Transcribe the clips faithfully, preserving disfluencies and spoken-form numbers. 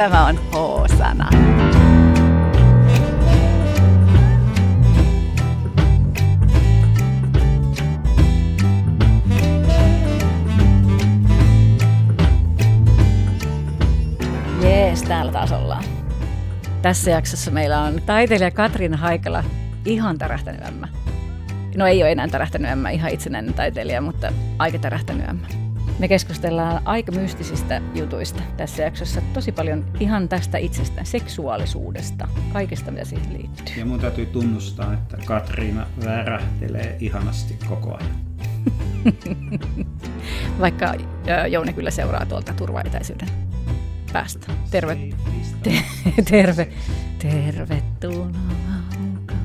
Tämä on H-sana. Jees, täällä taas ollaan. Tässä jaksossa meillä on taiteilija Katriina Haikala, ihan tärähtänyt ämmä. No ei ole enää tärähtänyt ämmä, ihan itsenäinen taiteilija, mutta aika tärähtänyt ämmä. Me keskustellaan aika mystisistä jutuista tässä jaksossa. Tosi paljon ihan tästä itsestään, seksuaalisuudesta, kaikesta mitä siihen liittyy. Ja mun täytyy tunnustaa, että Katriina värähtelee ihanasti koko ajan. Vaikka Jouni kyllä seuraa tuolta turvaetäisyyden päästä. Terve, te, terve, tervetuloa mukaan.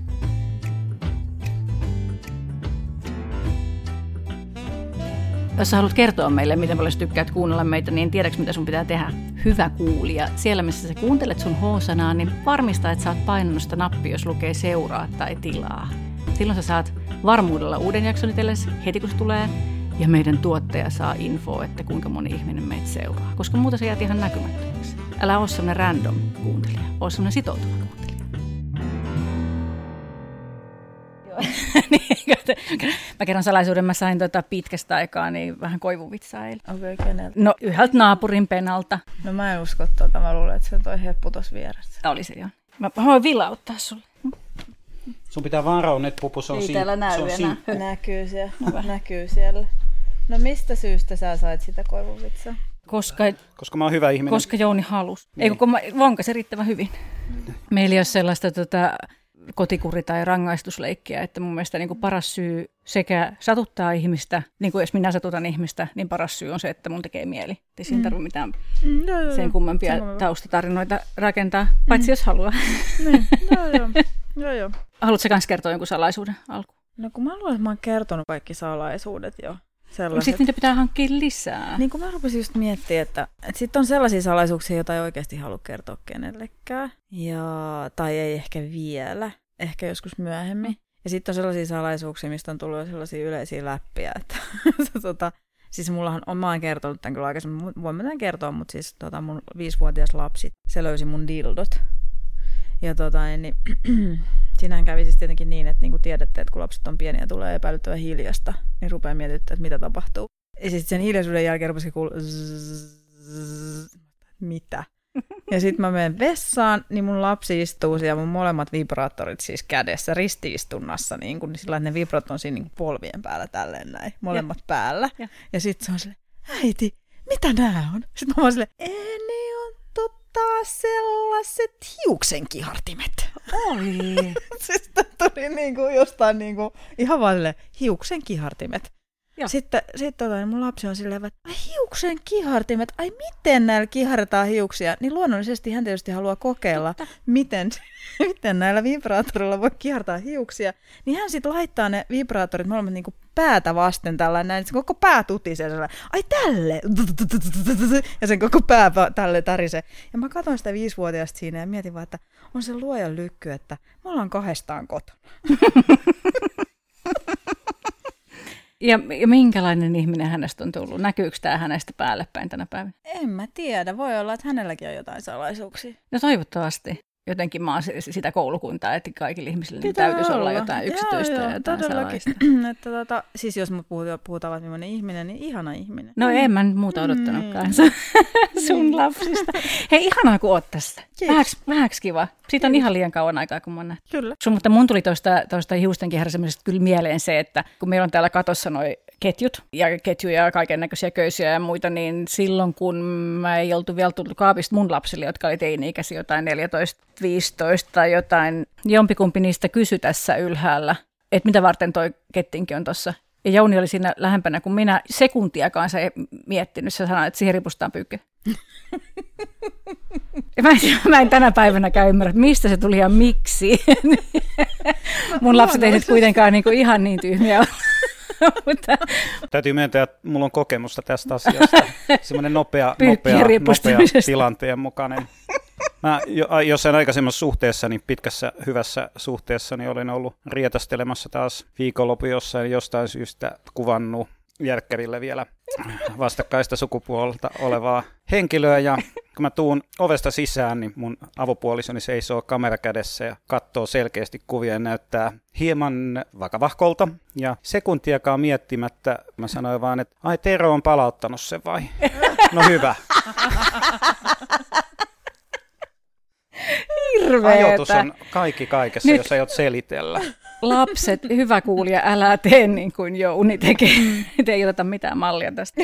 Jos sä haluat kertoa meille, miten paljon sä tykkäät kuunnella meitä, niin tiedätkö, mitä sun pitää tehdä? Hyvä kuulija. Siellä, missä sä kuuntelet sun H-sanaa, niin varmista, että sä oot painanut sitä nappia, jos lukee seuraa tai tilaa. Silloin sä saat varmuudella uuden jakson itsellesi heti, kun se tulee. Ja meidän tuottaja saa infoa, että kuinka moni ihminen meitä seuraa. Koska muuta sä jäät ihan näkymättömäksi. Älä ole semmoinen random kuuntelija. Ole semmoinen sitoutuva kuuntelija. Mä kerron salaisuuden, mä sain tota pitkästä aikaa niin vähän koivuvitsailla. Okei, okay, keneltä? No yhdeltä naapurin penalta. No mä en usko tuota, mä luulen, että se toi heppu tossa vieressä. Tämä oli se jo. Mä voin vilauttaa sulle. Sun pitää varoa, että pupu, se on Ei täällä näy enää. Näkyy siellä, no, näkyy siellä. No mistä syystä sä sait sitä koivuvitsaa? Koska, koska mä oon hyvä ihminen. Koska Jouni halusi. Niin. Ei, kun mä vonkasi riittävän hyvin. Mm. Meillä ei ole sellaista tota, kotikuri- tai rangaistusleikkiä, että mun mielestä niin kuin paras syy sekä satuttaa ihmistä, niin kuin jos minä satutan ihmistä, niin paras syy on se, että mun tekee mieli. Ei siinä mm. tarvitse mitään mm, joo, joo, sen kummempia joo. taustatarinoita rakentaa, paitsi mm. jos haluaa. Niin, joo, joo. joo, joo. Haluatko kans kertoa jonkun salaisuuden alkuun? No kun mä luulen, että mä oon kertonut kaikki salaisuudet jo. Sitten niitä pitää hankkia lisää. Niin kuin mä rupesin just miettimään, että, että sitten on sellaisia salaisuuksia, joita ei oikeasti halua kertoa kenellekään. Ja, tai ei ehkä vielä, ehkä joskus myöhemmin. Ja sitten on sellaisia salaisuuksia, mistä on tullut sellaisia yleisiä läppiä. Että, tota, siis mullahan on, mä oon kertonut tämän kyllä aikaisemmin, voin mä tämän kertoa, mutta siis tota, mun viisivuotias lapsi, se löysi mun dildot. Ja tota, niin, siinähän kävi siis tietenkin niin, että niin kuin tiedätte, että kun lapset on pieniä ja tulee epäilyttävän hiljasta, niin rupeaa mietittämään, että mitä tapahtuu. Ja sitten sen hiljaisuuden jälkeen rupesi kuulua, mitä? Ja sitten mä menen vessaan, niin mun lapsi istuu siellä mun molemmat vibraattorit siis kädessä ristiistunnassa, niin kuin sillä ne vibrat on siinä niin kuin polvien päällä tälleen näin, molemmat ja. päällä. Ja, ja sitten se on silleen, äiti, mitä nää on? Sitten mä oon silleen, ei ne on taas sellaiset hiuksenkihartimet. Oi. Sitten tuli niinku jostain niinku, ihan vaan silleen, hiuksenkihartimet. Joo. Sitten sit tota, niin mun lapsi on silleen, että ai hiuksenkihartimet, ai miten näillä kiharretaan hiuksia? Niin luonnollisesti hän tietysti haluaa kokeilla, miten, miten näillä vibraattorilla voi kihartaa hiuksia. Niin hän sitten laittaa ne vibraattorit molemmat niinku päätä vasten tällainen, näin, että se koko pää tutisee sellainen, ai tälle, ja sen koko pää tälle tärisee. Ja mä katson sitä viisivuotiaasta siinä ja mietin vaan, että on se luojan lykky, että me ollaan kahdestaan kotona. Ja, ja minkälainen ihminen hänestä on tullut? Näkyykö tämä hänestä päälle päin tänä päivänä? En mä tiedä. Voi olla, että hänelläkin on jotain salaisuuksia. No toivottavasti. Jotenkin mä oon sitä koulukuntaa, että kaikille ihmisille niin täytyisi olla, olla jotain yksityistä joo, joo, ja jotain salaista. Että tota, siis jos mut puhutaan, puhutaan millainen ihminen, niin ihana ihminen. No en mä nyt muuta odottanutkaan mm. sun lapsista. Hei, ihanaa kun oot tässä. Vähäks, vähäks kiva. Siitä on ihan liian kauan aikaa, kun mä oon nähty. Kyllä. Sun, mutta mun tuli tuosta, tuosta hiustenkihärsämisestä kyllä mieleen se, että kun meillä on täällä katossa noi ketjut ja ketjuja ja kaiken näköisiä köysiä ja muita, niin silloin kun mä ei oltu vielä tullut kaapista mun lapsille, jotka oli teini-ikäisiä jotain neljätoista viisitoista tai jotain, jompikumpi niistä kysyi tässä ylhäällä, että mitä varten toi kettinki on tossa. Ja Jouni oli siinä lähempänä kuin minä sekuntiakaan se miettinyt, se sanoi, että siihen ripustaan pyykkä. Mä en, mä en tänä päivänäkään ymmärrä, että mistä se tuli ja miksi. Mun lapset ei nyt kuitenkaan niin kuin ihan niin tyhmiä ole. Mutta täytyy myöntää, että mulla on kokemusta tästä asiasta. Semmoinen nopea, nopea, nopea tilanteen mukainen. Mä jossain aikaisemmassa suhteessa, niin pitkässä hyvässä suhteessa, niin olin ollut rietastelemassa taas viikonlopun jossain jostain syystä kuvannut järkkärille vielä vastakkaista sukupuolta olevaa henkilöä ja kun mä tuun ovesta sisään, niin mun avopuolisoni seisoo kamera kädessä ja katsoo selkeästi kuvia ja näyttää hieman vakavahkolta. Ja sekuntiakaan miettimättä mä sanoin vaan, että ai Tero on palauttanut sen vai? No hyvä. Hirveetä. Ajoitus on kaikki kaikessa, nyt, jos aiot selitellä. Lapset, hyvä kuulija, älä tee niin kuin Jouni tekee. Te ei oteta mitään mallia tästä.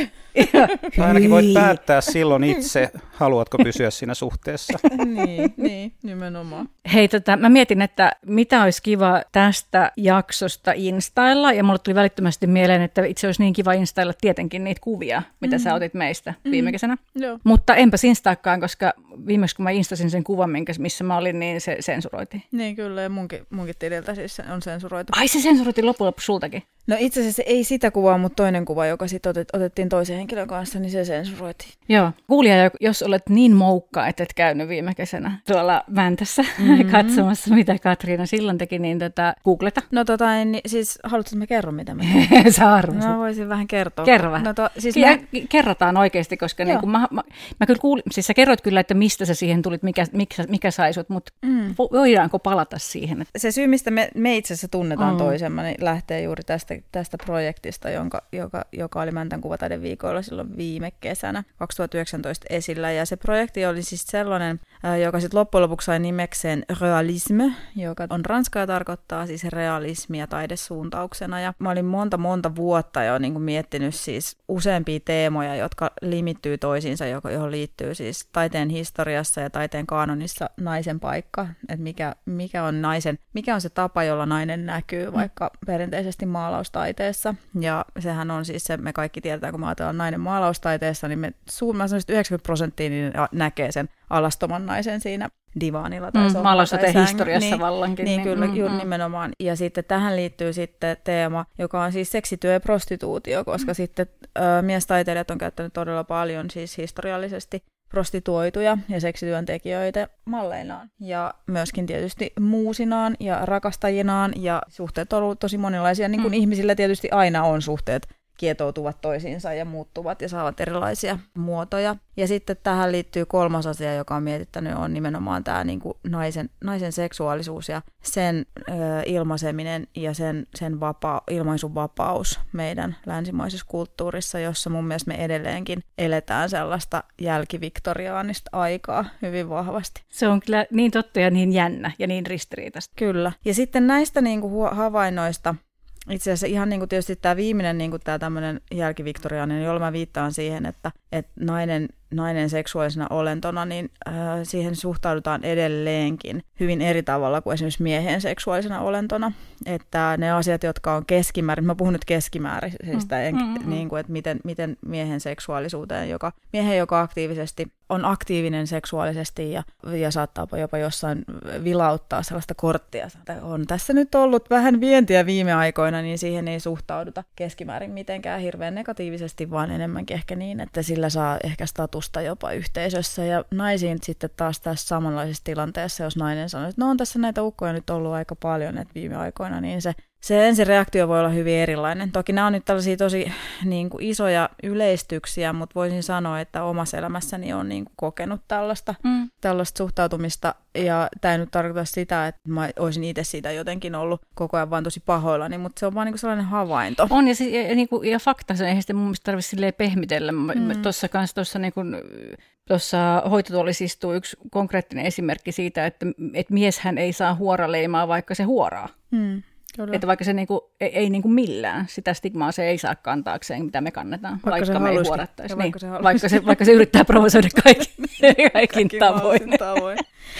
Tai ainakin voit päättää silloin itse, haluatko pysyä siinä suhteessa. niin, niin, nimenomaan. Hei, tota, mä mietin, että mitä olisi kiva tästä jaksosta instailla, ja mulle tuli välittömästi mieleen, että itse olisi niin kiva instailla tietenkin niitä kuvia, mitä mm-hmm. sä otit meistä mm-hmm. viime kesänä. Joo. Mutta enpäs instaakaan, koska viimeksi kun mä instasin sen kuvan, missä mä olin, niin se sensuroitiin. Niin kyllä, ja munkin, munkin tililtä siis on sensuroitu. Ai se sensuroitiin loppujen lopuksi sultakin? No itse asiassa ei sitä kuvaa, mutta toinen kuva, joka sitten otet, otettiin toisen henkilön kanssa, niin se sensuroitiin. Joo. Kuulija, jos olet niin moukka, että et käynyt viime kesänä tuolla Väntässä mm-hmm. katsomassa, mitä Katriina silloin teki, niin tota, googleta. No tota, niin, siis haluatko, että mä kerron, mitä mä Sä arvasit. No voisin vähän kertoa. Kerro vähän. No to, siis ja, mä... Kerrotaan oikeasti, koska niin kun mä, mä, mä kyllä kuulin, siis sä kerroit kyllä, että mistä sä siihen tulit, mikä, mikä, mikä sai sut, mutta mm. voidaanko palata siihen? Että... Se syy, mistä me, me itse asiassa tunnetaan mm. toisemme, niin lähtee juuri tästä, tästä projektista, jonka, joka, joka oli Mäntän kuvataideviikoilla silloin viime kesänä kaksituhattayhdeksäntoista esillä. Ja se projekti oli siis sellainen, joka sitten loppujen lopuksi sai nimekseen realisme, joka on ranskaa ja tarkoittaa siis realismia taidesuuntauksena. Ja mä olin monta monta vuotta jo niin kuin miettinyt siis useampia teemoja, jotka limittyy toisiinsa, johon liittyy siis taiteen historiassa ja taiteen kaanonissa naisen paikka, että mikä, mikä on naisen, mikä on se tapa, jolla nainen näkyy vaikka perinteisesti maalaustaiteessa. Ja sehän on siis se, me kaikki tiedetään, kun me ajatellaan nainen maalaustaiteessa, niin me suurin yhdeksänkymmentä prosenttia niin näkee sen alastoman naisen siinä divaanilla tai mm, maalaustateen historiassa niin, vallankin. Niin, niin kyllä, mm, juuri mm. nimenomaan. Ja sitten tähän liittyy sitten teema, joka on siis seksityö ja prostituutio, koska mm. sitten ö, miestaiteilijat on käyttänyt todella paljon siis historiallisesti prostituoituja ja seksityöntekijöitä malleinaan. Ja myöskin tietysti muusinaan ja rakastajinaan. Ja suhteet on ollut tosi monenlaisia, niin kuin mm. ihmisillä tietysti aina on suhteet. Kietoutuvat toisiinsa ja muuttuvat ja saavat erilaisia muotoja. Ja sitten tähän liittyy kolmas asia, joka on mietittänyt, on nimenomaan tämä niin kuin naisen, naisen seksuaalisuus ja sen ö, ilmaiseminen ja sen, sen vapa, ilmaisun vapaus meidän länsimaisessa kulttuurissa, jossa mun mielestä me edelleenkin eletään sellaista jälkiviktoriaanista aikaa hyvin vahvasti. Se on kyllä niin totta ja niin jännä ja niin ristiriitaista. Kyllä. Ja sitten näistä niin kuin havainnoista, itse asiassa ihan niin kuin tietysti tämä viimeinen niin kuin tämä tämmöinen jälkiviktoriaaninen, jolla mä viittaan siihen, että, että nainen, nainen seksuaalisena olentona, niin äh, siihen suhtaudutaan edelleenkin hyvin eri tavalla kuin esimerkiksi miehen seksuaalisena olentona. Että ne asiat, jotka on keskimäärin, mä puhun nyt keskimääräisistä, mm. mm-hmm. niin kuin, että miten, miten miehen seksuaalisuuteen, joka, miehen, joka aktiivisesti on aktiivinen seksuaalisesti ja, ja saattaa jopa jossain vilauttaa sellaista korttia. On tässä nyt ollut vähän vientiä viime aikoina, niin siihen ei suhtauduta keskimäärin mitenkään hirveän negatiivisesti, vaan enemmänkin ehkä niin, että sillä saa ehkä statusta jopa yhteisössä. Ja naisiin sitten taas tässä samanlaisessa tilanteessa, jos nainen sanoo, että no on tässä näitä ukkoja nyt ollut aika paljon että viime aikoina, niin se Se ensireaktio voi olla hyvin erilainen. Toki nämä on nyt tällaisia tosi niin kuin isoja yleistyksiä, mutta voisin sanoa, että omassa elämässäni olen niin kuin kokenut tällaista, mm. tällaista suhtautumista. Ja tämä ei nyt tarkoita sitä, että mä olisin itse siitä jotenkin ollut koko ajan vaan tosi pahoillani, mutta se on vaan niin kuin sellainen havainto. On, ja, ja, niin kuin, ja fakta, se eihän sitten mun mielestä tarvitse silleen pehmitellä. Mm. Tuossa kanssa tuossa niin kuin Tuossa hoitotuolissa istuu yksi konkreettinen esimerkki siitä, että, että mieshän ei saa huoraleimaa, vaikka se huoraa. Mm. Kyllä. Että vaikka se niinku, ei, ei niinku millään, sitä stigmaa se ei saa kantaakseen, mitä me kannetaan, vaikka, vaikka me ei huorattaisi. Niin, vaikka, se vaikka, se, vaikka se yrittää provosoida kaikki, kaikin tavoin. tavoin.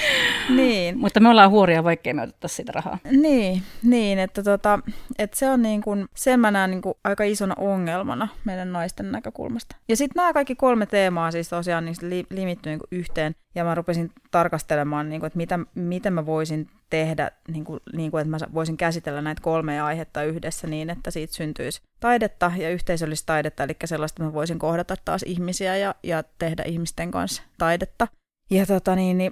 Niin. Mutta me ollaan huoria, vaikkei me otettaisi sitä rahaa. Niin, niin että, tota, että se on niin kuin, sen mä näen niin kuin aika isona ongelmana meidän naisten näkökulmasta. Ja sitten nämä kaikki kolme teemaa siis tosiaan niin li, limittyy niin kuin yhteen. Ja mä rupesin tarkastelemaan, niin kuin, että mitä, miten mä voisin tehdä, niin kuin, niin kuin, että mä voisin käsitellä näitä kolmea aihetta yhdessä niin, että siitä syntyisi taidetta ja yhteisöllistä taidetta, eli sellaista, että mä voisin kohdata taas ihmisiä ja, ja tehdä ihmisten kanssa taidetta. Ja tota niin, niin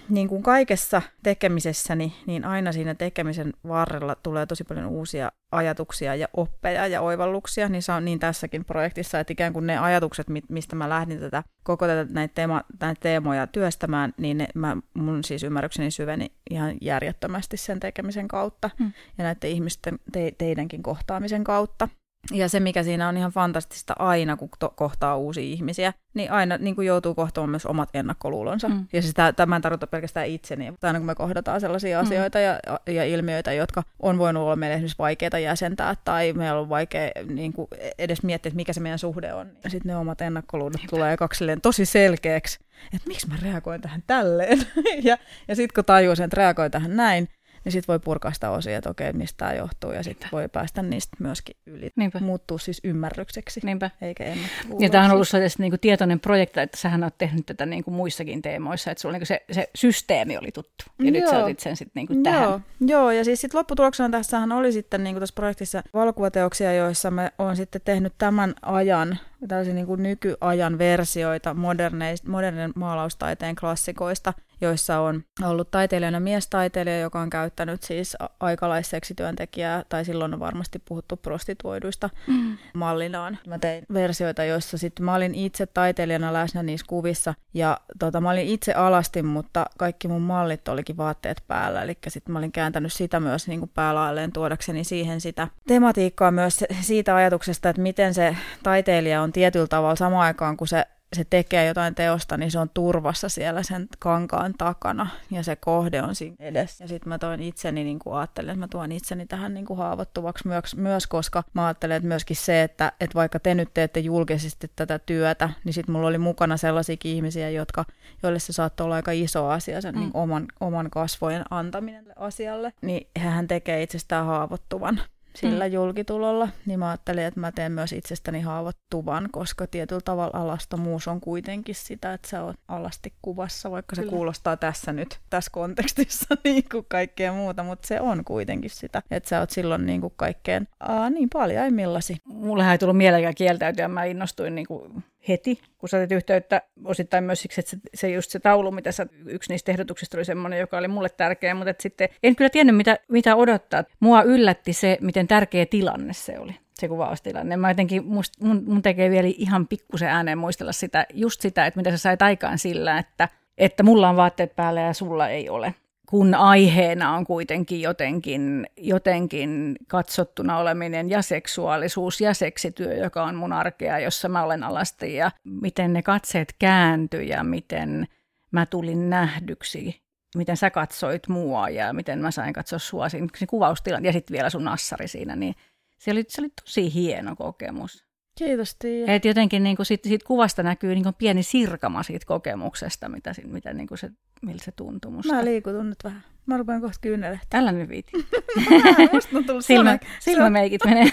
niin kuin kaikessa tekemisessäni, niin aina siinä tekemisen varrella tulee tosi paljon uusia ajatuksia ja oppeja ja oivalluksia, niin se on niin tässäkin projektissa, että ikään kuin ne ajatukset, mistä mä lähdin tätä, koko tätä näitä, teema, näitä teemoja työstämään, niin ne, mä, mun siis ymmärrykseni syveni ihan järjettömästi sen tekemisen kautta hmm. ja näiden ihmisten, te, teidänkin kohtaamisen kautta. Ja se, mikä siinä on ihan fantastista aina, kun to- kohtaa uusia ihmisiä, niin aina niin kuin joutuu kohtaamaan myös omat ennakkoluulonsa. Mm. Ja sitä, tämä en tarkoita pelkästään itseni. Aina kun me kohdataan sellaisia mm. asioita ja, ja ilmiöitä, jotka on voinut olla meille esimerkiksi vaikeita jäsentää, tai meillä on vaikea niin kuin edes miettiä, että mikä se meidän suhde on. Ja sitten ne omat ennakkoluulot Niinpä. tulee kaksilleen tosi selkeäksi, että miksi mä reagoin tähän tälleen. ja ja sitten kun tajuu sen, että reagoin tähän näin, niin sitten voi purkaa sitä osia, että okei, mistä tämä johtuu, ja sitten voi päästä niistä myöskin yli. Niinpä. Muuttuu siis ymmärrykseksi, Niinpä. eikä ennakkoluuloksi. Ja tämä on ollut sellainen niin tietoinen projekti, että sähän olet tehnyt tätä niin kuin muissakin teemoissa, että sulla niin se, se systeemi oli tuttu, ja Joo. nyt sä otit sen sitten niin tähän. Joo. Joo, ja siis sitten lopputuloksena tässähän oli sitten niin kuin tässä projektissa valokuvateoksia, joissa me on sitten tehnyt tämän ajan, tällaisia niin kuin nykyajan versioita modernin maalaustaiteen klassikoista, joissa on ollut taiteilijana miestaiteilija, joka on käyttänyt siis aikalaisseksityöntekijää, tai silloin on varmasti puhuttu prostituoiduista mm. mallinaan. Mä tein versioita, joissa sitten mä olin itse taiteilijana läsnä niissä kuvissa, ja tota, mä olin itse alastin, mutta kaikki mun mallit olikin vaatteet päällä, eli sitten mä olin kääntänyt sitä myös niin kuin päälailleen tuodakseni siihen sitä tematiikkaa myös siitä ajatuksesta, että miten se taiteilija on tietyllä tavalla samaan aikaan, kun se se tekee jotain teosta, niin se on turvassa siellä sen kankaan takana, ja se kohde on siinä edessä. Ja sitten mä toin itseni, niin kuin ajattelin, että mä tuon itseni tähän niin kuin haavoittuvaksi myös, myös, koska mä ajattelen, että myöskin se, että, että vaikka te nyt teette julkisesti tätä työtä, niin sitten mulla oli mukana sellaisiakin ihmisiä, jotka, joille se saattoi olla aika iso asia, sen mm. niin oman, oman kasvojen antaminen asialle, niin hän tekee itsestään haavoittuvan sillä mm. julkitulolla, niin mä ajattelin, että mä teen myös itsestäni haavoittuvan, koska tietyllä tavalla alastomuus on kuitenkin sitä, että sä oot alasti kuvassa, vaikka se Kyllä. kuulostaa tässä nyt, tässä kontekstissa niin kuin kaikkea muuta, mutta se on kuitenkin sitä, että sä oot silloin niin kuin kaikkeen aa, niin paljaimmillasi. Mullehan ei tullut mielekään kieltäytyä, mä innostuin niin kuin heti, kun sä otit yhteyttä osittain myös siksi, että se, se just se taulu, mitä sä, yksi niistä ehdotuksista oli semmoinen, joka oli mulle tärkeä, mutta sitten en kyllä tiennyt, mitä, mitä odottaa. Mua yllätti se, miten tärkeä tilanne se oli, se kuvaustilanne. Mä jotenkin, must, mun, mun tekee vielä ihan pikkusen ääneen muistella sitä, just sitä, että mitä sä sait aikaan sillä, että, että mulla on vaatteet päällä ja sulla ei ole. Kun aiheena on kuitenkin jotenkin, jotenkin katsottuna oleminen ja seksuaalisuus ja seksityö, joka on mun arkea, jossa mä olen alasti, ja miten ne katseet kääntyi ja miten mä tulin nähdyksi, miten sä katsoit mua ja miten mä sain katsoa sua siinä kuvaustilan ja sitten vielä sun nassari siinä, niin se oli, se oli tosi hieno kokemus. Kiitos, Tiia. Et jotenkin niin siitä, siitä kuvasta näkyy niin pieni sirkama siitä kokemuksesta, mitä, mitä niin se, miltä se tuntuu musta. Mä liikutun nyt vähän. Mä rupean kohta kyynelehtiä. Tällä nyt viiti. Musta on tullut Silmä, silmämeikit menee.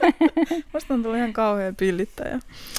Musta on tullut ihan kauhean pillittäjä.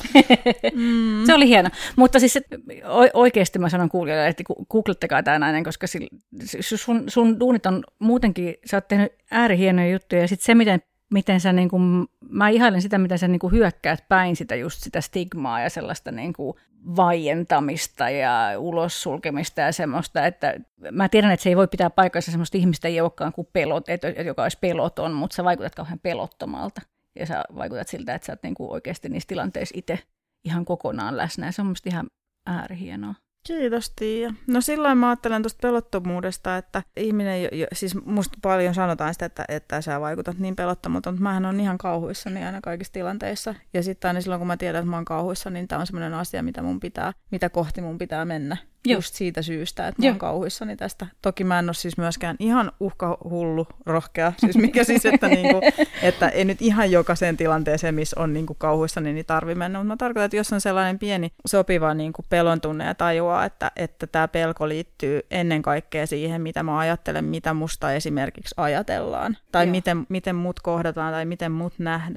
Mm. Se oli hieno. Mutta siis oikeasti mä sanon kuulijoille, että googlettakaa tämä nainen, koska sun, sun duunit on muutenkin, sä oot tehnyt äärihienoja juttuja, ja sitten se, miten miten sä, niin kuin, mä ihailen sitä, miten sä niin kuin hyökkäät päin sitä just sitä stigmaa ja sellaista niin kuin vaientamista ja ulos sulkemista ja semmoista, että mä tiedän, että se ei voi pitää paikassa semmoista ihmistä, ei olekaan kuin pelot, että, joka olisi peloton, mutta sä vaikutat kauhean pelottomalta ja sä vaikutat siltä, että sä oot niin kuin oikeasti niissä tilanteissa itse ihan kokonaan läsnä ja se on musta ihan äärihienoa. Kiitos, Tiia. No silloin mä ajattelen tuosta pelottomuudesta, että ihminen, jo, siis musta paljon sanotaan sitä, että, että sä vaikutat niin pelottomalta, mutta mähän on ihan kauhuissani aina kaikissa tilanteissa. Ja sitten aina silloin, kun mä tiedän, että mä oon kauhuissa, niin tää on semmoinen asia, mitä mun pitää, mitä kohti mun pitää mennä. Joo. Just siitä syystä, että mä oon kauhuissani tästä. Toki mä en ole siis myöskään ihan uhkahullu rohkea, siis mikä siis, että, niinku, että ei nyt ihan jokaiseen tilanteeseen, missä on niinku kauhuissani, niin tarvi mennä. Mutta mä tarkoitan, että jos on sellainen pieni sopiva niinku pelon tunne ja tajua, että, että tämä pelko liittyy ennen kaikkea siihen, mitä mä ajattelen, mitä musta esimerkiksi ajatellaan. Tai miten, miten mut kohdataan tai miten mut nähdään.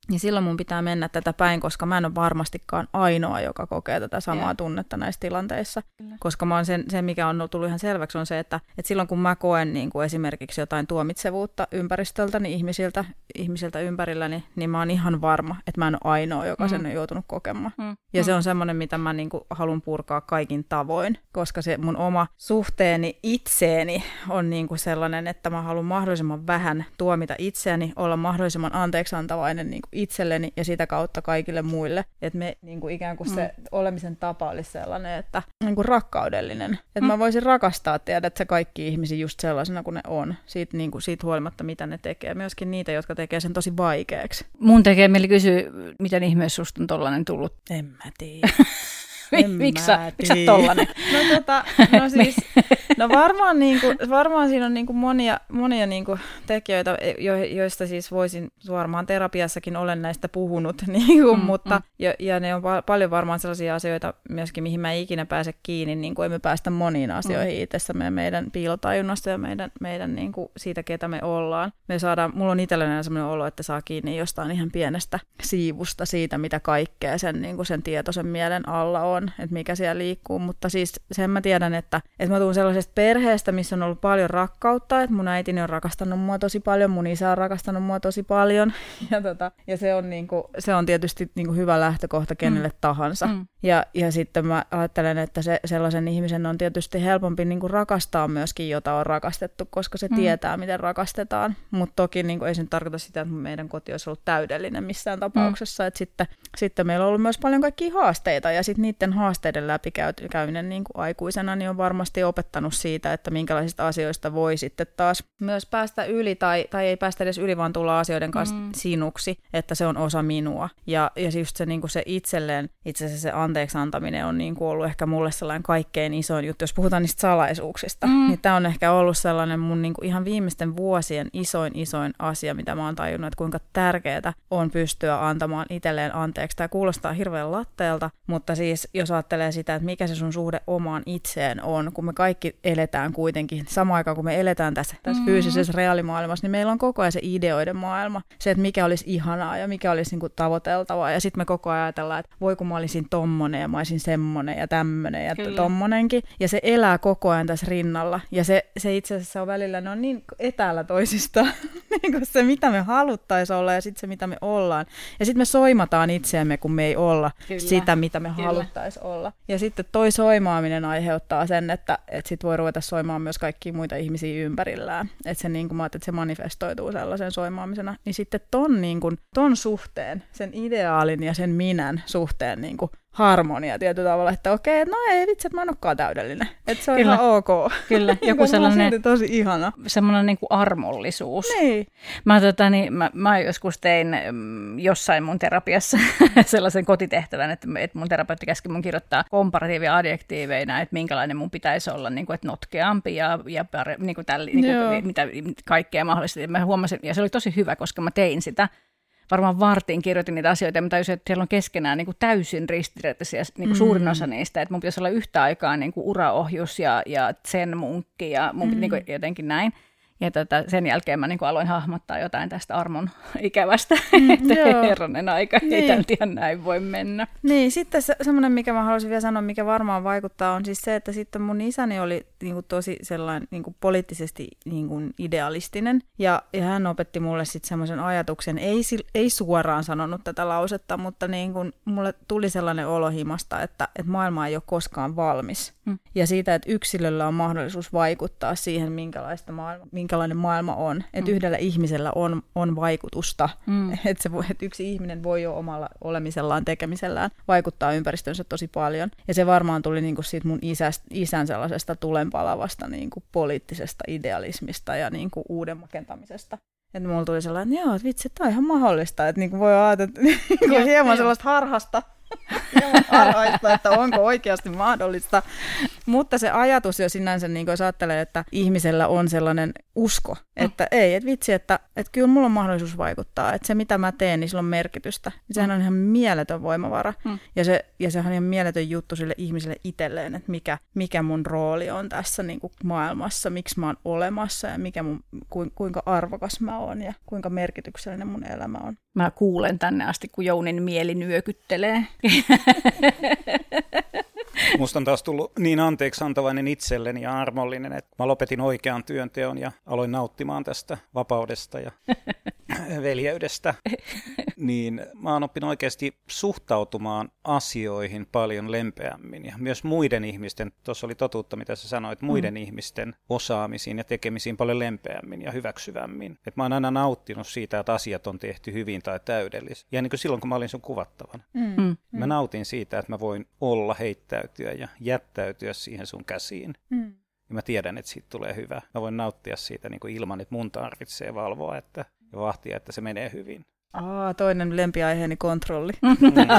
Ja silloin mun pitää mennä tätä päin, koska mä en ole varmastikaan ainoa, joka kokee tätä samaa yeah. tunnetta näissä tilanteissa. Kyllä. Koska mä oon sen, se, mikä on tullut ihan selväksi, on se, että, että silloin kun mä koen niin kuin esimerkiksi jotain tuomitsevuutta ympäristöltä, niin ihmisiltä, ihmisiltä ympärilläni, niin mä oon ihan varma, että mä en ole ainoa, joka mm. sen on joutunut kokemaan. Mm. Ja mm. se on semmoinen, mitä mä niin kuin haluan purkaa kaikin tavoin, koska se mun oma suhteeni itseeni on niin kuin sellainen, että mä haluan mahdollisimman vähän tuomita itseäni, olla mahdollisimman anteeksiantavainen niin kuin itselleni ja sitä kautta kaikille muille. Että me niin kuin ikään kuin se mm. olemisen tapa olisi sellainen, että niin kuin rakkaudellinen. Että mm. mä voisin rakastaa, tiedät sä, kaikki ihmisiä just sellaisena kuin ne on. Siitä, niin kuin, siitä huolimatta, mitä ne tekee. Myöskin niitä, jotka tekee sen tosi vaikeaksi. Mun tekee mieli kysyä, miten ihmeessä susta on tollainen tullut? En mä tiedä. Miksi sä tollanen? No, tota, no siis, no varmaan, niinku, varmaan siinä on niinku monia, monia niinku tekijöitä, jo, joista siis voisin varmaan terapiassakin olen näistä puhunut, niinku, mm, mutta, mm. Ja, ja ne on pa- paljon varmaan sellaisia asioita myöskin, mihin mä ei ikinä pääse kiinni, niin kuin emme päästä moniin asioihin mm. itsessämme meidän piilotajunnasta ja meidän, meidän niinku, siitä, ketä me ollaan. Me saadaan, mulla on itselleni sellainen olo, että saa kiinni jostain ihan pienestä siivusta siitä, mitä kaikkea sen, niinku, sen tietoisen mielen alla on. Että mikä siellä liikkuu, mutta siis sen mä tiedän, että, että mä tuun sellaisesta perheestä, missä on ollut paljon rakkautta, että mun äitini on rakastanut mua tosi paljon, mun isä on rakastanut mua tosi paljon, ja, tota, ja se, on niinku, se on tietysti niinku hyvä lähtökohta kenelle mm. tahansa. Mm. Ja, ja sitten mä ajattelen, että se, sellaisen ihmisen on tietysti helpompi niinku rakastaa myöskin, jota on rakastettu, koska se mm. tietää, miten rakastetaan, mutta toki niinku, ei se nyt tarkoita sitä, että meidän koti olisi ollut täydellinen missään tapauksessa, mm. että sitten, sitten meillä on ollut myös paljon kaikkia haasteita, ja sitten niiden haasteiden läpikäyminen niin kuin aikuisena niin on varmasti opettanut siitä, että minkälaisista asioista voi sitten taas myös päästä yli, tai, tai ei päästä edes yli, vaan tulla asioiden kanssa mm. sinuksi, että se on osa minua. Ja, ja just se, niin kuin se itselleen, itse asiassa se anteeksi antaminen on niin kuin ollut ehkä mulle sellainen kaikkein isoin juttu, jos puhutaan niistä salaisuuksista, mm. niin tämä on ehkä ollut sellainen mun niin kuin ihan viimeisten vuosien isoin isoin asia, mitä mä oon tajunnut, että kuinka tärkeää on pystyä antamaan itselleen anteeksi. Tämä kuulostaa hirveän latteelta, mutta siis jos ajattelee sitä, että mikä se sun suhde omaan itseen on, kun me kaikki eletään kuitenkin samaan aikaan, kun me eletään tässä, tässä mm. fyysisessä reaalimaailmassa, niin meillä on koko ajan se ideoiden maailma, se, että mikä olisi ihanaa ja mikä olisi niin kuin tavoiteltavaa, ja sitten me koko ajan ajatellaan, että voi kun mä olisin tommonen ja mä olisin semmonen ja tämmönen ja Kyllä. tommonenkin, ja se elää koko ajan tässä rinnalla, ja se, se itse asiassa on välillä, ne on niin etäällä toisistaan, niin kuin se mitä me haluttaisiin olla ja sitten se mitä me ollaan, ja sitten me soimataan itseämme, kun me ei olla Kyllä. sitä, mitä me haluttaisiin olla. Ja sitten toi soimaaminen aiheuttaa sen, että, että sit voi ruveta soimaan myös kaikkia muita ihmisiä ympärillään. Että se, niin kuin mä että se manifestoituu sellaisen soimaamisena. Niin sitten ton, niin kuin, ton suhteen, sen ideaalin ja sen minän suhteen niin kuin harmonia tietyllä tavalla, että okei, no ei vitsi, että mä en olekaan täydellinen. Että se on Kyllä. ihan ok. Kyllä, joku sellainen tosi ihana. Semmoinen niin kuin armollisuus. Niin. Mä, tota, niin, mä, mä joskus tein mm, jossain mun terapiassa sellaisen kotitehtävän, että, että mun terapeutti käski mun kirjoittaa komparatiivia adjektiiveina, että minkälainen mun pitäisi olla, niin kuin, että notkeampi ja, ja pare, niin kuin tälle, niin kuin, mitä kaikkea mahdollisesti. Mä huomasin, ja se oli tosi hyvä, koska mä tein sitä. Varmaan vartin kirjoitin niitä asioita, ja mä tajusin, että siellä on keskenään niin kuin täysin ristiriitaisia niin kuin mm. suurin osa niistä, että mun pitäisi olla yhtä aikaa niin kuin uraohjus ja, ja zen-munkki ja mun, mm. niin kuin jotenkin näin. Ja tota, sen jälkeen mä niin kuin aloin hahmottaa jotain tästä armon ikävästä, mm, että herranen aika, niin. Ei tältä ihan näin voi mennä. Niin, sitten se, semmoinen, mikä mä haluaisin vielä sanoa, mikä varmaan vaikuttaa, on siis se, että sitten mun isäni oli niin kuin tosi sellainen niin kuin poliittisesti niin kuin idealistinen, ja, ja hän opetti mulle sitten semmoisen ajatuksen, ei, ei suoraan sanonut tätä lausetta, mutta niin kuin mulle tuli sellainen olo himasta, että, että maailma ei ole koskaan valmis. Mm. Ja siitä, että yksilöllä on mahdollisuus vaikuttaa siihen, minkälaista maailma, minkälainen maailma on. Että mm. yhdellä ihmisellä on, on vaikutusta. Mm. Että, se, että yksi ihminen voi jo omalla olemisellaan, tekemisellään vaikuttaa ympäristönsä tosi paljon. Ja se varmaan tuli niinku siitä mun isästä, isän sellaisesta tulenpalavasta niinku poliittisesta idealismista ja niinku uuden rakentamisesta. Että mulla tuli sellainen, että joo, että vitsi, tämä on ihan mahdollista. Että niinku voi ajatella, että hieman sellaista harhasta. Hieman harhaista, että onko oikeasti mahdollista. Mutta se ajatus jo sinänsä, niin jos ajattelee, että ihmisellä on sellainen usko, että mm. ei, että vitsi, että, että kyllä mulla on mahdollisuus vaikuttaa, että se mitä mä teen, niin sillä on merkitystä. Sehän on ihan mieletön voimavara. Mm. Ja, se, ja sehän on ihan mieletön juttu sille ihmiselle itselleen, että mikä, mikä mun rooli on tässä niin kuin maailmassa, miksi mä oon olemassa ja mikä mun, kuinka arvokas mä oon ja kuinka merkityksellinen mun elämä on. Mä kuulen tänne asti, kun Jounin mieli nyökyttelee. Musta on taas tullut niin anteeksi antavainen itselleni ja armollinen, että mä lopetin oikean työnteon ja aloin nauttimaan tästä vapaudesta ja veljeydestä. Niin mä oon oppinut oikeasti suhtautumaan asioihin paljon lempeämmin ja myös muiden ihmisten, tuossa oli totuutta mitä sä sanoit, muiden mm. ihmisten osaamisiin ja tekemisiin paljon lempeämmin ja hyväksyvämmin. Et mä oon aina nauttinut siitä, että asiat on tehty hyvin tai täydellisesti. Ja niin kuin silloin, kun mä olin sun kuvattavana. Mm. Mä nautin siitä, että mä voin olla, heittäytyä ja jättäytyä siihen sun käsiin. Mm. Ja mä tiedän, että siitä tulee hyvä. Mä voin nauttia siitä niin kuin ilman, että mun tarvitsee valvoa että, ja vahtia, että se menee hyvin. Aa, toinen lempiaiheeni kontrolli. Mm.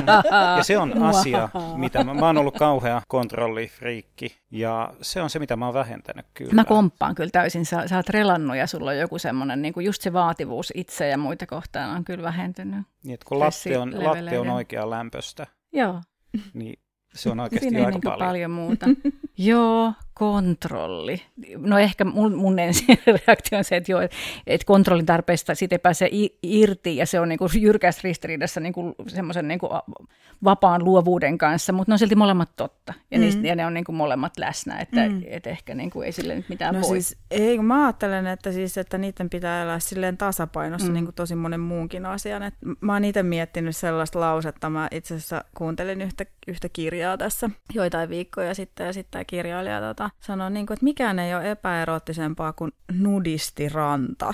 Ja se on asia, mitä mä, mä oon ollut kauhea kontrollifriikki ja se on se, mitä mä oon vähentänyt kyllä. Mä komppaan kyllä täysin. Sä, sä oot relannut ja sulla on joku semmoinen, niin kuin just se vaativuus itse ja muita kohtaan on kyllä vähentynyt. Niin, että kun latte on, latte on oikea lämpöstä, Joo. niin se on oikeasti Siinä aika niin paljon. paljon muuta. Joo, kontrolli. No ehkä mun, mun ensin reaktio on se, että, joo, että kontrollin tarpeesta siitä ei pääse irti ja se on niin kuin jyrkässä ristiriidassa niin kuin semmoisen niin kuin vapaan luovuuden kanssa, mutta ne on silti molemmat totta ja, mm. niistä, ja ne on niin kuin molemmat läsnä, että mm. et ehkä niin kuin ei sille nyt mitään no voi. Siis, ei, kun mä ajattelen, että, siis, että niiden pitää elää silleen tasapainossa mm. niin kuin tosi monen muunkin asian. Et mä oon itse miettinyt sellaista lausetta, mä itse asiassa kuuntelin yhtä, yhtä kirjaa tässä joitain viikkoja sitten ja sitten tämä kirjailija tota, sanoi, niin kuin, että mikään ei ole epäeroottisempaa kuin nudistiranta.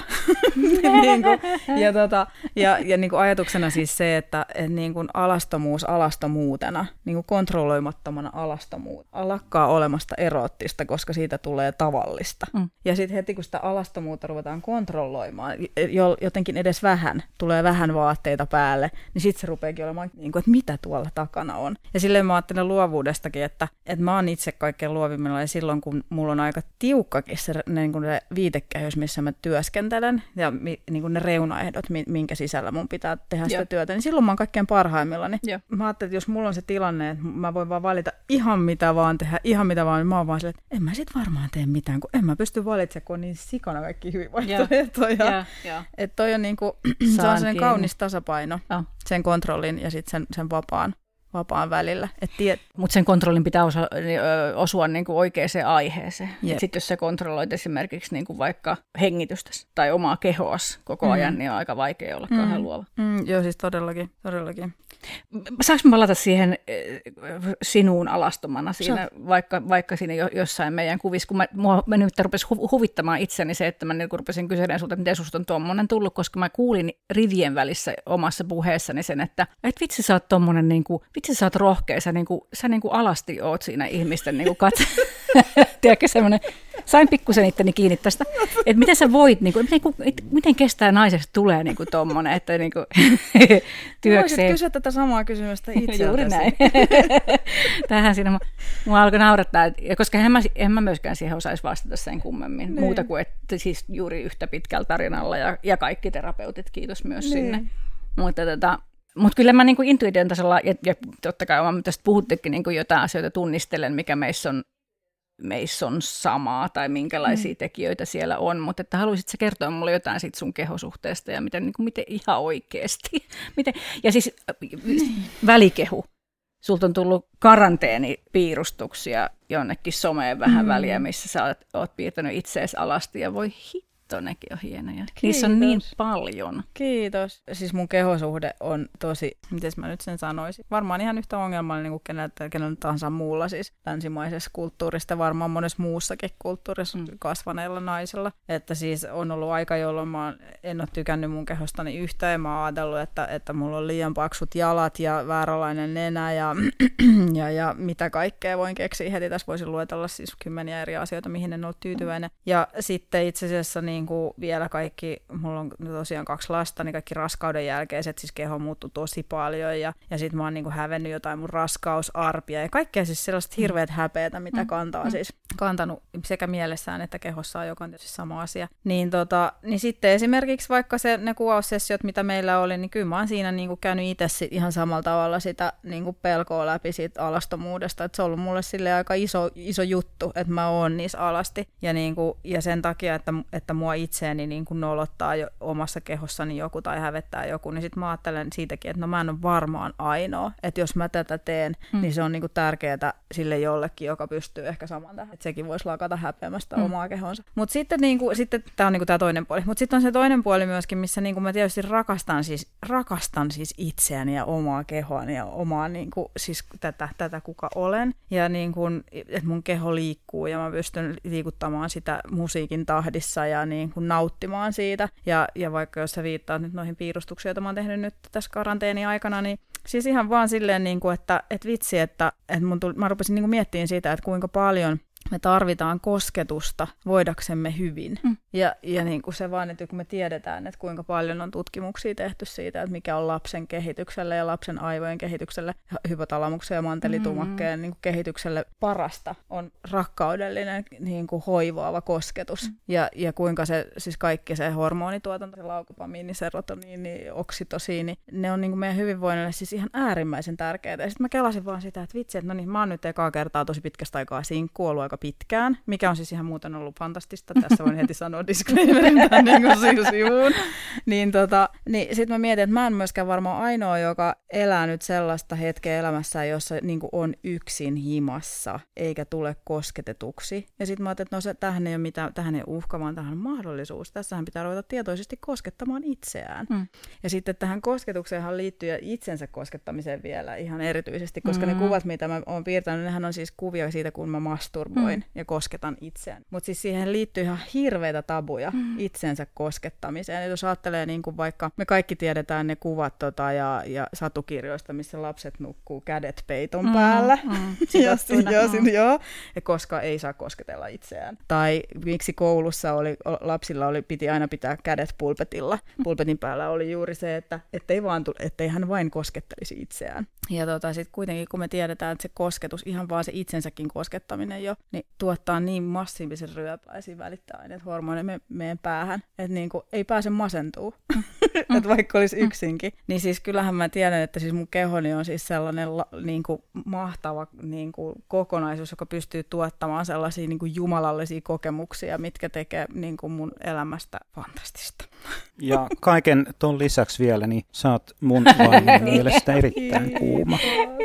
niin kuin, ja tota, ja, ja niin kuin ajatuksena siis se, että et niin kuin alastomuus alastomuutena, niin kuin kontrolloimattomana alastomuutena, lakkaa olemasta eroottista, koska siitä tulee tavallista. Mm. Ja sitten heti kun sitä alastomuutta ruvetaan kontrolloimaan, jotenkin edes vähän, tulee vähän vaatteita päälle, niin sitten se rupeakin olemaan, niin kuin, että mitä tuolla takana on. Ja silleen mä ajattelen luovuudestakin, että, että mä oon itse kaikkein luovimmilla ja silloin, kun mulla on aika tiukkakin se, niin kuin se viitekehys, missä mä työskentelen ja mi, niin kuin ne reunaehdot, minkä sisällä mun pitää tehdä sitä Joo. työtä, niin silloin mä oon kaikkein parhaimmillani. Joo. Mä ajattelin, että jos mulla on se tilanne, että mä voin vaan valita ihan mitä vaan tehdä, ihan mitä vaan, niin mä oon vaan silleen, että en mä sit varmaan tee mitään, kun en mä pysty valitsemaan, kun on niin sikana kaikki hyvin vaihtoehtoja. Että toi on niin kuin, se on sellainen kaunis tasapaino oh. sen kontrollin ja sitten sen, sen vapaan. vapaan välillä. Tiet... Mutta sen kontrollin pitää osa, osua niinku oikeaan aiheeseen. Sitten jos sä kontrolloit esimerkiksi niinku vaikka hengitystä tai omaa kehoas koko ajan, mm. niin on aika vaikea olla mm. kauhean luova. Mm, joo, siis todellakin. todellakin. Saanko mä palata siihen sinuun alastomana siinä, vaikka, vaikka siinä jossain meidän kuvissa, kun mä, mua, mä nyt rupesin hu- huvittamaan itseni se, että mä niin rupesin kyselemään sulta, että miten susta on tommonen tullut, koska mä kuulin rivien välissä omassa puheessani sen, että et vitsi sä oot tommonen, niin kuin, vitsi sä oot rohkea, sä, niin kuin, sä niin kuin alasti oot siinä ihmisten niin kuin kat- Tiedätkö semmoinen, sain pikkusen itteni kiinni tästä, että miten sä voit, niin kuin, miten, miten kestää naiseksi tulee niin kuin tommonen, että niin kuin, työkseen. Voisit kysyä tätä samaa kysymystä itseltäsi. Juuri näin. Tähän siinä mua alkoi naurattaa, koska en mä, en mä myöskään siihen osaisi vastata sen kummemmin. Niin. Muuta kuin, että siis juuri yhtä pitkällä tarinalla ja, ja kaikki terapeutit, kiitos myös niin. sinne. Mutta tota, Mutta kyllä mä niinku intuition tasolla, ja, ja totta kai mä tästä puhuttekin niinku jotain asioita tunnistelen, mikä meissä on, meissä on samaa tai minkälaisia mm. tekijöitä siellä on, mutta että haluaisit sä kertoa mulle jotain siitä sun kehosuhteesta ja miten, niinku, miten ihan oikeasti. miten, ja siis mm. välikehu. Sulta on tullut karanteenipiirustuksia jonnekin someen vähän mm. väliä, missä sä oot, oot piirtänyt itseesi alasti ja voi hitto. Nekin on hienoja. Kiitos. Niissä on niin paljon. Kiitos. Siis mun kehosuhde on tosi, miten mä nyt sen sanoisin, varmaan ihan yhtä ongelmallinen kuin kenellä, kenellä tahansa muulla siis länsimaisessa kulttuurista, varmaan monessa muussakin kulttuurissa mm. kasvaneilla naisilla. Että siis on ollut aika, jolloin mä en ole tykännyt mun kehostani yhtään ja mä oon ajatellut, että, että mulla on liian paksut jalat ja vääränlainen nenä ja, ja, ja mitä kaikkea voin keksiä heti. Tässä voisin luetella siis kymmeniä eri asioita, mihin en ole tyytyväinen. Ja sitten itse asiassa niin niin kuin vielä kaikki, mulla on tosiaan kaksi lasta, niin kaikki raskauden jälkeiset, siis keho muuttui tosi paljon ja, ja sitten mä oon niin kuin hävennyt jotain mun raskausarpia ja kaikkea siis sellaista hirveät häpeätä, mitä kantaa mm. siis kantanut sekä mielessään että kehossaan, joka on tietysti sama asia. Niin, tota, niin sitten esimerkiksi vaikka se, ne kuvaussessiot, mitä meillä oli, niin kyllä mä oon siinä niin kuin käynyt itse ihan samalla tavalla sitä niin kuin pelkoa läpi siitä alastomuudesta, että se on ollut mulle sille aika iso, iso juttu, että mä oon niissä alasti ja, niin kuin, ja sen takia, että, että mua itseäni niin kuin nolottaa jo omassa kehossani joku tai hävettää joku, niin sitten mä ajattelen siitäkin, että no mä en ole varmaan ainoa, että jos mä tätä teen, mm. niin se on niin kuin tärkeää sille jollekin, joka pystyy ehkä saman tähän, että sekin voisi lakata häpeämästä mm. omaa kehonsa. Mutta sitten, niin kuin, sitten tämä on niin kuin tämä toinen puoli, mutta sitten on se toinen puoli myöskin, missä niin kuin mä tietysti rakastan siis, rakastan siis itseäni ja omaa kehoani ja omaa niin kuin, siis tätä, tätä kuka olen ja niin kuin, että mun keho liikkuu ja mä pystyn liikuttamaan sitä musiikin tahdissa ja niin kuin nauttimaan siitä. Ja, ja vaikka jos sä viittaat nyt noihin piirustuksiin, joita mä oon tehnyt nyt tässä karanteeni aikana, niin siis ihan vaan silleen, niin kuin, että, että vitsi, että, että mun tuli, mä rupesin niin kuin miettimään sitä, että kuinka paljon me tarvitaan kosketusta voidaksemme hyvin. Mm. Ja, ja niin kuin se vaan, että kun me tiedetään, että kuinka paljon on tutkimuksia tehty siitä, että mikä on lapsen kehitykselle ja lapsen aivojen kehitykselle, hypotalamuksen ja mantelitumakkeen mm. niin kuin kehitykselle parasta on rakkaudellinen niin kuin hoivaava kosketus. Mm. Ja, ja kuinka se, siis kaikki se hormonituotanto, se laukopamiini, serotoniini, oksitosiini, ne on niin kuin meidän hyvinvoinnille siis ihan äärimmäisen tärkeitä. Ja sitten mä kelasin vaan sitä, että vitsi, että no niin, mä oon nyt ekaa kertaa tosi pitkästä aikaa sinkku, ollut aika pitkään, mikä on siis ihan muuten ollut fantastista. Tässä voin heti sanoa disclaimerin tämän niin kuin sivuun. Niin, tota, niin sitten mä mietin, että mä en myöskään varmaan ainoa, joka elää nyt sellaista hetkeä elämässään, jossa niin kuin on yksin himassa, eikä tule kosketetuksi. Ja sitten mä ajattelin, että no se, tähän ei ole mitään, tähän ei ole uhka, vaan tähän on mahdollisuus. Tässähän pitää ruveta tietoisesti koskettamaan itseään. Mm. Ja sitten tähän kosketukseenhan liittyy itsensä koskettamiseen vielä ihan erityisesti, koska mm. ne kuvat, mitä mä oon piirtänyt, nehän on siis kuvia siitä, kun mä masturboin mm. ja kosketan itseään. Mutta siis siihen liittyy ihan hirveitä tabuja mm. itsensä koskettamiseen. Et jos ajattelee niin kuin vaikka, me kaikki tiedetään ne kuvat tota, ja, ja satukirjoista, missä lapset nukkuu kädet peiton mm. päällä. Mm. ja, ja, mm. joo, ja koska ei saa kosketella itseään. Tai miksi koulussa oli, lapsilla oli, piti aina pitää kädet pulpetilla. Pulpetin päällä oli juuri se, että ettei, vaan tule, ettei hän vain koskettelisi itseään. Ja tota, sitten kuitenkin, kun me tiedetään, että se kosketus, ihan vaan se itsensäkin koskettaminen jo, niin tuottaa niin massiivisen ryöpäisiä välittäaineet hormoneja me, meidän päähän, että niinku ei pääse masentuu, mm. että vaikka olisi yksinkin. Niin siis kyllähän mä tiedän, että siis mun kehoni on siis sellainen la, niinku mahtava niinku kokonaisuus, joka pystyy tuottamaan sellaisia niinku jumalallisia kokemuksia, mitkä tekee niinku mun elämästä fantastista. Ja kaiken ton lisäksi vielä, niin sä oot mun vaimon mielestä erittäin kuuma.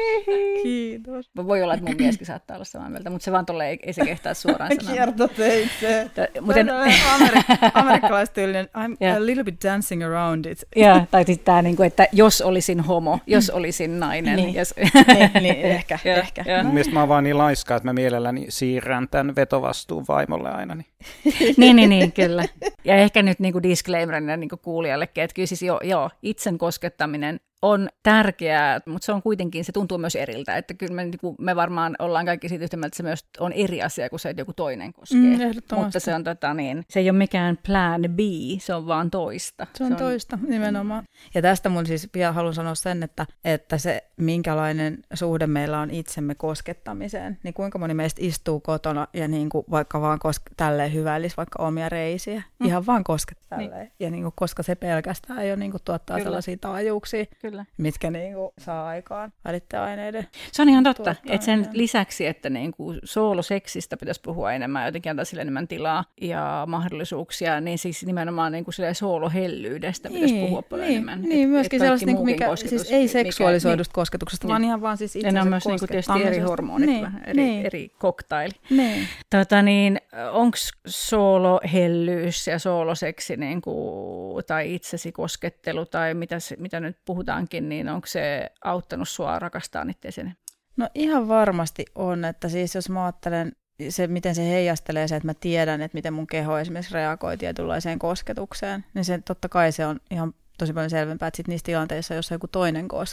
Kiitos. Voi olla, että mun mieskin saattaa olla samaa mieltä, mutta se vaan tulee, ei se kehtaa suoraan sanoa. Kiertoteitse. Muten... Amerik- amerikkalaistyylinen, I'm yeah. a little bit dancing around it. Yeah, tai sitten tämä, että jos olisin homo, jos olisin nainen. Niin, jos... niin, niin ehkä. yeah, ehkä. Yeah. Mun mielestä mä oon vaan niin laiska, että mä mielelläni siirrän tämän vetovastuun vaimolle aina. Niin, niin, niin, niin, kyllä. Ja ehkä nyt niin kuin disclaimerina niin kuin kuulijallekin, että kyllä siis jo, joo, itsen koskettaminen on tärkeää, mutta se on kuitenkin, se tuntuu myös eriltä, että kyllä me, me varmaan ollaan kaikki siitä yhtä mieltä, että se myös on eri asia kuin se, että joku toinen koskee. Mm, mutta se on tota niin, se ei ole mikään plan B, se on vaan toista. Se on, se on toista, nimenomaan. Ja tästä mun siis vielä haluan sanoa sen, että, että se minkälainen suhde meillä on itsemme koskettamiseen, niin kuinka moni meistä istuu kotona ja niin kuin vaikka vaan koske, tälleen hyvällisi vaikka omia reisiä, mm. ihan vaan koskettaa tälleen. Niin. Ja niin kuin, koska se pelkästään jo niin kuin tuottaa Kyllä. sellaisia taajuuksia. Kyllä. Mitkä niinku saa aikaan välittäaineiden. Se on ihan totta, että sen lisäksi, että niinku sooloseksistä pitäisi puhua enemmän, jotenkin antaa sille enemmän tilaa ja mahdollisuuksia, niin siis nimenomaan niinku soolohellyydestä niin, pitäisi puhua paljon niin, enemmän. Niin, et, myöskin et sellaista, niinku mikä, siis ei seksuaalisoidusta niin, kosketuksesta, niin, vaan ihan vaan siis itsensä koskettamisesta. Ja ne on myös niinku tietysti eri hormonit, niin, vähän, eri, niin. eri cocktaili. Niin. Tota niin, onko soolohellyys ja sooloseksi niinku, tai itsesi koskettelu tai mitä, mitä nyt puhutaankin, niin onko se auttanut sua rakastaa itseäsi? No ihan varmasti on, että siis jos mä ajattelen se, miten se heijastelee se, että mä tiedän, että miten mun keho esimerkiksi reagoi tietynlaiseen kosketukseen, niin se totta kai se on ihan tosi paljon selvempää, että sit niissä tilanteissa, jossa joku toinen koskee,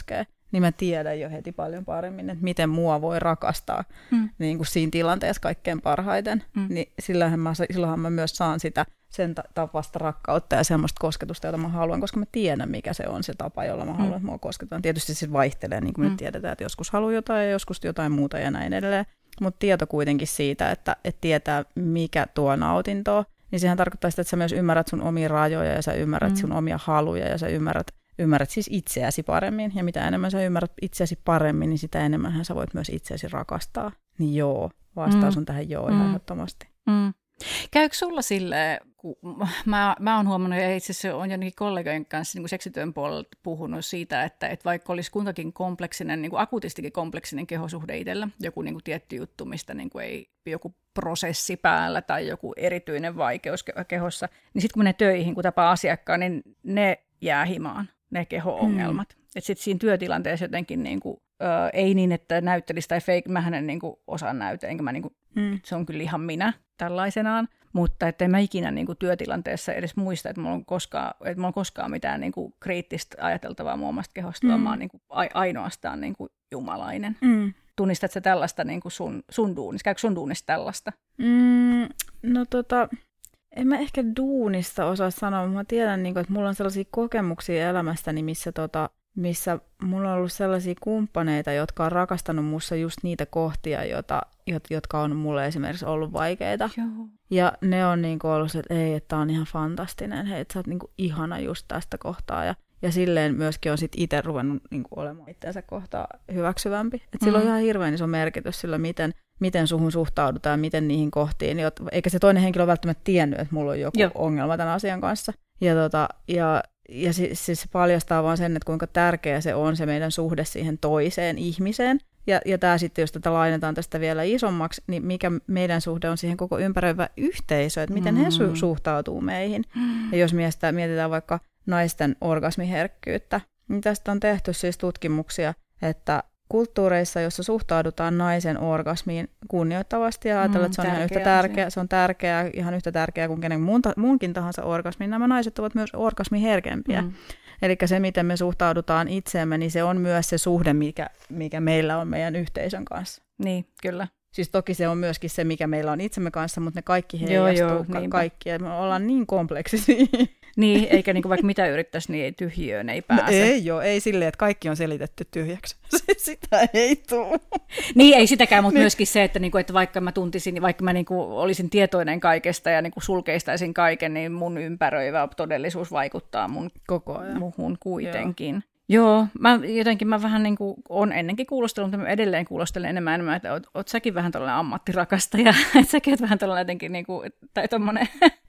niin mä tiedän jo heti paljon paremmin, että miten mua voi rakastaa mm. niin kuin siinä tilanteessa kaikkein parhaiten. Mm. Niin silloinhan mä, silloinhan mä myös saan sitä sen tapasta rakkautta ja semmoista kosketusta, jota mä haluan, koska mä tiedän, mikä se on se tapa, jolla mä haluan, mm. että mua kosketaan. Tietysti se vaihtelee, niin kuin me mm. tiedetään, että joskus haluaa jotain ja joskus jotain muuta ja näin edelleen. Mutta tieto kuitenkin siitä, että, että tietää, mikä tuo nautintoa, niin sehän tarkoittaa sitä, että sä myös ymmärrät sun omia rajoja ja sä ymmärrät mm. sun omia haluja ja sä ymmärrät, ymmärrät siis itseäsi paremmin. Ja mitä enemmän sä ymmärrät itseäsi paremmin, niin sitä enemmän sä voit myös itseäsi rakastaa. Niin joo, vastaus mm. on tähän joo ihan ehdottomasti. Mm. Käykö sulla silleen, kun mä, mä oon huomannut, ja itse asiassa olen jonnekin kollegojen kanssa niin kuin seksityön puolella puhunut siitä, että, että vaikka olisi kuinkakin kompleksinen, niin kuin akuutistikin kompleksinen kehosuhde itsellä, joku niin kuin tietty juttu, mistä niin kuin ei joku prosessi päällä tai joku erityinen vaikeus kehossa, niin sitten kun menee töihin, kun tapaa asiakkaan, niin ne jää himaan, ne keho-ongelmat. Mm. Että sitten siinä työtilanteessa jotenkin niin kuin, ö, ei niin, että näyttelisi tai fake, mähän en niin kuin osaa näytä, enkä mä niin kuin, mm. se on kyllä ihan minä tällaisenaan, mutta että en mä ikinä niin kuin työtilanteessa edes muista, että mulla on koskaan, että mulla on koskaan mitään niin kuin kriittistä ajateltavaa muun omasta kehosta, mm. vaan mä oon niin kuin ainoastaan niin kuin jumalainen. Mm. Tunnistatko sä tällaista niin kuin sun, sun duunissa? Käykö sun duunissa tällaista? Mm, no tota, en mä ehkä duunista osaa sanoa, mutta mä tiedän, niin kuin, että mulla on sellaisia kokemuksia elämästäni, missä, tota, missä mulla on ollut sellaisia kumppaneita, jotka on rakastanut mussa just niitä kohtia, jota, jotka on mulle esimerkiksi ollut vaikeita. Joo. Ja ne on niin kuin ollut se, että ei, että tää on ihan fantastinen, hei, että sä oot niin kuin ihana just tästä kohtaa. Ja, ja silleen myöskin on sit itse ruvennut niin kuin olemaan itseänsä kohtaa hyväksyvämpi. Että mm-hmm. sillä on ihan hirveän iso merkitys sillä, miten, miten suhun suhtaudutaan, miten niihin kohtiin. Eikä se toinen henkilö välttämättä tiennyt, että mulla on joku Joo. ongelma tämän asian kanssa. Ja, tota, ja, ja siis, siis se paljastaa vaan sen, että kuinka tärkeä se on se meidän suhde siihen toiseen ihmiseen. Ja, ja tämä sitten, jos tätä lainetaan tästä vielä isommaksi, niin mikä meidän suhde on siihen koko ympäröivä yhteisö, että miten mm. he su- suhtautuu meihin. Mm. Ja jos miestä, mietitään vaikka naisten orgasmiherkkyyttä, niin tästä on tehty siis tutkimuksia, että kulttuureissa, jossa suhtaudutaan naisen orgasmiin kunnioittavasti ja ajatellaan, että se on ihan yhtä tärkeää, se on tärkeää, ihan yhtä tärkeää kuin kenen muun, muunkin tahansa orgasmiin, nämä naiset ovat myös orgasmiherkempiä. Mm. Eli se, miten me suhtaudutaan itseemme, niin se on myös se suhde, mikä, mikä meillä on meidän yhteisön kanssa. Niin, kyllä. Siis toki se on myöskin se, mikä meillä on itsemme kanssa, mutta ne kaikki heijastuu joo, joo, ka- kaikki. Me ollaan niin kompleksisia. Niin, eikä niinku vaikka mitä yrittäisi, niin tyhjiöön ei pääse. No ei joo, ei silleen, että kaikki on selitetty tyhjäksi. Sitä ei tule. Niin, ei sitäkään, mutta niin. Myöskin se, että, niinku, että vaikka mä tuntisin, vaikka mä niinku olisin tietoinen kaikesta ja niinku sulkeistaisin kaiken, niin mun ympäröivä todellisuus vaikuttaa mun koko ajan. Muhun kuitenkin. Joo. Joo, mä jotenkin mä vähän niin kuin on ennenkin kuulostellut, mutta mä edelleen kuulostelen enemmän enemmän, että oot, oot säkin vähän tällainen ammattirakastaja, että säkin oot vähän tällainen jotenkin niin kuin, tai tommoinen.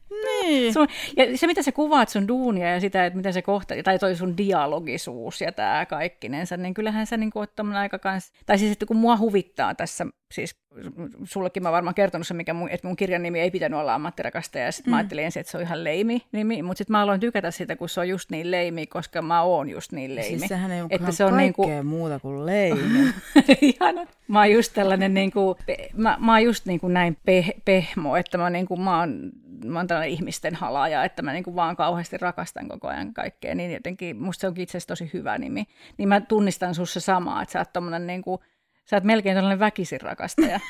Niin. Sun, ja se, mitä sä kuvaat sun duunia ja sitä, että miten se kohta, tai toi sun dialogisuus ja tää kaikkinensa, niin kyllähän sä niin kuin oot tommoinen aika kans, tai siis, että kun mua huvittaa tässä, siis sullekin mä varmaan kertonut se, mikä mun, että mun kirjan nimi ei pitänyt olla ammattirakastaja, ja sitten mm. mä ajattelin ensin, että se on ihan leimi nimi, mutta sitten mä aloin tykätä sitä, kun se on just niin leimi, koska mä oon just niin leimi. Siis sehän ei ole että se on kaikkea niinku muuta kuin leimi. Ihana. Mä oon just tällainen, niin kuin, mä, mä oon just niin kuin näin peh, pehmo, että mä, niin kuin, mä, oon, mä oon tällainen ihmisten halaaja, että mä niin kuin vaan kauheasti rakastan koko ajan kaikkea, niin jotenkin musta se onkin itse asiassa tosi hyvä nimi. Niin mä tunnistan sussa samaa, että sä oot tommonen niin kuin, sä oot melkein tällainen väkisin rakastaja.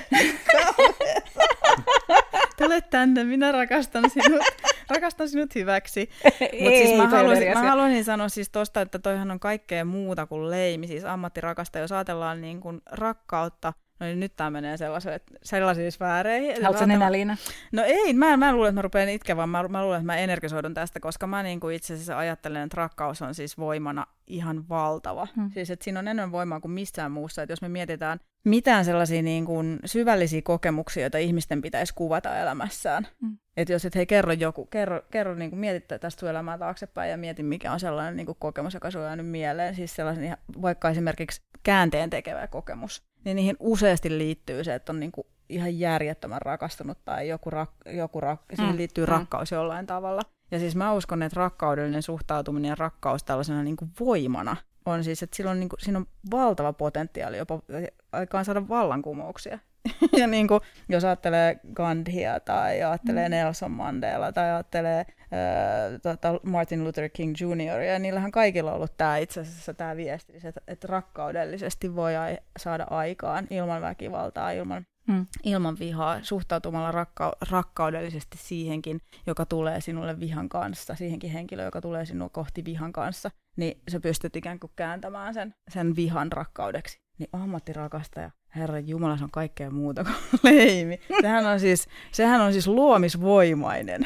Tule tänne, minä rakastan sinut, rakastan sinut hyväksi. Mutta siis mä, haluaisin, mä haluaisin sanoa siis tosta, että toihan on kaikkea muuta kuin leimi, siis ammattirakastaja. Jos ajatellaan niin kuin rakkautta, no niin nyt tää menee sellaisiin sfääreihin. Haluatko sä nenäliina? No ei, mä, mä en luule, että mä rupean itkeä, vaan mä, mä luulen, että mä energisoidun tästä, koska mä niin kuin itse asiassa ajattelen, että rakkaus on siis voimana ihan valtava. Hmm. Siis että siinä on enemmän voimaa kuin missään muussa. Että jos me mietitään mitään sellaisia niin kuin syvällisiä kokemuksia, joita ihmisten pitäisi kuvata elämässään. Hmm. Että jos et hei kerro joku, kerro, kerro niin kuin mietittä tästä sun elämää taaksepäin ja mieti mikä on sellainen niin kuin kokemus, joka sulla on jäänyt mieleen. Siis sellainen vaikka esimerkiksi käänteen tekevä kokemus. Niin niihin useasti liittyy se, että on niinku ihan järjettömän rakastunut tai joku, rak- joku rak- siihen liittyy mm. rakkaus jollain tavalla. Ja siis mä uskon, että rakkaudellinen suhtautuminen ja rakkaus tällaisena niinku voimana on siis, että on niinku, siinä on valtava potentiaali jopa aikaan saada vallankumouksia. Ja niinku, jos ajattelee Gandhia tai ajattelee mm. Nelson Mandela tai ajattelee äh, tota Martin Luther King junior Ja niillähän kaikilla on ollut tämä itse asiassa tämä viesti, että, että rakkaudellisesti voi ai- saada aikaan ilman väkivaltaa, ilman, mm. ilman vihaa, suhtautumalla rakka- rakkaudellisesti siihenkin, joka tulee sinulle vihan kanssa, siihenkin henkilöön, joka tulee sinua kohti vihan kanssa, niin sä pystyt ikään kuin kääntämään sen, sen vihan rakkaudeksi. Niin ammattirakastaja, Herran Jumala, se on kaikkea muuta kuin leimi. Sehän on siis, sehän on siis luomisvoimainen.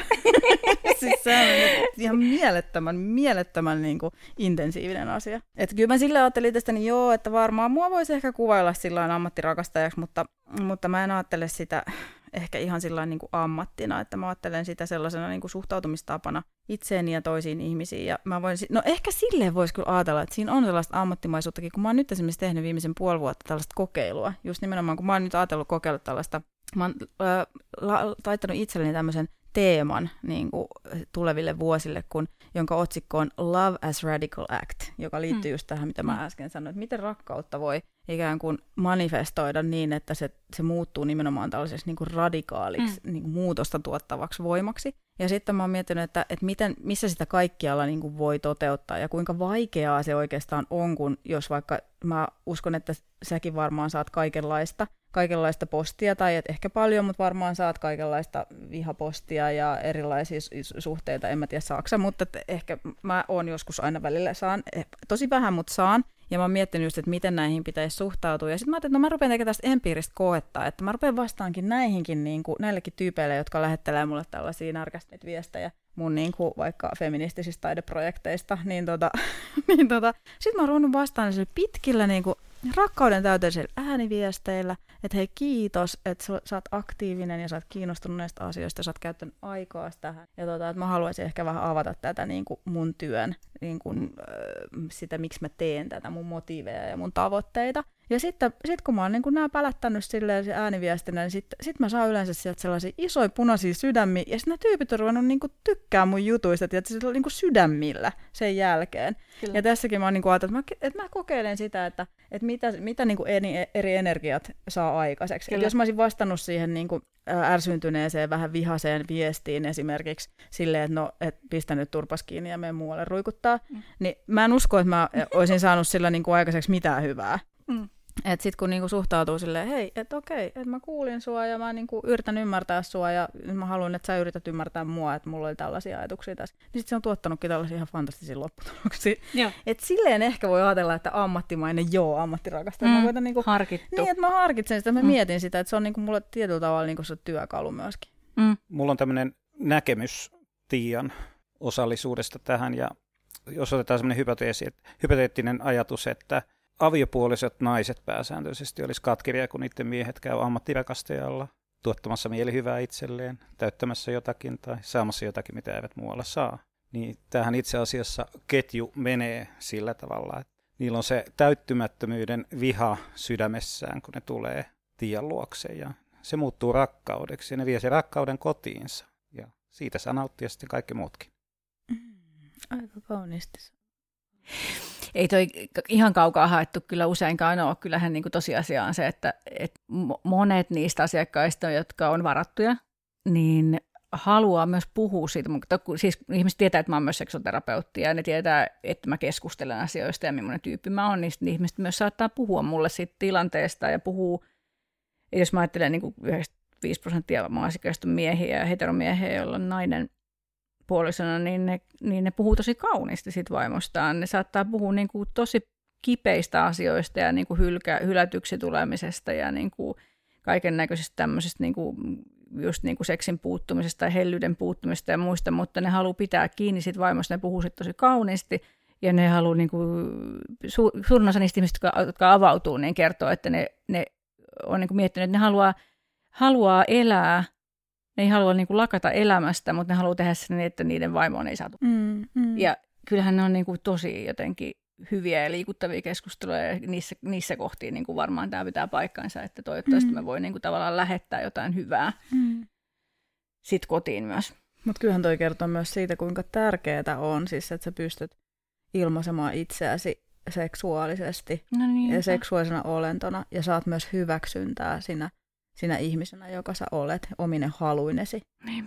Siis sehän on ihan mielettömän, mielettömän niin kuin intensiivinen asia. Että kyllä mä sille ajattelin itsestäni, joo, että varmaan mua voisi ehkä kuvailla sillain ammattirakastajaksi, mutta, mutta mä en ajattele sitä ehkä ihan sillain niin kuin ammattina, että mä ajattelen sitä sellaisena niin kuin suhtautumistapana itseeni ja toisiin ihmisiin. Ja mä voin, no ehkä silleen voisi kyllä ajatella, että siinä on sellaista ammattimaisuuttakin, kun mä oon nyt esimerkiksi tehnyt viimeisen puoli vuotta tällaista kokeilua. Just nimenomaan, kun mä oon nyt ajatellut kokeilla tällaista, mä oon äh, la, taittanut itselleni tämmöisen teeman niin kuin tuleville vuosille, kun, jonka otsikko on Love as Radical Act, joka liittyy mm. just tähän, mitä mä äsken sanoin, että miten rakkautta voi ikään kuin manifestoida niin, että se, se muuttuu nimenomaan tällaiseksi niin kuin radikaaliksi, mm. niin kuin muutosta tuottavaksi voimaksi. Ja sitten mä oon miettinyt, että, että miten, missä sitä kaikkialla niin kuin voi toteuttaa ja kuinka vaikeaa se oikeastaan on, kun jos vaikka mä uskon, että säkin varmaan saat kaikenlaista, kaikenlaista postia, tai et ehkä paljon, mutta varmaan saat kaikenlaista vihapostia ja erilaisia suhteita, en mä tiedä saaksa, mutta ehkä mä oon joskus aina välillä saan, tosi vähän, mutta saan, ja mä oon miettinyt just, että miten näihin pitäisi suhtautua, ja sitten mä ajattelin, että no mä rupean tekemään tästä empiiristä koetta, että mä rupean vastaankin näihinkin, niin kuin, näillekin tyypeille, jotka lähettelee mulle tällaisia närkästyneitä viestejä mun niin kuin, vaikka feministisistä taideprojekteista, niin, tota, niin tota, sitten mä oon ruvennut vastaan pitkillä niin kuin, rakkauden täyteisillä ääniviesteillä, että hei kiitos, että sä oot aktiivinen ja sä oot kiinnostunut näistä asioista ja sä oot käyttänyt aikaa tähän. Ja tota, että mä haluaisin ehkä vähän avata tätä niin kuin mun työn, niin kuin, sitä miksi mä teen tätä, mun motiiveja ja mun tavoitteita. Ja sitten sit kun mä oon niin kun nää pälättänyt silleen ääniviestinä, niin sitten sit mä saan yleensä sieltä sellaisia isoja punaisia sydämiä, ja sitten nämä tyypit on ruvennut niin tykkää mun jutuista, että se on niin sydämillä sen jälkeen. Kyllä. Ja tässäkin mä oon niin ajatellut, että mä, että mä kokeilen sitä, että, että mitä, mitä niin eri, eri energiat saa aikaiseksi. Jos mä olisin vastannut siihen niin kuin ärsyntyneeseen, vähän vihaseen viestiin esimerkiksi silleen, että no, et pistä nyt turpas kiinni ja mene muualle ruikuttaa, mm. niin mä en usko, että mä olisin saanut sillä niin kuin aikaiseksi mitään hyvää. Mm. Että sit kun niinku suhtautuu silleen, hei, että okei, että mä kuulin sua ja mä niinku yritän ymmärtää sua ja mä haluan, että sä yrität ymmärtää mua, että mulla oli tällaisia ajatuksia tässä. Niin sit se on tuottanutkin tällaisia ihan fantastisia lopputuloksia. Että silleen ehkä voi ajatella, että ammattimainen joo, ammattirakastaja. Mm, mä niinku, harkittu. Niin, että mä harkitsen sitä, mä mm. mietin sitä, että se on niinku mulle tietyllä tavalla niinku se työkalu myöskin. Mm. Mulla on tämmöinen näkemys Tiian osallisuudesta tähän ja jos otetaan semmoinen hypoteesi, hypoteettinen ajatus, että aviopuoliset naiset pääsääntöisesti olisi katkeria, kun niiden miehet käy ammattirakastajalla tuottamassa mielihyvää itselleen, täyttämässä jotakin tai saamassa jotakin, mitä eivät muualla saa. Niin tämähän itse asiassa ketju menee sillä tavalla, että niillä on se täyttymättömyyden viha sydämessään, kun ne tulee Tiian luokse ja se muuttuu rakkaudeksi ja ne vie sen rakkauden kotiinsa ja siitä saa nauttia sitten kaikki muutkin. Mm, aika kauniisti. Ei toi ihan kaukaa haettu kyllä useinkaan ole. Kyllähän niin kuin tosiasia on se, että, että monet niistä asiakkaista, jotka on varattuja, niin haluaa myös puhua siitä. Siis ihmiset tietää, että mä oon myös seksuaaliterapeutti ja ne tietää, että mä keskustelen asioista ja millainen tyyppi mä oon, niin ihmiset myös saattaa puhua mulle siitä tilanteesta ja puhuu, jos mä ajattelen niin kuin yhdeksänkymmentäviisi prosenttia asiakkaista on miehiä ja heteromiehiä, joilla on nainen puolisona, niin ne, niin ne puhuu tosi kauniisti siitä vaimostaan. Ne saattaa puhua niin kuin tosi kipeistä asioista ja niin kuin hylkä, hylätyksi tulemisesta ja niin kuin kaiken näköisestä tämmöisestä niin kuin, just niin kuin seksin puuttumisesta ja hellyyden puuttumisesta ja muista, mutta ne haluaa pitää kiinni siitä vaimosta, ne puhuu siitä tosi kauniisti ja ne haluaa, niin kuin, su, suurin osa niistä ihmisistä, jotka, jotka avautuu, niin kertoo, että ne, ne on niin kuin miettinyt, että ne haluaa, haluaa elää. Ne ei halua niin kuin lakata elämästä, mutta ne haluaa tehdä sen niin, että niiden vaimoon ei saatu. Mm, mm. Ja kyllähän ne on niin kuin tosi jotenkin hyviä ja liikuttavia keskusteluja, ja niissä, niissä kohtiin niin kuin varmaan tämä pitää paikkansa, että toivottavasti mm. me voi niin kuin tavallaan lähettää jotain hyvää mm. sit kotiin myös. Mutta kyllähän toi kertoo myös siitä, kuinka tärkeää on, siis, että sä pystyt ilmaisemaan itseäsi seksuaalisesti no niin, ja seksuaalisena olentona, ja saat myös hyväksyntää sinä, sinä ihmisenä, joka sä olet, omine haluinesi. Niinpä.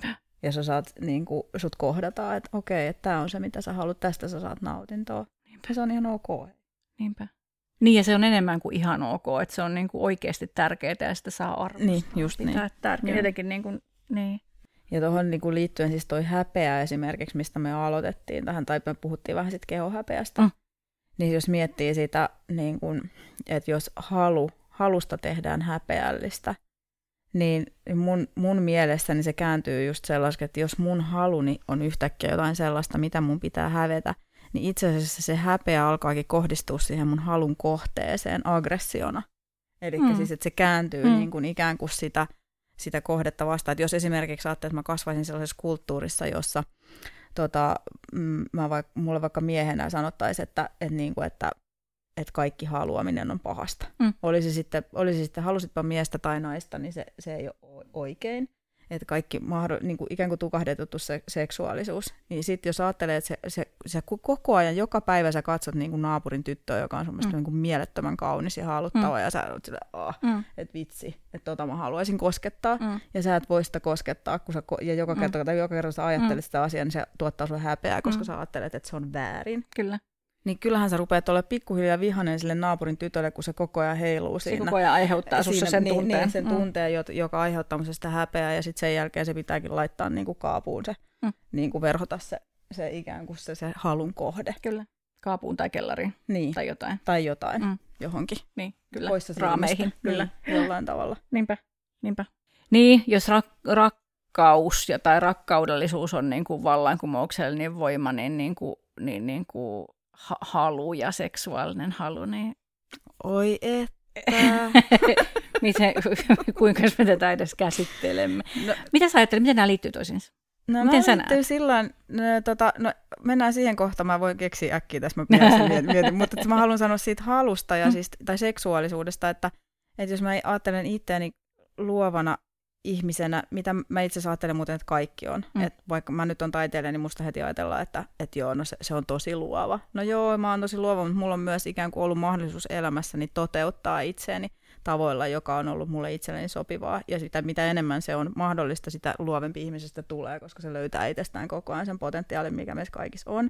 ja sä saat, niin kuin, sut kohdataan, että okei, että tää on se, mitä sä haluat, tästä sä saat nautintoa. Niinpä. Se on ihan ok. Niinpä. Niin, ja se on enemmän kuin ihan ok, että se on niin kuin oikeasti tärkeää ja sitä saa arvostaa. Niin, just niin. Tärkeää. Jotenkin niin kuin, niin. Ja tuohon niin kuin liittyen siis toi häpeä esimerkiksi, mistä me aloitettiin tähän, tai me puhuttiin vähän sitten kehohäpeästä, mm. niin jos miettii sitä, niin kuin, että jos halu, halusta tehdään häpeällistä, niin mun, mun mielestäni se kääntyy just sellaisen, että jos mun haluni on yhtäkkiä jotain sellaista, mitä mun pitää hävetä, niin itse asiassa se häpeä alkaakin kohdistua siihen mun halun kohteeseen aggressiona. Eli mm. siis, että se kääntyy mm. niin kuin ikään kuin sitä, sitä kohdetta vastaan. Että jos esimerkiksi ajattelee, että mä kasvaisin sellaisessa kulttuurissa, jossa tota, mä vaik, mulle vaikka miehenä sanottaisiin, että, että, niin kuin, että, että kaikki haluaminen on pahasta. Mm. Olisi sitten, olisi sitten, halusitpa miestä tai naista, niin se, se ei ole oikein. Että kaikki mahdoll- niin kuin ikään kuin tukahdetettu se seksuaalisuus. Niin sitten jos ajattelee, että se, se, se koko ajan, joka päivä sä katsot niin kuin naapurin tyttöä, joka on semmoista mm. niin kuin mielettömän kaunis ja haluttava, mm. ja sä olet silleen, oh, mm. että vitsi, että tota mä haluaisin koskettaa, mm. ja sä et voi sitä koskettaa, kun sä, ko- ja joka kerta, mm. tai joka kerta sä ajattelet mm. sitä asiaa, niin se tuottaa sulle häpeää, koska mm. sä ajattelet, että se on väärin. Kyllä. Niin kyllähän sä rupeat olemaan pikkuhiljaa vihainen sille naapurin tytölle, kun se koko ajan heiluu siinä. Se koko ajan aiheuttaa sussa sen niin, tunteen. Niin, sen mm. tunteen, joka aiheuttaa sitä häpeää, ja sitten sen jälkeen se pitääkin laittaa niin kuin kaapuun se, mm. niin kuin verhota se, se ikään kuin se, se halun kohde. Kyllä, kaapuun tai kellariin niin. tai jotain. Tai jotain, mm. johonkin. Niin, kyllä, poissa raameihin. Kyllä. Niin, jollain tavalla. Niinpä, niinpä. Niin, jos rak- rakkaus ja tai rakkaudellisuus on niin kuin vallankumouksellinen voima, niin, niin, kuin, niin, niin kuin ha- halu ja seksuaalinen halu, niin... Oi että... Miten, kuinka me tätä edes käsittelemme? No, mitä sä ajattelet, miten nämä liittyy toisiinsa? No miten mä sä näet? Silloin, no, tota, no, mennään siihen kohtaan, mä voin keksiä äkkiä tässä, mä pidän mietin, mietin, mutta mä haluan sanoa siitä halusta ja siis, tai seksuaalisuudesta, että, että jos mä ajattelen itseäni luovana ihmisenä, mitä mä itse asiassa ajattelen muuten, että kaikki on. Mm. Et vaikka mä nyt on taiteilija, niin musta heti ajatellaan, että, että joo, no se, se on tosi luova. No joo, mä oon tosi luova, mutta mulla on myös ikään kuin ollut mahdollisuus elämässäni toteuttaa itseäni tavoilla, joka on ollut mulle itselleni sopivaa. Ja sitä, mitä enemmän se on mahdollista, sitä luovempi ihmisestä tulee, koska se löytää itsestään koko ajan sen potentiaalin, mikä meissä kaikissa on.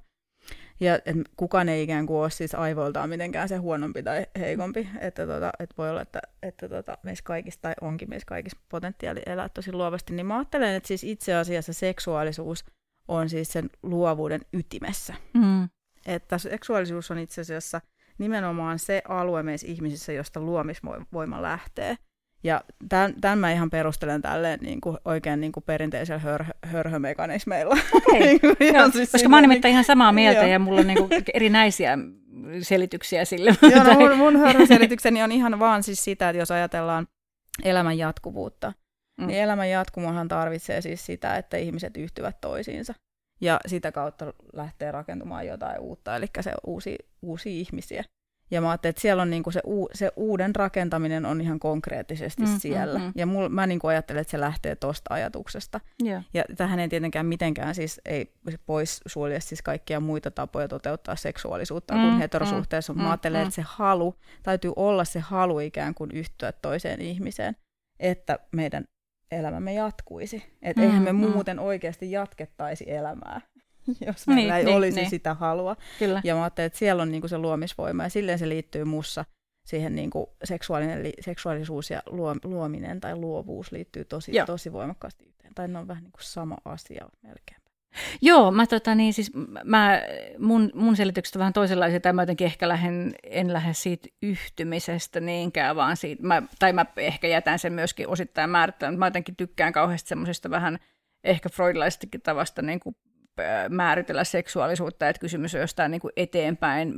Ja et kukaan ei ikään kuin ole siis aivoiltaan mitenkään se huonompi tai heikompi, että tota, et voi olla, että, että tota, meissä kaikissa, tai onkin meissä kaikissa potentiaali elää tosi luovasti, niin mä ajattelen, että siis itse asiassa seksuaalisuus on siis sen luovuuden ytimessä. Mm. Että seksuaalisuus on itse asiassa nimenomaan se alue meissä ihmisissä, josta luomisvoima lähtee. Ja tämän, tämän mä ihan perustelen tälleen niin kuin oikein niin kuin perinteisellä hör, hörhömekanismeilla. Okei, okay. Joo, siis koska mä oon nimittäin ihan samaa mieltä ja mulla on niin kuin erinäisiä selityksiä sille. Joo, no mun, mun hörhöselitykseni on ihan vaan siis sitä, että jos ajatellaan elämän jatkuvuutta, mm. niin elämän jatkumohan tarvitsee siis sitä, että ihmiset yhtyvät toisiinsa. Ja sitä kautta lähtee rakentumaan jotain uutta, eli se uusi, uusia ihmisiä. Ja mä ajattelin, että siellä on niinku se, u, se uuden rakentaminen on ihan konkreettisesti mm, siellä. Mm, mm. Ja mul, mä niinku ajattelen, että se lähtee tuosta ajatuksesta. Yeah. Ja tähän ei tietenkään mitenkään siis ei pois sulje siis kaikkia muita tapoja toteuttaa seksuaalisuutta mm, kuin heterosuhteessa. Mm, mä ajattelen, mm, että se halu, täytyy olla se halu ikään kuin yhtyä toiseen ihmiseen, että meidän elämämme jatkuisi. Että mm, eihän me mm. muuten oikeasti jatkettaisi elämää, jos meillä niin, ei niin, olisi niin. sitä halua. Kyllä. Ja mä ajattelin, että siellä on niinku se luomisvoima, ja silleen se liittyy mussa siihen niinku seksuaalinen, li, seksuaalisuus ja luo, luominen tai luovuus liittyy tosi, tosi voimakkaasti yhteen. Tai ne on vähän niin kuin sama asia melkein. Joo, mä, tota, niin, siis, mä, mun, mun selitykset on vähän toisenlaisia, tai mä jotenkin ehkä lähden, en lähde siitä yhtymisestä niinkään, vaan siitä, mä, tai mä ehkä jätän sen myöskin osittain määrittämään. Mä jotenkin tykkään kauheasti semmoisesta vähän ehkä freudlaisestakin tavasta niin kuin määritellä seksuaalisuutta, että kysymys on jostain niin kuin eteenpäin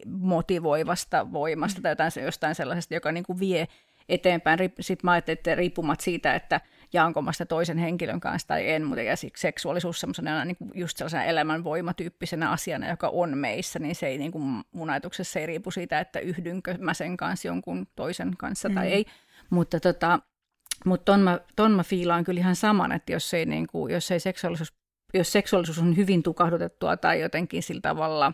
motivoivasta voimasta tai jotain, jostain sellaisesta, joka niin kuin vie eteenpäin. Sitten mä ajattelin, että riippumatta siitä, että jaanko mä sitä toisen henkilön kanssa tai en, mutta ja seksuaalisuus semmoisena niin kuin just sellaisena elämänvoimatyyppisenä asiana, joka on meissä, niin se ei niin kuin mun ajatuksessa ei riipu siitä, että yhdynkö mä sen kanssa jonkun toisen kanssa tai mm. ei. Mutta tota, mut ton, mä, ton mä fiilaan kyllä ihan saman, että jos ei, niin kuin, jos ei seksuaalisuus jos seksuaalisuus on hyvin tukahdutettua tai jotenkin sillä tavalla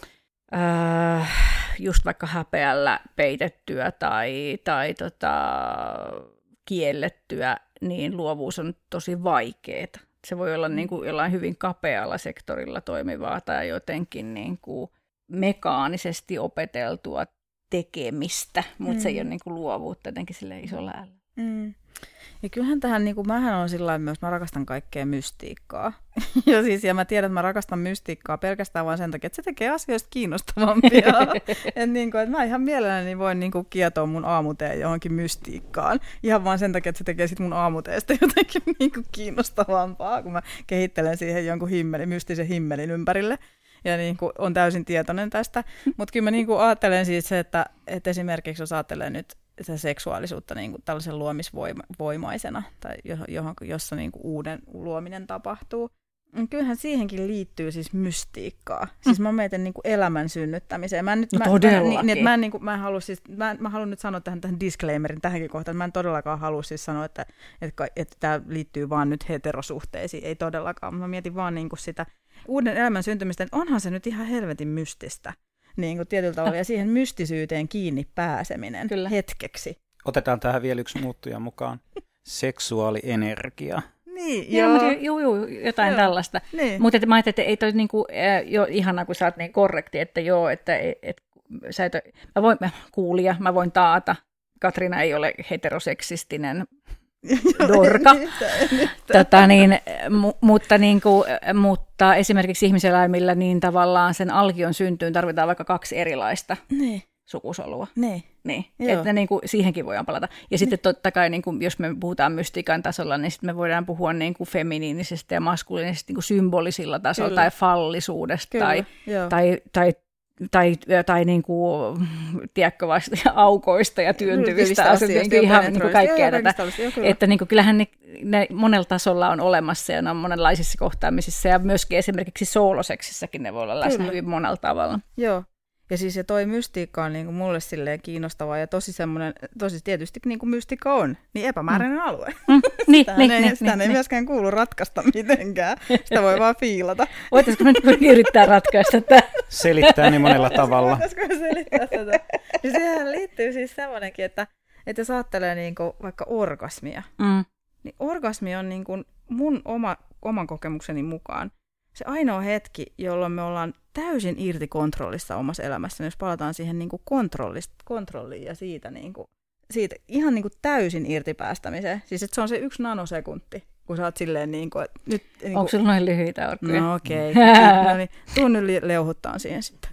äh, just vaikka häpeällä peitettyä tai, tai tota, kiellettyä, niin luovuus on tosi vaikeaa se voi olla niin kuin jollain hyvin kapealla sektorilla toimivaa tai jotenkin niin kuin mekaanisesti opeteltua tekemistä, mutta mm. se ei ole niin kuin luovuutta jotenkin sille isolla ällä. Mm. Ja kyllähän tähän, niin kuin mähän on sillä myös, mä rakastan kaikkea mystiikkaa. ja, siis, ja mä tiedän, että mä rakastan mystiikkaa pelkästään vain sen takia, että se tekee asioista kiinnostavampia. että niin kuin, että mä ihan mielelläni voin niin kuin kietoa mun aamuteen johonkin mystiikkaan. Ihan vaan sen takia, että se tekee sit mun aamuteesta jotenkin niin kuin kiinnostavampaa, kun mä kehittelen siihen jonkun himmelin, mystisen himmelin ympärille. Ja niin kuin on täysin tietoinen tästä. Mutta kyllä mä niin kuin ajattelen siis se, että, että esimerkiksi jos ajattelee nyt sitä seksuaalisuutta niin kuin tällaisen luomisvoimaisena, tai johon, jossa niin kuin uuden luominen tapahtuu, kyllähän siihenkin liittyy siis mystiikkaa. Siis mä mietin niin kuin elämän synnyttämiseen. Mä en, nyt, no mä, todellakin. Mä, niin, että mä, en, niin kuin, mä, en halua siis, mä, mä haluan nyt sanoa tähän, tähän disclaimerin tähänkin kohtaan, mä en todellakaan halua siis sanoa, että, että, että tämä liittyy vaan nyt heterosuhteisiin. Ei todellakaan. Mä mietin vaan niin kuin sitä uuden elämän syntymistä, että onhan se nyt ihan helvetin mystistä. Niin kuin tietyllä tavalla, ja siihen mystisyyteen kiinni pääseminen Kyllä. hetkeksi. Otetaan tähän vielä yksi muuttuja mukaan. Seksuaalienergia. Niin, joo. joo, joo, joo jotain joo. tällaista. Niin. Mutta mä ajattelin, että ei toi niinku, äh, jo ihanaa, kun sä oot niin korrekti, että joo, että et, et, sä et, mä voin, mä, kuulija, mä voin taata, Katriina ei ole heteroseksistinen dorka, tota, niin, mu, mutta, niin kuin, mutta esimerkiksi ihmiseläimillä niin tavallaan sen alkion syntyyn tarvitaan vaikka kaksi erilaista niin. sukusolua. Niin. Niin. Että niin kuin, siihenkin voidaan palata. Ja sitten totta kai, niin kuin, jos me puhutaan mystiikan tasolla, niin sitten me voidaan puhua niin kuin feminiinisesta ja maskuliinisesta niin kuin symbolisilla tasolla Kyllä. tai fallisuudesta Kyllä. tai, tai, tai tai, tai niin kuin, tiedätkö vasta, aukoista ja työntyvistä asioista, ihan niin kuin kaikkea tätä. Että niin kuin, kyllähän ne, ne monella tasolla on olemassa ja ne on monenlaisissa kohtaamisissa ja myöskin esimerkiksi sooloseksissäkin ne voi olla läsnä Kyllä. hyvin monella tavalla. Joo. Ja siis ja toi mystiikka on niinku mulle silleen kiinnostavaa ja tosi semmoinen, tosi tietysti niin kuin mystiikka on, niin epämääräinen mm. alue. Mm. Niin, sitä niin, ei, niin, sitä niin, ei niin. myöskään kuulu ratkaista mitenkään. Sitä voi vaan fiilata. Voitaisiko me nyt yrittää ratkaista tätä? Selittää niin monella tavalla. Voitaisiko selittää tätä? Ja siihen liittyy siis semmoinenkin, että, että jos ajattelee niinku vaikka orgasmia, mm. niin orgasmi on niinku mun oma, oman kokemukseni mukaan se ainoa hetki, jolloin me ollaan täysin irti kontrollista omassa elämässä, jos palataan siihen niin kuin kontrolliin ja siitä, niin kuin, siitä ihan niin kuin täysin irti päästämiseen. Siis että se on se yksi nanosekunti, kun sä oot silleen niin kuin, että nyt... Niin kuin... Onko sulla noin lyhyitä orkkuja? No okei. Okay. No niin, tuun nyt leuhuttaan siihen sitten.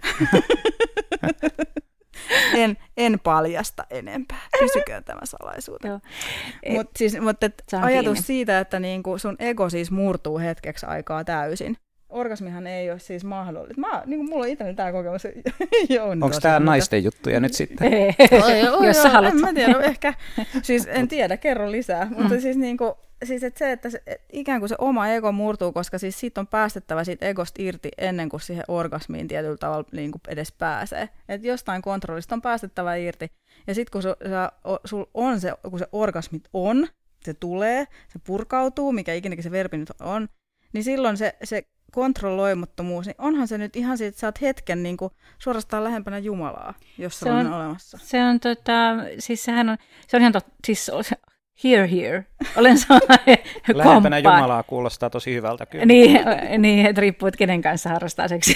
en, en paljasta enempää. Pysyköön tämä salaisuutena. Mutta siis, mut ajatus kiinni. Siitä, että niinku sun ego siis murtuu hetkeksi aikaa täysin. Orgasmihan ei ole siis mahdollista. Mä, niin kuin mulla on itselleni tämä kokemus. Onko tämä naisten juttuja nyt sitten? Jos sä haluat. En mä tiedä, ehkä. Siis en tiedä, kerro lisää. Mm. Mutta siis, niin kuin, siis et se, että se, et ikään kuin se oma ego murtuu, koska siis siitä on päästettävä siitä egosta irti ennen kuin siihen orgasmiin tietyllä tavalla niin kuin edes pääsee. Että jostain kontrollista on päästettävä irti. Ja sitten kun, sul on se, kun se orgasmit on, se tulee, se purkautuu, mikä ikinäkin se verbi nyt on, niin silloin se, se kontrolloimattomuus, niin onhan se nyt ihan siitä, että sä oot hetken niin kuin suorastaan lähempänä Jumalaa, jos se on olemassa. Se on tota, siis sehän on, se on ihan totta, siis here, here. Olen sellainen lähempänä Jumalaa kuulostaa tosi hyvältä kyllä. Niin, niin että riippuu, että kenen kanssa harrastaa seksiä.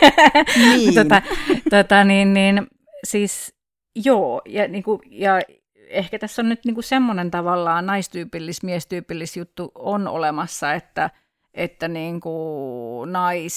niin. tota, tota, niin, niin, siis joo, ja, niin kuin, ja ehkä tässä on nyt niin kuin semmoinen tavallaan naistyypillis, miestyypillis juttu on olemassa, että että niin kuin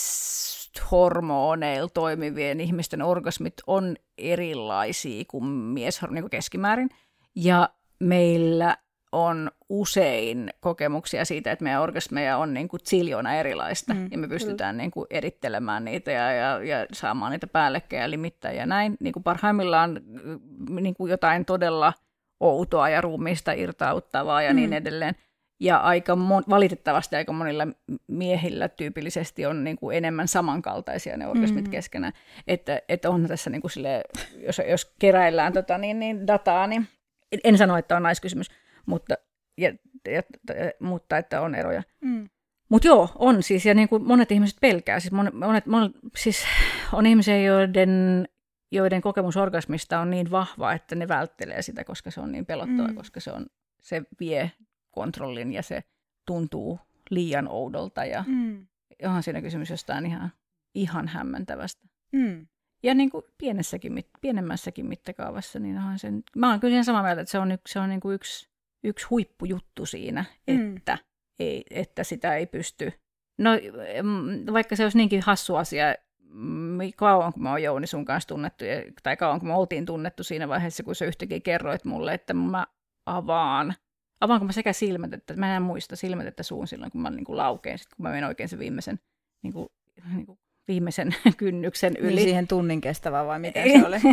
naishormoneilla toimivien ihmisten orgasmit on erilaisia kuin mieshormonit niin kuin keskimäärin. Ja meillä on usein kokemuksia siitä, että meidän orgasmeja on niin kuin ziljoona erilaista. Mm, ja me pystytään mm. niin kuin erittelemään niitä ja, ja, ja saamaan niitä päällekkäin ja limittäin ja näin. Niin kuin parhaimmillaan niin kuin jotain todella outoa ja ruumiista irtauttavaa ja mm. niin edelleen. Ja aika mon, valitettavasti aika monilla miehillä tyypillisesti on niin kuin enemmän samankaltaisia ne orgasmit mm-hmm. keskenään. Että, että on tässä, niin kuin sille, jos, jos keräillään tota, niin, niin dataa, niin en, en sano, että on naiskysymys, mutta, ja, ja, mutta että on eroja. Mm. Mutta joo, on siis, ja niin kuin monet ihmiset pelkää. Siis, monet, monet, monet, siis on ihmisiä, joiden, joiden kokemus orgasmista on niin vahva, että ne välttelee sitä, koska se on niin pelottava, mm. koska se, on, se vie kontrollin ja se tuntuu liian oudolta ja Mm. onhan siinä kysymys jostain ihan, ihan hämmentävästä. Mm. Ja niin kuin pienessäkin, pienemmässäkin mittakaavassa, niin onhan sen, mä oon kyllä ihan samaa mieltä, että se on, yksi, se on niin kuin yksi, yksi huippujuttu siinä, Mm. että, ei, että sitä ei pysty. No vaikka se olisi niinkin hassu asia, kauan kun mä oon Jouni sun kanssa tunnettu, tai kauan kun me oltiin tunnettu siinä vaiheessa, kun sä yhtäkkiä kerroit mulle, että mä avaan. Avaanko mä sekä silmät, että mä en muista silmät, että suun silloin, kun mä niin kuin laukeen, sit kun mä menen oikein sen viimeisen, niin kuin, niin kuin viimeisen kynnyksen yli. Niin siihen tunnin kestävää vai miten se oli?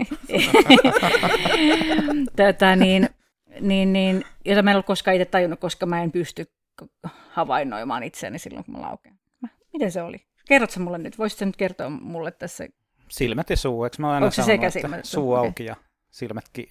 Tätä niin, niin, niin, jota mä en ole koskaan itse tajunnut, koska mä en pysty havainnoimaan itseäni silloin, kun mä laukeen. Miten se oli? Kerrotko mulle nyt? Voisitko nyt kertoa mulle tässä? Silmät ja suu, eikö mä aina Onko se sanonut, sekä että silmät? suu Okay. auki ja silmätkin.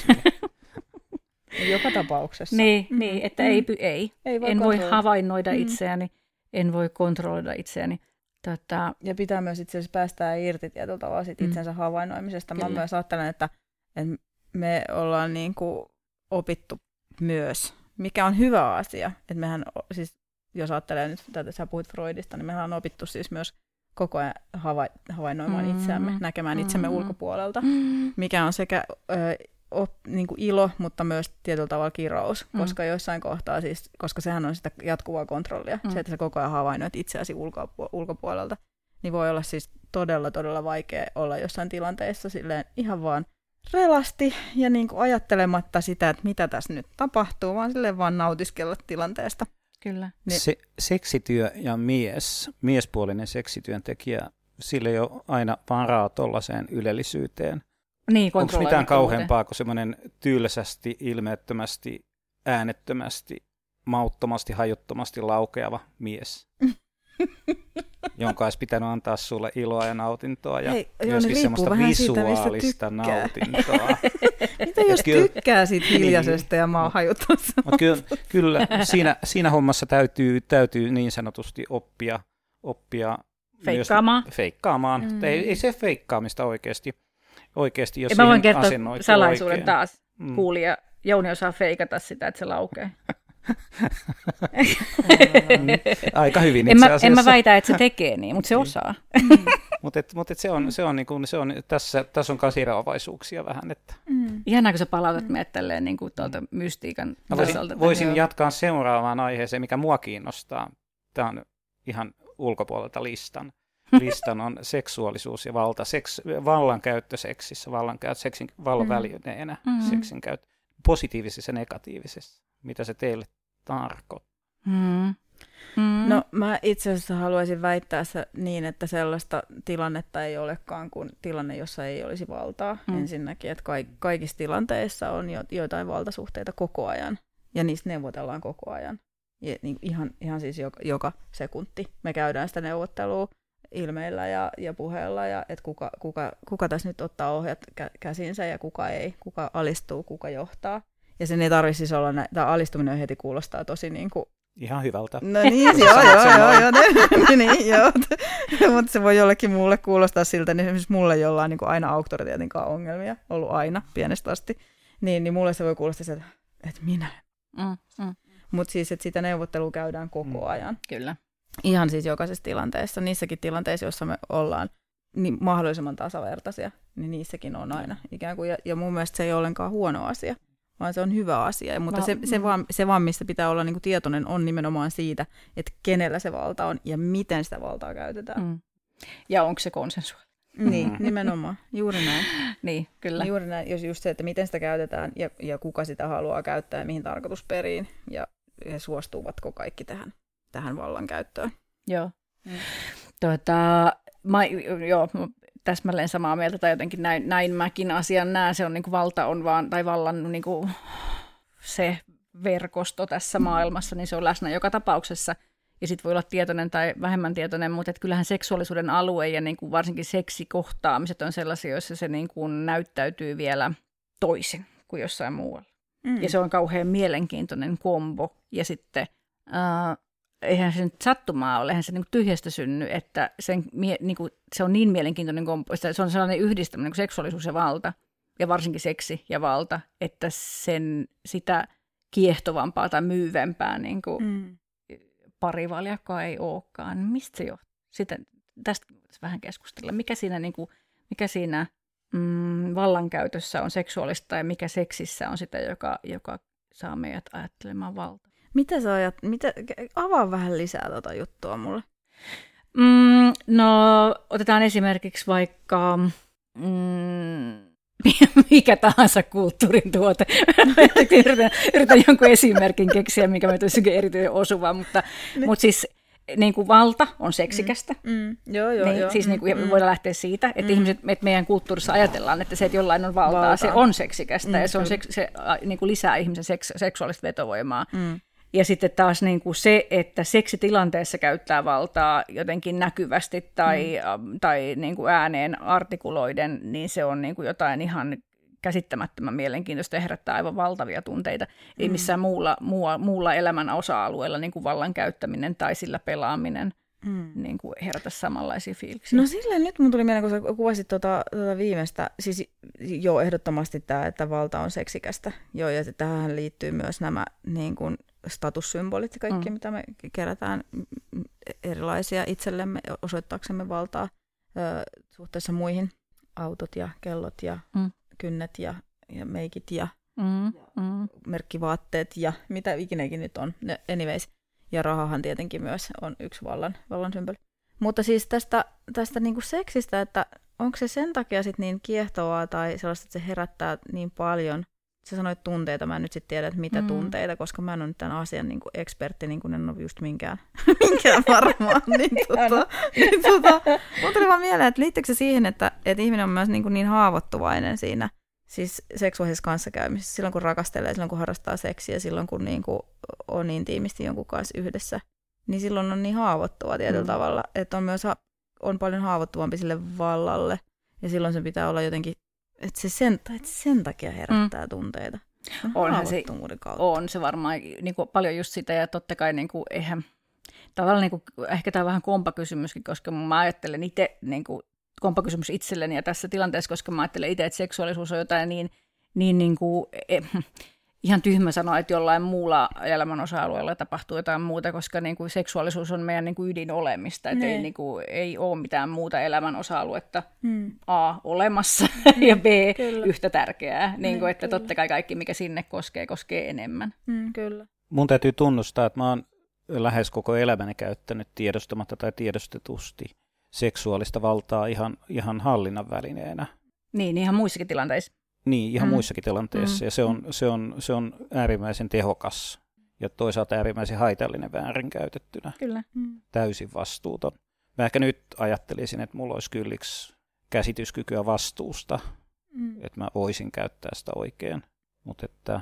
Joka tapauksessa. Niin, mm. niin että mm. ei, ei. ei voi en voi havainnoida mm. itseäni, en voi kontrolloida itseäni. Tota... Ja pitää myös itse asiassa päästää irti tietyllä tavalla sit mm. itsensä havainnoimisesta. Kyllä. Mä myös ajattelen, että, että me ollaan niin kuin opittu myös, mikä on hyvä asia. Että mehän, siis, jos ajattelee nyt, että sä puhuit Freudista, niin mehän on opittu siis myös koko ajan hava- havainnoimaan mm. itseämme, näkemään itsemme mm. ulkopuolelta, mm. mikä on sekä ö, op, niin kuin ilo, mutta myös tietyllä tavalla kirous, mm. koska joissain kohtaa, siis, koska sehän on sitä jatkuvaa kontrollia, mm. se, että sä koko ajan havainnoit itseäsi ulkopu- ulkopuolelta, niin voi olla siis todella, todella vaikea olla jossain tilanteessa silleen ihan vaan relasti ja niin kuin ajattelematta sitä, että mitä tässä nyt tapahtuu, vaan silleen vaan nautiskella tilanteesta. Kyllä. Niin. Se, seksityö ja mies, miespuolinen seksityöntekijä, sillä ei ole aina varaa tuollaiseen ylellisyyteen. Niin, onko mitään kauheampaa kuin semmoinen tylsästi, ilmeettömästi, äänettömästi, mauttomasti, hajuttomasti laukeava mies, jonka olisi pitänyt antaa sulle iloa ja nautintoa ja Hei, myöskin semmoista visuaalista siitä, nautintoa. Mitä jos kyllä, tykkää siitä hiljaisesta ja maa hajuttamassa? Kyllä, kyllä siinä, siinä hommassa täytyy, täytyy niin sanotusti oppia, oppia feikkaamaan. Myös, feikkaamaan. Mm. Ei, ei se feikkaamista oikeasti. Oikeasti, jos ja mä voin kertoa salaisuuden oikein. taas. Mm. Kuulija, Jouni osaa feikata sitä, että se laukee. Aika hyvin en itse mä, asiassa. En mä väitä, että se tekee niin, mutta se osaa. Mutta mut se on, se on, niin kuin, se on tässä, tässä on myös eroavaisuuksia vähän. Että. Mm. Ihanaa, kun sä palautat mm. meidät tälleen niin kuin tuolta mystiikan tasolta. Voisin joo. jatkaa seuraavaan aiheeseen, mikä mua kiinnostaa. Tämä on ihan ulkopuolelta listan. Listan on seksuaalisuus ja valta, seks, vallankäyttö seksissä, vallankäyttö, seksin, vallan välineenä, mm-hmm. seksin käyttö, positiivisessa ja negatiivisessa. Mitä se teille tarkoittaa? Mm. Mm. No mä itse asiassa haluaisin väittää se niin, että sellaista tilannetta ei olekaan kuin tilanne, jossa ei olisi valtaa. Mm. Ensinnäkin, että kaikissa tilanteissa on jo, joitain valtasuhteita koko ajan ja niistä neuvotellaan koko ajan. Ja, niin ihan, ihan siis joka, joka sekunti me käydään sitä neuvottelua ilmeillä ja, ja puheella, ja että kuka, kuka, kuka tässä nyt ottaa ohjat kä- käsinsä ja kuka ei, kuka alistuu, kuka johtaa. Ja sen ei tarvitse siis olla, nä- tämä alistuminen heti kuulostaa tosi niin kuin... Ihan hyvältä. No niin, joo, joo, joo, joo, niin, joo. Mutta se voi jollekin muulle kuulostaa siltä, niin esimerkiksi mulle, jolla on niin kuin aina auktoriteetin kanssa ongelmia, ollut aina pienestä asti, niin, niin mulle se voi kuulostaa siltä, että minä. Mm, mm. Mutta siis, että sitä neuvottelua käydään koko mm. ajan. Kyllä. Ihan siis jokaisessa tilanteessa. Niissäkin tilanteissa, joissa me ollaan niin mahdollisimman tasavertaisia, niin niissäkin on aina ikään kuin. Ja, ja mun mielestä se ei ole ollenkaan huono asia, vaan se on hyvä asia. Ja, mutta no, se, se, vaan, se vaan, mistä pitää olla niin kuin tietoinen, on nimenomaan siitä, että kenellä se valta on ja miten sitä valtaa käytetään. Mm. Ja onko se konsensuaalinen? Niin, mm. nimenomaan. Juuri näin. Niin, kyllä. Juuri näin. Jos just se, että miten sitä käytetään ja, ja kuka sitä haluaa käyttää ja mihin tarkoitusperiin ja, ja suostuvatko kaikki tähän. tähän vallankäyttöön. Joo. Mm. Tuota, mä, joo, täsmälleen samaa mieltä, tai jotenkin näin, näin mäkin asian näen, se on niin kuin valta on vaan, tai vallan niin kuin se verkosto tässä maailmassa, niin se on läsnä joka tapauksessa, ja sitten voi olla tietoinen tai vähemmän tietoinen, mutta et kyllähän seksuaalisuuden alue ja niin kuin varsinkin seksikohtaamiset on sellaisia, joissa se niin kuin näyttäytyy vielä toisin kuin jossain muualla. Mm. Ja se on kauhean mielenkiintoinen kombo, ja sitten Uh, eihän se nyt sattumaa ole, eihän se niinku tyhjästä synny, että sen, mie, niinku, se on niin mielenkiintoinen kompo, se on sellainen yhdistäminen niinku seksuaalisuus ja valta, ja varsinkin seksi ja valta, että sen sitä kiehtovampaa tai myyvempää niinku, mm. parivaljakkoa ei olekaan. Mistä se johtuu? Sitten tästä vähän keskustella. Mikä siinä, niin kuin, mikä siinä mm, vallankäytössä on seksuaalista ja mikä seksissä on sitä, joka, joka saa meidät ajattelemaan valtaa? Mitä sä ajat, mitä, avaa vähän lisää tuota juttua mulle. Mm, no, otetaan esimerkiksi vaikka mm, mikä tahansa kulttuurin tuote. yritän, yritän jonkun esimerkin keksiä, mikä me tulisi erityisen osuva, mutta, mutta siis niin kuin valta on seksikästä. Mm, mm, joo, joo, niin, joo. Siis niin kuin, mm, voidaan lähteä siitä, että, mm. ihmiset, että meidän kulttuurissa ajatellaan, että se, että jollain on valtaa, valtaa. se on seksikästä mm, ja se, on seks, se niin kuin lisää ihmisen seks, seksuaalista vetovoimaa. Mm. Ja sitten taas niin kuin se, että seksitilanteessa käyttää valtaa jotenkin näkyvästi tai, mm. tai niin kuin ääneen artikuloiden, niin se on niin kuin jotain ihan käsittämättömän mielenkiintoista ja herättää aivan valtavia tunteita. Mm. Ei missään muulla, muulla, muulla elämän osa-alueella niin kuin vallan käyttäminen tai sillä pelaaminen mm. niin kuin herätä samanlaisia fiiliksiä. No silleen nyt mun tuli mieleen, kun sä kuvasit tuota, tuota viimeistä, siis joo, ehdottomasti tämä, että valta on seksikästä. Joo, ja tähän liittyy myös nämä niin kuin statussymbolit ja kaikki, mm. mitä me kerätään erilaisia itsellemme osoittaaksemme valtaa ö, suhteessa muihin. Autot ja kellot ja mm. kynnet ja, ja meikit ja, mm. Mm. merkkivaatteet ja mitä ikinäkin nyt on. Anyways. Ja rahahan tietenkin myös on yksi vallan, vallan symboli. Mutta siis tästä, tästä niinku seksistä, että onko se sen takia sit niin kiehtovaa tai sellaista, että se herättää niin paljon. Sä sanoit tunteita, mä en nyt sitten tiedä, että mitä mm. tunteita, koska mä en ole nyt tämän asian niin kuin ekspertti, niin kuin en ole just minkään, minkään varmaan. niin, tota, niin, tota, mun tuli vaan mieleen, että liittyykö se siihen, että, että ihminen on myös niin, kuin niin haavoittuvainen siinä siis seksuaalisessa kanssakäymisessä, silloin kun rakastelee, silloin kun harrastaa seksiä, silloin kun niin kuin on intiimisti jonkun kanssa yhdessä, niin silloin on niin haavoittuva tietyllä mm. tavalla, että on myös ha- on paljon haavoittuvampi sille vallalle, ja silloin sen pitää olla jotenkin että se sen, että sen takia herättää mm. tunteita. Onhan se, on se varmaan niin kuin paljon just sitä, ja totta kai niin kuin, eihän, tavallaan niin kuin, ehkä tämä on vähän kompakysymyskin, koska mä ajattelen itse, niin kuin, kompakysymys itselleni ja tässä tilanteessa, koska mä ajattelen itse, että seksuaalisuus on jotain niin, niin, niin kuin, eh, ihan tyhmä sanoa, että jollain muulla elämän osa-alueella tapahtuu jotain muuta, koska niin kuin, seksuaalisuus on meidän niin kuin, ydinolemista, että ei, niin kuin, ei ole mitään muuta elämän osa-aluetta hmm. A olemassa ja B kyllä. yhtä tärkeää, niin, niin kuin, että kyllä. totta kai kaikki, mikä sinne koskee, koskee enemmän. Hmm, kyllä. Mun täytyy tunnustaa, että mä oon lähes koko elämäni käyttänyt tiedostamatta tai tiedostetusti seksuaalista valtaa ihan, ihan hallinnan välineenä. Niin, ihan muissakin tilanteissa. Niin, ihan mm. muissakin tilanteissa, mm. ja se on, se, on, se on äärimmäisen tehokas ja toisaalta äärimmäisen haitallinen väärinkäytettynä. Kyllä. Mm. Täysin vastuuton. Mä ehkä nyt ajattelisin, että mulla olisi kylliksi käsityskykyä vastuusta, mm. että mä voisin käyttää sitä oikein, mutta että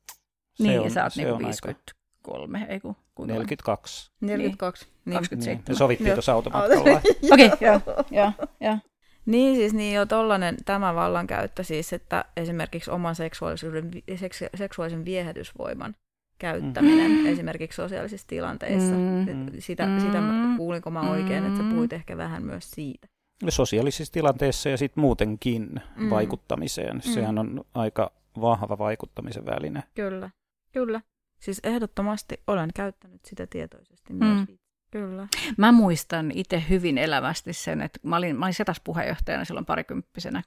se niin, on, ja sä oot niinku viisikymmentäkolme, ei kun neljäkymmentäkaksi. neljäkymmentäkaksi. Niin. kaksikymmentäseitsemän. Niin. Me sovittiin tuossa automatkalla. Okei, joo, joo, joo. Niin siis niin jo tollainen tämä vallankäyttö siis, että esimerkiksi oman seksuaalisuuden, seks, seksuaalisen viehätysvoiman käyttäminen mm. esimerkiksi sosiaalisissa tilanteissa. Mm. Sitä, mm. sitä kuulinko mä oikein, että sä puhuit ehkä vähän myös siitä. Sosiaalisissa tilanteissa ja sitten muutenkin mm. vaikuttamiseen. Mm. Sehän on aika vahva vaikuttamisen väline. Kyllä, kyllä. Siis ehdottomasti olen käyttänyt sitä tietoisesti myös. Mm. Kyllä. Mä muistan itse hyvin elävästi sen, että mä olin, mä olin setas puheenjohtajana silloin parikymppisenä,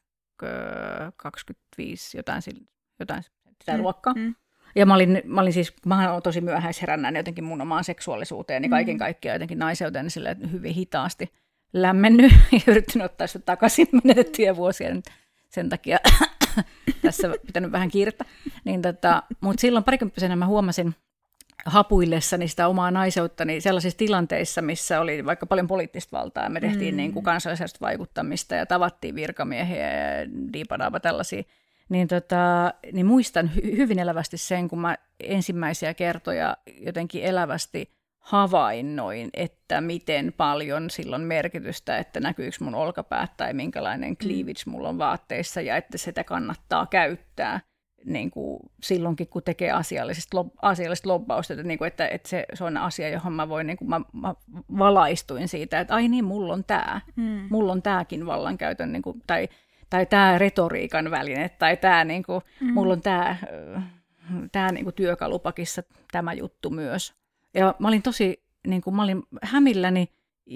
kaksikymmentäviisi, jotain, jotain sitä mm, luokkaa. Mm. Ja mä olin, mä olin siis, mä olen tosi myöhäisherännäinen jotenkin mun omaan seksuaalisuuteen ja kaiken kaikkiaan jotenkin naiseuteen silleen hyvin hitaasti lämmennyt ja yrittänyt ottaa sitä takaisin menetettyjä vuosia. Sen takia tässä pitänyt vähän kiirettä. Niin tota, mutta silloin parikymppisenä mä huomasin, hapuillessani sitä omaa naiseuttani sellaisissa tilanteissa, missä oli vaikka paljon poliittista valtaa, ja me tehtiin mm. niin kuin kansallisesta vaikuttamista ja tavattiin virkamiehiä ja diipadaapa tällaisia, niin, tota, niin muistan hy- hyvin elävästi sen, kun mä ensimmäisiä kertoja jotenkin elävästi havainnoin, että miten paljon silloin merkitystä, että näkyykö mun olkapäät tai minkälainen cleavage mulla on vaatteissa ja että sitä kannattaa käyttää. Niin kuin silloinkin, kun tekee asiallista, lob, asiallista lobbausta, että, niin kuin, että, että se, se on asia, johon mä voin, niin kuin mä, mä valaistuin siitä, että ai niin, mulla on tämä, mm. mulla on tämäkin vallankäytön, niin kuin, tai, tai tämä retoriikan väline, tai tämä, niin kuin, mm. mulla on tämä, tämä niin kuin työkalupakissa tämä juttu myös. Ja mä olin tosi niin kuin mä olin hämilläni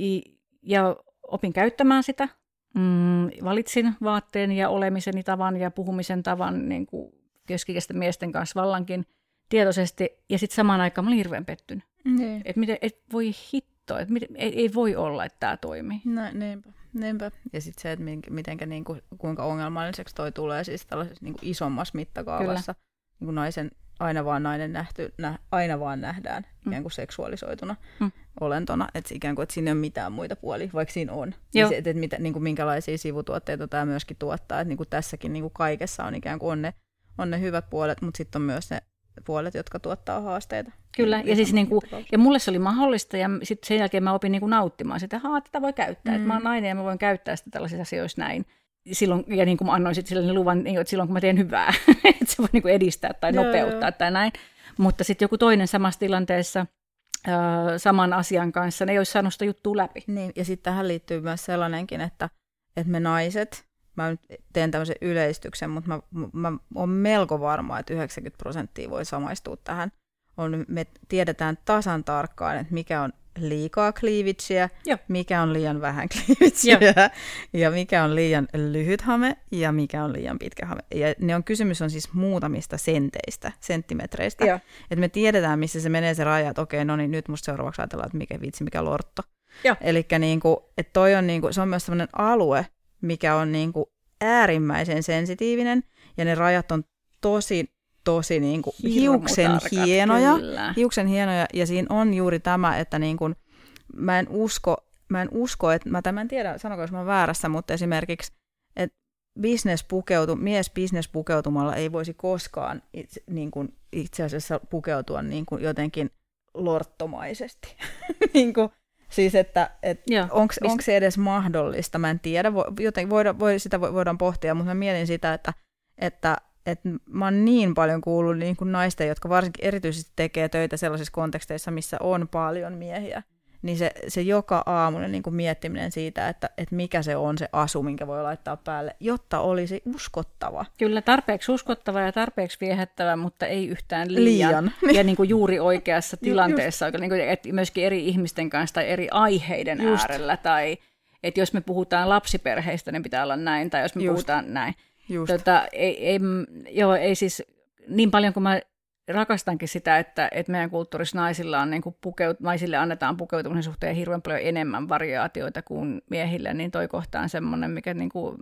ja opin käyttämään sitä. Mm, valitsin vaatteen ja olemiseni tavan ja puhumisen tavan niin kuin keskikäisten miesten kanssa vallankin tietoisesti. Ja sitten samaan aikaan mä olin hirveän pettynyt. Mm. Että et voi hitto, että ei, ei voi olla, että tämä toimii. No niinpä. Niinpä. Ja sitten se, että mitenkä, niin kuin, kuinka ongelmalliseksi toi tulee siis tällaisessa niin kuin isommassa mittakaavassa. Niin kuin naisen, aina vaan nainen nähty, nä, aina vaan nähdään mm. ikään kuin seksuaalisoituna mm. olentona. Että ikään kuin, että siinä ei ole mitään muita puolia, vaikka siinä on. Niin se, että, että mitä, niin kuin minkälaisia sivutuotteita tämä myöskin tuottaa. Että niin kuin tässäkin niin kuin kaikessa on ikään kuin on ne, on ne hyvät puolet, mutta sitten on myös ne puolet, jotka tuottaa haasteita. Kyllä, ja, siis niinku, ja mulle se oli mahdollista, ja sitten sen jälkeen mä opin niinku nauttimaan sitä, että tätä voi käyttää, mm. että mä oon nainen ja mä voin käyttää sitä tällaisissa asioissa näin. Silloin, ja niin kuin mä annoin sitten sille luvan, että silloin kun mä teen hyvää, että se voi niinku edistää tai nopeuttaa joo, tai näin. Mutta sitten joku toinen samassa tilanteessa äh, saman asian kanssa, ne ei olisi saanut sitä juttua läpi. Niin, ja sitten tähän liittyy myös sellainenkin, että, että me naiset, mä nyt teen tämmöisen yleistyksen, mutta mä, mä oon melko varma, että yhdeksänkymmentä prosenttia voi samaistua tähän. On, me tiedetään tasan tarkkaan, että mikä on liikaa kliivitsiä, mikä on liian vähän kliivitsiä ja mikä on liian lyhyt hame ja mikä on liian pitkä hame. Ja ne on, kysymys on siis muutamista senteistä, senttimetreistä. Että me tiedetään, missä se menee se raja, että okei, no niin, nyt musta seuraavaksi ajatellaan, että mikä vitsi, mikä lortto. Eli niinku, että toi on, niinku, se on myös sellainen alue, mikä on niinku äärimmäisen sensitiivinen, ja ne rajat on tosi, tosi niinku hiuksen hienoja, hiuksen hienoja, ja siinä on juuri tämä, että niinku, mä en usko, mä en usko, että mä tämän en tiedä, sanoko jos mä oon väärässä, mutta esimerkiksi, että business pukeutu, mies business pukeutumalla ei voisi koskaan itse, niinku, itse asiassa pukeutua niinku jotenkin lorttomaisesti. niinku, Siis, että et onko se edes mahdollista, mä en tiedä, vo, joten voida, voi, sitä voidaan pohtia, mutta mä mietin sitä, että, että, että mä oon niin paljon kuullut niin kuin naisten, jotka varsinkin erityisesti tekee töitä sellaisissa konteksteissa, missä on paljon miehiä, niin se, se joka aamuinen niin kuin miettiminen siitä, että, että mikä se on se asu, minkä voi laittaa päälle, jotta olisi uskottava. Kyllä, tarpeeksi uskottava ja tarpeeksi viehättävä, mutta ei yhtään liian. liian. Ja niin kuin juuri oikeassa tilanteessa, niin kuin, että myöskin eri ihmisten kanssa tai eri aiheiden Just. äärellä. Tai että jos me puhutaan lapsiperheistä, niin pitää olla näin, tai jos me Just. puhutaan näin. Tota, ei, ei, joo, ei siis niin paljon kuin mä rakastankin sitä, että, että meidän kulttuurissa naisilla on, niin kuin pukeut, naisille annetaan pukeutumisen suhteen hirveän paljon enemmän variaatioita kuin miehille, niin toi kohta on semmoinen, mikä niin kuin,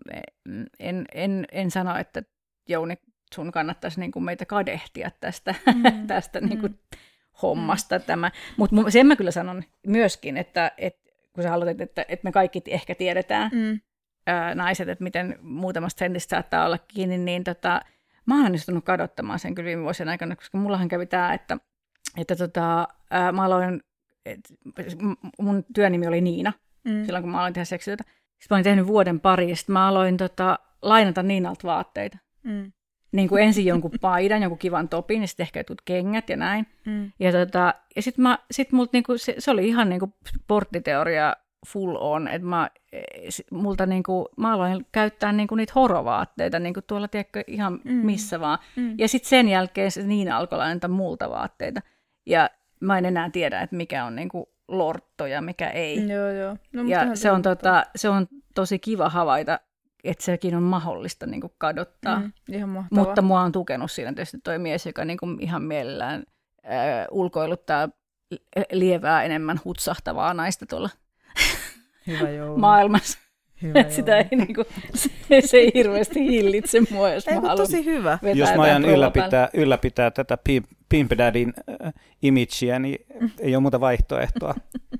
en, en, en sano, että Jouni, sun kannattaisi niin kuin meitä kadehtia tästä, mm. tästä niin kuin hommasta. Mm. Tämä. Mutta sen mä kyllä sanon myöskin, että, että kun sä aloitit, että, että me kaikki ehkä tiedetään, mm. ää, naiset, että miten muutamasta sentistä saattaa olla kiinni, niin tota, mä oon onnistunut kadottamaan sen kyllä viime vuosien aikana, koska mullahan kävi tämä, että, että tota, ää, mä aloin, et, mun työnimi oli Niina, mm. silloin kun mä aloin tehdä seksityötä. Sitten mä olin tehnyt vuoden pari, ja sitten mä aloin tota, lainata Niinalta vaatteita. Mm. Niin kuin ensin jonkun paidan, jonkun kivan topin, ja sitten ehkä jotkut kengät ja näin. Mm. Ja, tota, ja sitten sit multa niinku, se, se oli ihan niinku sporttiteoria full on, että mä, multa niinku, mä aloin käyttää niinku niitä horovaatteita niinku tuolla tiedätkö, ihan mm. missä vaan. Mm. Ja sitten sen jälkeen se Niina alkoi lainata multa vaatteita. Ja mä en enää tiedä, että mikä on niinku lortto ja mikä ei. Joo, joo. No, ja se on, tota, se on tosi kiva havaita, että sekin on mahdollista niin kuin kadottaa. Mm, ihan mahtavaa. Mutta mua on tukenut siinä tietysti toi mies, joka niin kuin ihan mielellään äh, ulkoiluttaa lievää enemmän hutsahtavaa naista tuolla Hyvä maailmassa. Hyvä sitä ei, niin kuin, se, se ei hirveästi hillitse mua, jos ei, mä haluan tosi hyvä. Jos mä ajan ylläpitää, ylläpitää tätä Pimp Daddyn äh, imageä, niin ei ole muuta vaihtoehtoa.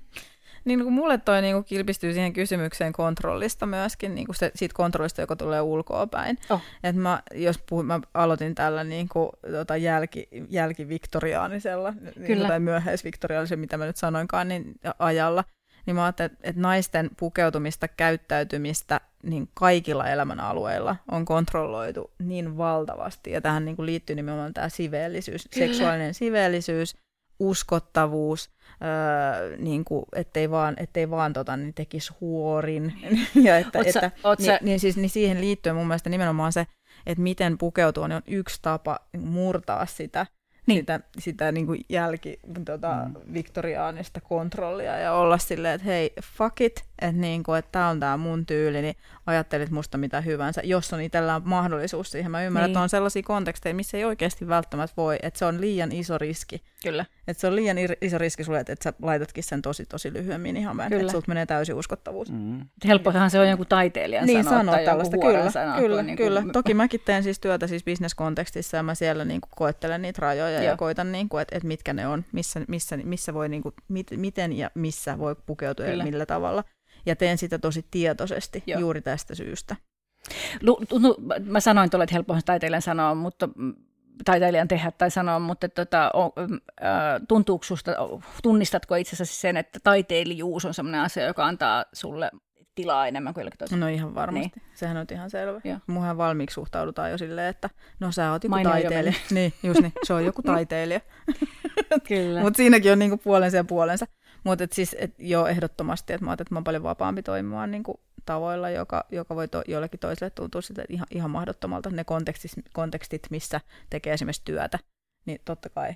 Niin kuin mulle toi niin kuin kilpistyy siihen kysymykseen kontrollista myöskin, niin kuin se, siitä kontrollista, joka tulee ulkoapäin. Oh. Et mä, jos puhun, mä aloitin tällä niin kuin, tota, jälki, jälkiviktoriaanisella, niin, tai myöhäisviktoriaanisella, mitä mä nyt sanoinkaan, niin ajalla, niin mä ajattelin, että, että naisten pukeutumista, käyttäytymistä niin kaikilla elämänalueilla on kontrolloitu niin valtavasti. Ja tähän niin kuin liittyy nimenomaan tämä siveellisyys, Kyllä. seksuaalinen siveellisyys, uskottavuus, öö, niin kuin, ettei vaan, ettei vaan tota, niin tekisi huorin. ja että, oot että, sä, oot niin, sä... niin, siis, niin siihen liittyen mun mielestä nimenomaan se, että miten pukeutua, niin on yksi tapa murtaa sitä niin. sitä, sitä niin kuin jälki tota, mm. viktoriaanista kontrollia ja olla silleen, että hei, fuck it, että niin kuin, että tää on tää mun tyyli, niin ajattelit musta mitä hyvänsä, jos on itsellään mahdollisuus siihen. Mä ymmärrän, niin. että on sellaisia konteksteja, missä ei oikeasti välttämättä voi, että se on liian iso riski. Kyllä. Että se on liian iso riski sulle, että sä laitatkin sen tosi tosi lyhyen minihameen, että sulta menee täysin uskottavuus. Mm. Helppohan se on jonkun taiteilijan niin, sanoa sanoa tai tällaista. jonkun Kyllä, sanoa, kyllä, niin kyllä. Kuin... Toki mäkin teen siis työtä siis business-kontekstissa ja mä siellä niin kuin koettelen niitä rajoja Joo. ja koitan, niin kuin, että, että mitkä ne on, missä, missä, missä voi, niin kuin, mit, miten ja missä voi pukeutua kyllä. ja millä tavalla. Ja teen sitä tosi tietoisesti Joo. juuri tästä syystä. Lu, lu, mä sanoin tuolla, että helppohan taiteilijan sanoa, mutta taiteilijan tehdä tai sanoa, mutta tota, o, ä, tuntuuko susta, tunnistatko itse asiassa sen, että taiteilijuus on sellainen asia, joka antaa sulle tilaa enemmän kuin jollakin toisella? No ihan varmasti. Niin. Sehän on ihan selvä. Muuhan valmiiksi suhtaudutaan jo silleen, että no sä oot joku Mainio taiteilija. Niin, just niin. Se on joku taiteilija. Kyllä. Mutta siinäkin on niinku puolensa ja puolensa. Mutta siis et, joo, ehdottomasti, että mä ajattelin, että mä oon paljon vapaampi toimimaan niinku tavoilla, joka, joka voi to, jollekin toiselle tuntua sitä ihan, ihan mahdottomalta. Ne kontekstit, kontekstit, missä tekee esimerkiksi työtä, niin totta kai.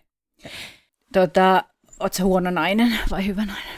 Tota, oot sä huono nainen vai hyvä nainen?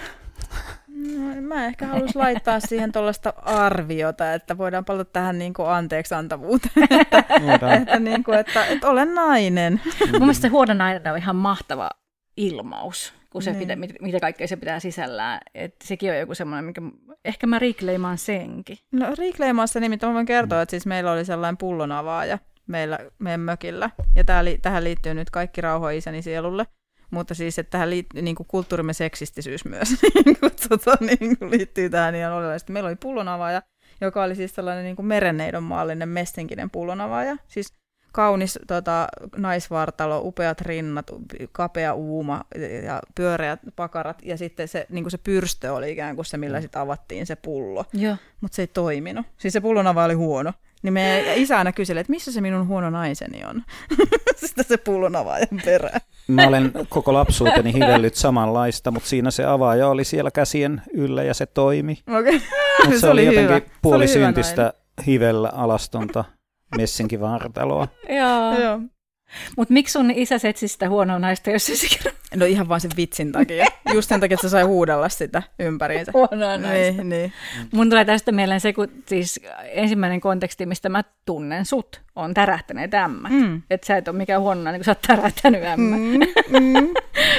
No, mä ehkä haluaisin laittaa siihen tuollaista arviota, että voidaan palata tähän niin kuin anteeksiantavuuteen, että, että, niin kuin, että, että olen nainen. Mun mielestä se huono nainen on ihan mahtava ilmaus, kun se niin. pitä, mitä kaikkea se pitää sisällään. Että sekin on joku semmoinen, mikä ehkä mä riikleimaan senkin. No riikleimaassa nimittäin mä voin kertoa, että siis meillä oli sellainen pullonavaaja meillä, meidän mökillä. Ja tää, tähän liittyy nyt kaikki rauho isäni sielulle. Mutta siis, että tähän liittyy niin kuin kulttuurimme seksistisyys myös niin kuin, tota, niin kuin liittyy tähän ihan oleellisesti. Meillä oli pullonavaaja, joka oli siis sellainen niin kuin merenneidon maallinen messinkinen pullonavaaja. Siis kaunis tota, naisvartalo, upeat rinnat, kapea uuma ja pyöreät pakarat. Ja sitten se, niin kuin se pyrstö oli ikään kuin se, millä sitten avattiin se pullo. Mutta se ei toiminut. Siis se pullonavaaja oli huono. Niin meidän isä aina kyseli, että missä se minun huono naiseni on? Sitten se pullonavaajan perään. Mä olen koko lapsuuteni hivellyt samanlaista, mutta siinä se avaaja oli siellä käsien yllä ja se toimi. Okay. Mutta se, se oli jotenkin puolisyntistä hivellä alastonta messinkivartaloa. Joo. Joo. Mutta miksi sun isä setsi sitä huonoa naista, jos se sikin... No ihan vaan sen vitsin takia. Just sen takia, että se sai huudella sitä ympäriinsä. Huonoa naista. Niin, niin. Mun tulee tästä mieleen se, kun siis ensimmäinen konteksti, mistä mä tunnen sut, on tärähtäneet ämmät. Mm. Että sä et ole mikään huono nainen, kun sä oot tärähtänyt ämmä. Mm, mm.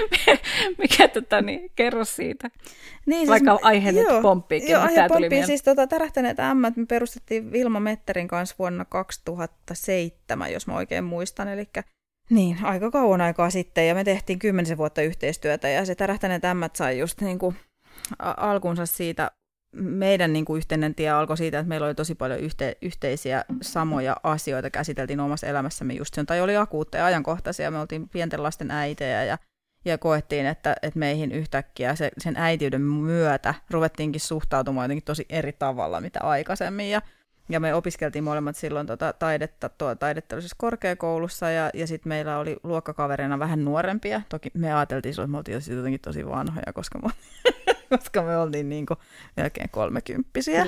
Mikä tota niin, kerro siitä. Niin, Vaikka siis, aihe nyt pomppiikin. Joo, aihe pomppii. Siis tota, tärähtäneet ämmät me perustettiin Vilma Metterin kanssa vuonna kaksituhattaseitsemän, jos mä oikein muistan. Elikkä niin, aika kauan aikaa sitten, ja me tehtiin kymmenisen vuotta yhteistyötä, ja se tärähtäneet ämmät sai just niin kuin alkunsa siitä, meidän niin kuin yhteinen tie alkoi siitä, että meillä oli tosi paljon yhte, yhteisiä samoja asioita, käsiteltiin omassa elämässämme just sen, tai oli akuutteja ajankohtaisia, me oltiin pienten lasten äitejä, ja, ja koettiin, että, että meihin yhtäkkiä se, sen äitiyden myötä ruvettiinkin suhtautumaan jotenkin tosi eri tavalla, mitä aikaisemmin, ja Ja me opiskeltiin molemmat silloin tuota taidetta tuo taidetteellisessa korkeakoulussa, ja, ja sitten meillä oli luokkakavereina vähän nuorempia. Toki me ajateltiin silloin, että me oltiin jotenkin tosi vanhoja, koska me, koska me oltiin niin kuin melkein kolmekymppisiä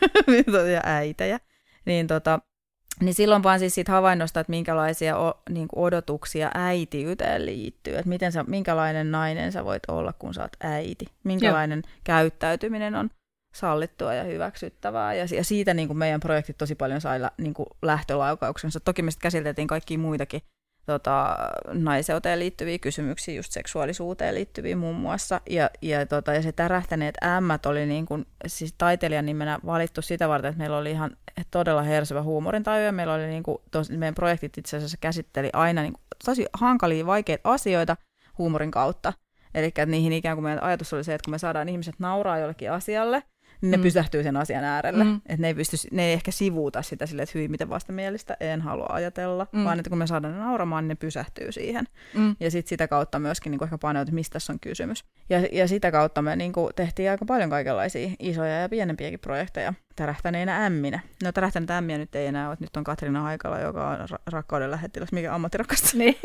ja äitejä. Niin, tota, niin silloin vaan siis siitä havainnosta, että minkälaisia o, niin kuin odotuksia äitiyteen liittyy. Että miten sä, minkälainen nainen sä voit olla, kun sä oot äiti. Minkälainen Joo. käyttäytyminen on sallittua ja hyväksyttävää. Ja siitä niin kuin meidän projektit tosi paljon sai niin kuin lähtölaukauksensa. Toki me sitten käsiteltiin kaikkia muitakin tota, naiseuteen liittyviä kysymyksiä, just seksuaalisuuteen liittyviä muun muassa. Ja, ja, tota, ja se tärähtäneet ämmät oli niin kuin, siis taiteilijan nimenä valittu sitä varten, että meillä oli ihan todella hersyvä huumorintaju. Meillä oli niin kuin, tos, meidän projektit itse asiassa käsitteli aina niin kuin, tosi hankalia, vaikeita asioita huumorin kautta. Eli niihin ikään kuin meidän ajatus oli se, että kun me saadaan ihmiset nauraa jollekin asialle, niin ne mm. pysähtyy sen asian äärelle. Mm. Että ne ei, pysty, ne ei ehkä sivuuta sitä silleen, että hyvin miten vastenmielistä, en halua ajatella, mm. vaan että kun me saadaan ne nauramaan, niin ne pysähtyy siihen. Mm. Ja sitten sitä kautta myöskin niin kuin ehkä paneutu, että mistä tässä on kysymys. Ja, ja sitä kautta me niin kuin tehtiin aika paljon kaikenlaisia isoja ja pienempiäkin projekteja tärähtäneinä ämminä. No tärähtäneitä ämmiä nyt ei enää ole, nyt on Katriina Haikala, joka on ra- rakkauden lähettiläs, mikä ammattirakasta. Niin.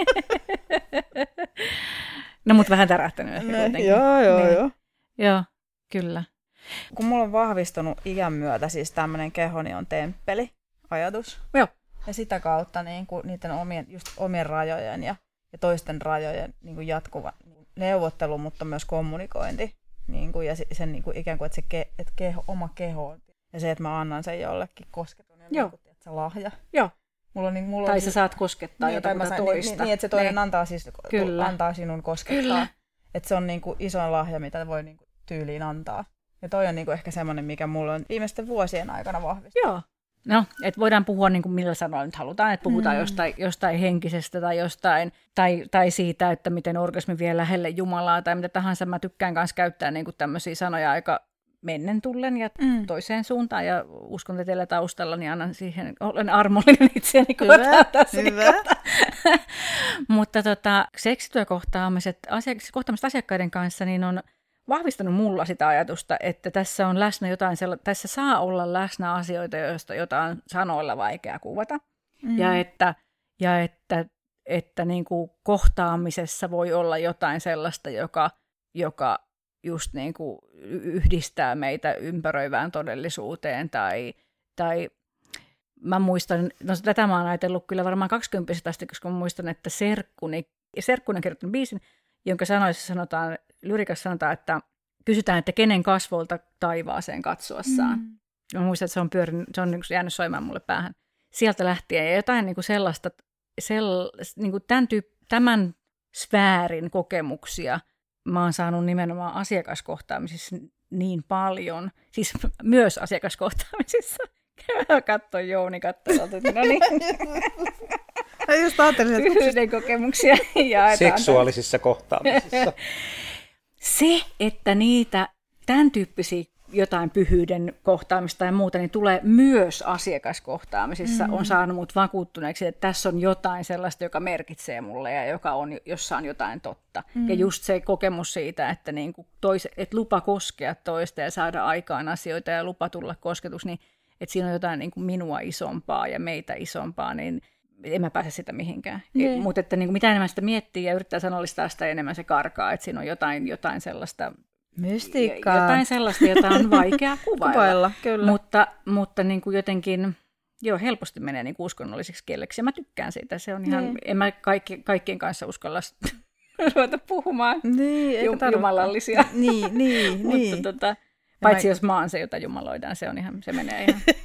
No mutta vähän tärähtänyt ehkä no, kuitenkin. Joo, joo, niin. joo. Joo, kyllä. Kun mulla on vahvistunut iän myötä siis tämmöinen kehoni on temppeli, ajatus. Joo. Ja sitä kautta niin kuin niiden omien, just omien rajojen ja, ja toisten rajojen niin kuin jatkuva neuvottelu, mutta myös kommunikointi. Niin kuin, ja sen niin kuin, ikään kuin, että se ke, että keho, oma keho ja se, että mä annan sen jollekin kosketon, ja niin kuin, että se lahja. Joo. Mulla on, niin, mulla tai on, sä saat koskettaa niin, jotain toista. Niin, niin, että se toinen niin. antaa, siis, antaa sinun koskettaa. Kyllä. Että se on niin kuin, isoin lahja, mitä voi niin kuin, tyyliin antaa. Ja toi on niin kuin, ehkä semmoinen, mikä mulla on viimeisten vuosien aikana vahvistunut. Joo. No, että voidaan puhua niin kuin millä sanoilla nyt halutaan, että puhutaan mm. jostain, jostain henkisestä tai jostain, tai, tai siitä, että miten orgasmi vie lähelle Jumalaa tai mitä tahansa. Mä tykkään myös käyttää niin kuin tämmöisiä sanoja aika mennen tullen ja mm. toiseen suuntaan ja uskontotieteellä taustalla, niin annan siihen, olen armollinen itseäni kohtaan tässäkin kohtaan. Mutta tota, seksityökohtaamiset asiak- kohtaamiset asiakkaiden kanssa niin on vahvistanut mulla sitä ajatusta, että tässä on läsnä jotain, tässä saa olla läsnä asioita, joista jotain sanoilla vaikea kuvata. Mm. Ja että, ja että, että niin kuin kohtaamisessa voi olla jotain sellaista, joka, joka just niin kuin yhdistää meitä ympäröivään todellisuuteen. Tai, tai mä muistan, no tätä mä oon ajatellut kyllä varmaan kaksikymppisestä asti, koska mä muistan, että Serkkuni, Serkkunen kirjoittanut biisin, jonka sanoissa sanotaan, lyrikassa sanotaan, että kysytään, että kenen kasvolta taivaaseen katsoessaan. Mm. Mä muistan, että se on, pyörin, se on niin kuin jäänyt soimaan mulle päähän sieltä lähtien. Ja jotain niin kuin sellaista, sell, niin kuin tämän, tyyp, tämän sfäärin kokemuksia mä oon saanut nimenomaan asiakaskohtaamisissa niin paljon. Siis myös asiakaskohtaamisissa. Katsoin Jouni katsoin, että no niin. Just ajattelin, että pyhyyden kokemuksia jaetaan. Seksuaalisissa kohtaamisissa. Se, että niitä tämän tyyppisiä jotain pyhyyden kohtaamista ja muuta, niin tulee myös asiakaskohtaamisissa, mm. on saanut mut vakuuttuneeksi, että tässä on jotain sellaista, joka merkitsee mulle ja joka on, jossa on jotain totta. Mm. Ja just se kokemus siitä, että, niinku tois, että lupa koskea toista ja saada aikaan asioita ja lupa tulla kosketus, niin että siinä on jotain niinku minua isompaa ja meitä isompaa, niin en mä pääse sitä mihinkään. Mm. Mutta että niin mitä enemmän sitä miettii ja yrittää sanallistaa sitä, enemmän se karkaa. Että siinä on jotain, jotain sellaista mystiikkaa. Jotain sellaista, jota on vaikea kuvailla. kuvailla kyllä. Mutta, mutta niin kuin jotenkin, joo, helposti menee niin kuin uskonnolliseksi kieleksi. Ja mä tykkään siitä. Se on ihan, mm. en mä kaikki, kaikkien kanssa uskalla ruveta puhumaan niin, jumalallisia. Niin, niin, mutta niin. Tota, paitsi mä... jos mä oon se, jota jumaloidaan, se, on ihan, se menee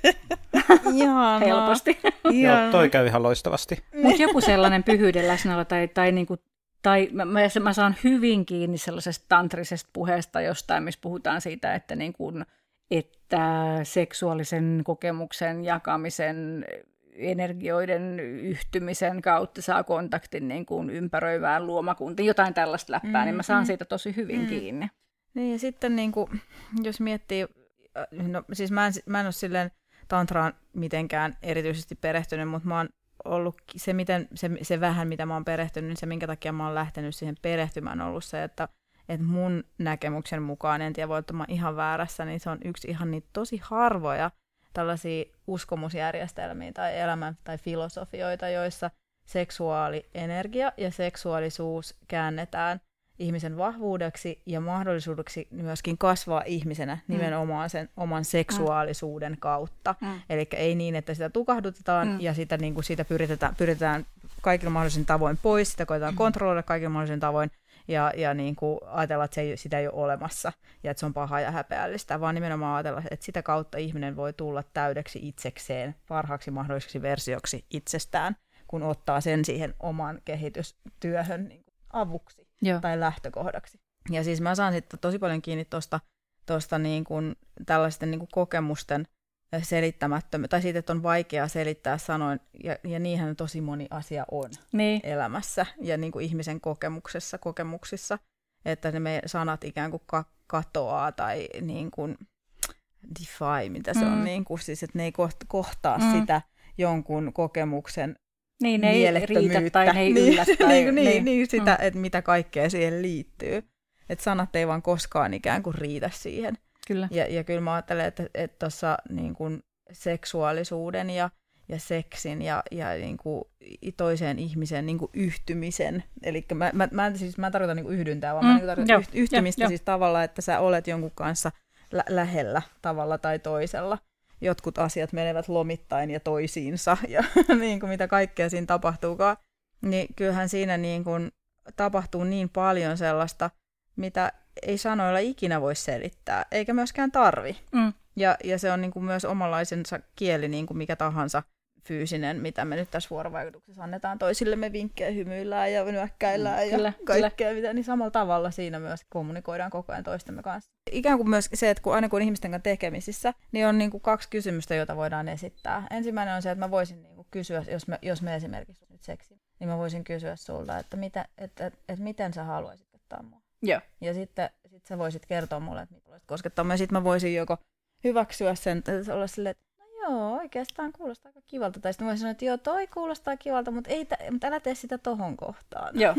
ihan helposti. Joo, toi käy ihan loistavasti. Mutta joku sellainen pyhyyden läsnäolo tai, tai, niinku, tai mä, mä saan hyvin kiinni sellaisesta tantrisesta puheesta jostain, missä puhutaan siitä, että, niinku, että seksuaalisen kokemuksen jakamisen, energioiden yhtymisen kautta saa kontaktin niin kuin ympäröivään luomakuntiin, jotain tällaista läppää, mm, niin mä saan mm, siitä tosi hyvin mm. kiinni. Niin ja sitten niin kuin, jos miettii, no siis mä en, mä en ole silleen tantraan mitenkään erityisesti perehtynyt, mutta mä oon ollut se, miten, se, se vähän, mitä mä oon perehtynyt, niin se, minkä takia mä oon lähtenyt siihen perehtymään, on ollut se, että, että mun näkemyksen mukaan, en tiedä, voi olla, mä ihan väärässä, niin se on yksi ihan niitä tosi harvoja tällaisia uskomusjärjestelmiä tai elämän tai filosofioita, joissa seksuaalienergia ja seksuaalisuus käännetään ihmisen vahvuudeksi ja mahdollisuudeksi myöskin kasvaa ihmisenä nimenomaan sen oman seksuaalisuuden kautta. Mm. Eli ei niin, että sitä tukahdutetaan mm. ja sitä, niin kuin, sitä pyritetään, pyritetään kaikilla mahdollisin tavoin pois, sitä koetaan mm. kontrolloida kaikilla mahdollisin tavoin ja, ja niin kuin ajatella, että se ei, sitä ei ole olemassa ja että se on pahaa ja häpeällistä, vaan nimenomaan ajatella, että sitä kautta ihminen voi tulla täydeksi itsekseen, parhaaksi mahdolliseksi versioksi itsestään, kun ottaa sen siihen oman kehitystyöhön niin kuin avuksi. Joo. Tai lähtökohdaksi. Ja siis mä saan sitten tosi paljon kiinni tuosta tosta niin kuin tällaisten niin kuin kokemusten selittämättömyyttä, tai siitä, että on vaikea selittää sanoin, ja, ja niinhän tosi moni asia on niin. elämässä ja niin kuin ihmisen kokemuksessa, kokemuksissa, että ne me sanat ikään kuin ka- katoaa tai niin kuin defy, mitä se mm. on, niin kuin, siis, että ne ei kohtaa mm. sitä jonkun kokemuksen niin, ne ei riitä tai ne ei yllä. niin, niin, niin, niin sitä, mm. että mitä kaikkea siihen liittyy. Että sanat ei vaan koskaan ikään kuin riitä siihen. Kyllä. Ja, ja kyllä mä ajattelen, että tuossa niin kuin seksuaalisuuden ja, ja seksin ja, ja niin kuin toiseen ihmiseen niin kuin yhtymisen, eli mä, mä, mä, siis, mä tarkoitan niin kuin yhdyntää, vaan mm. mä niin tarkoitan yht, yhtymistä jo, siis jo. tavalla, että sä olet jonkun kanssa lä- lähellä tavalla tai toisella. Jotkut asiat menevät lomittain ja toisiinsa ja niin kuin mitä kaikkea siinä tapahtuukaan. niin kyllähän siinä niin kun tapahtuu niin paljon sellaista, mitä ei sanoilla ikinä voi selittää, eikä myöskään tarvi. Mm. Ja, ja se on niin kuin myös omanlaisensa kieli, niin kuin mikä tahansa fyysinen, mitä me nyt tässä vuorovaikutuksessa annetaan toisillemme vinkkejä, hymyillään ja nyökkäillään ja kyllä, kaikkea, kyllä. Mitä, niin samalla tavalla siinä myös kommunikoidaan koko ajan toistemme kanssa. Ikään kuin myös se, että kun aina kun on ihmisten kanssa tekemisissä, niin on niin kuin kaksi kysymystä, joita voidaan esittää. Ensimmäinen on se, että mä voisin niin kuin kysyä, jos me, jos me esimerkiksi nyt seksi, niin mä voisin kysyä sulta, että, mitä, että, että, että miten sä haluaisit ottaa mua. Joo. Ja sitten sit sä voisit kertoa mulle, että mitä voisit koskettaa. Ja sitten mä voisin joko hyväksyä sen, että olla silleen, että no joo, oikeastaan kuulostaa aika kivalta. Tai sitten voisin sanoa, että joo, toi kuulostaa kivalta, mutta, ei t- mutta älä tee sitä tohon kohtaan. Joo.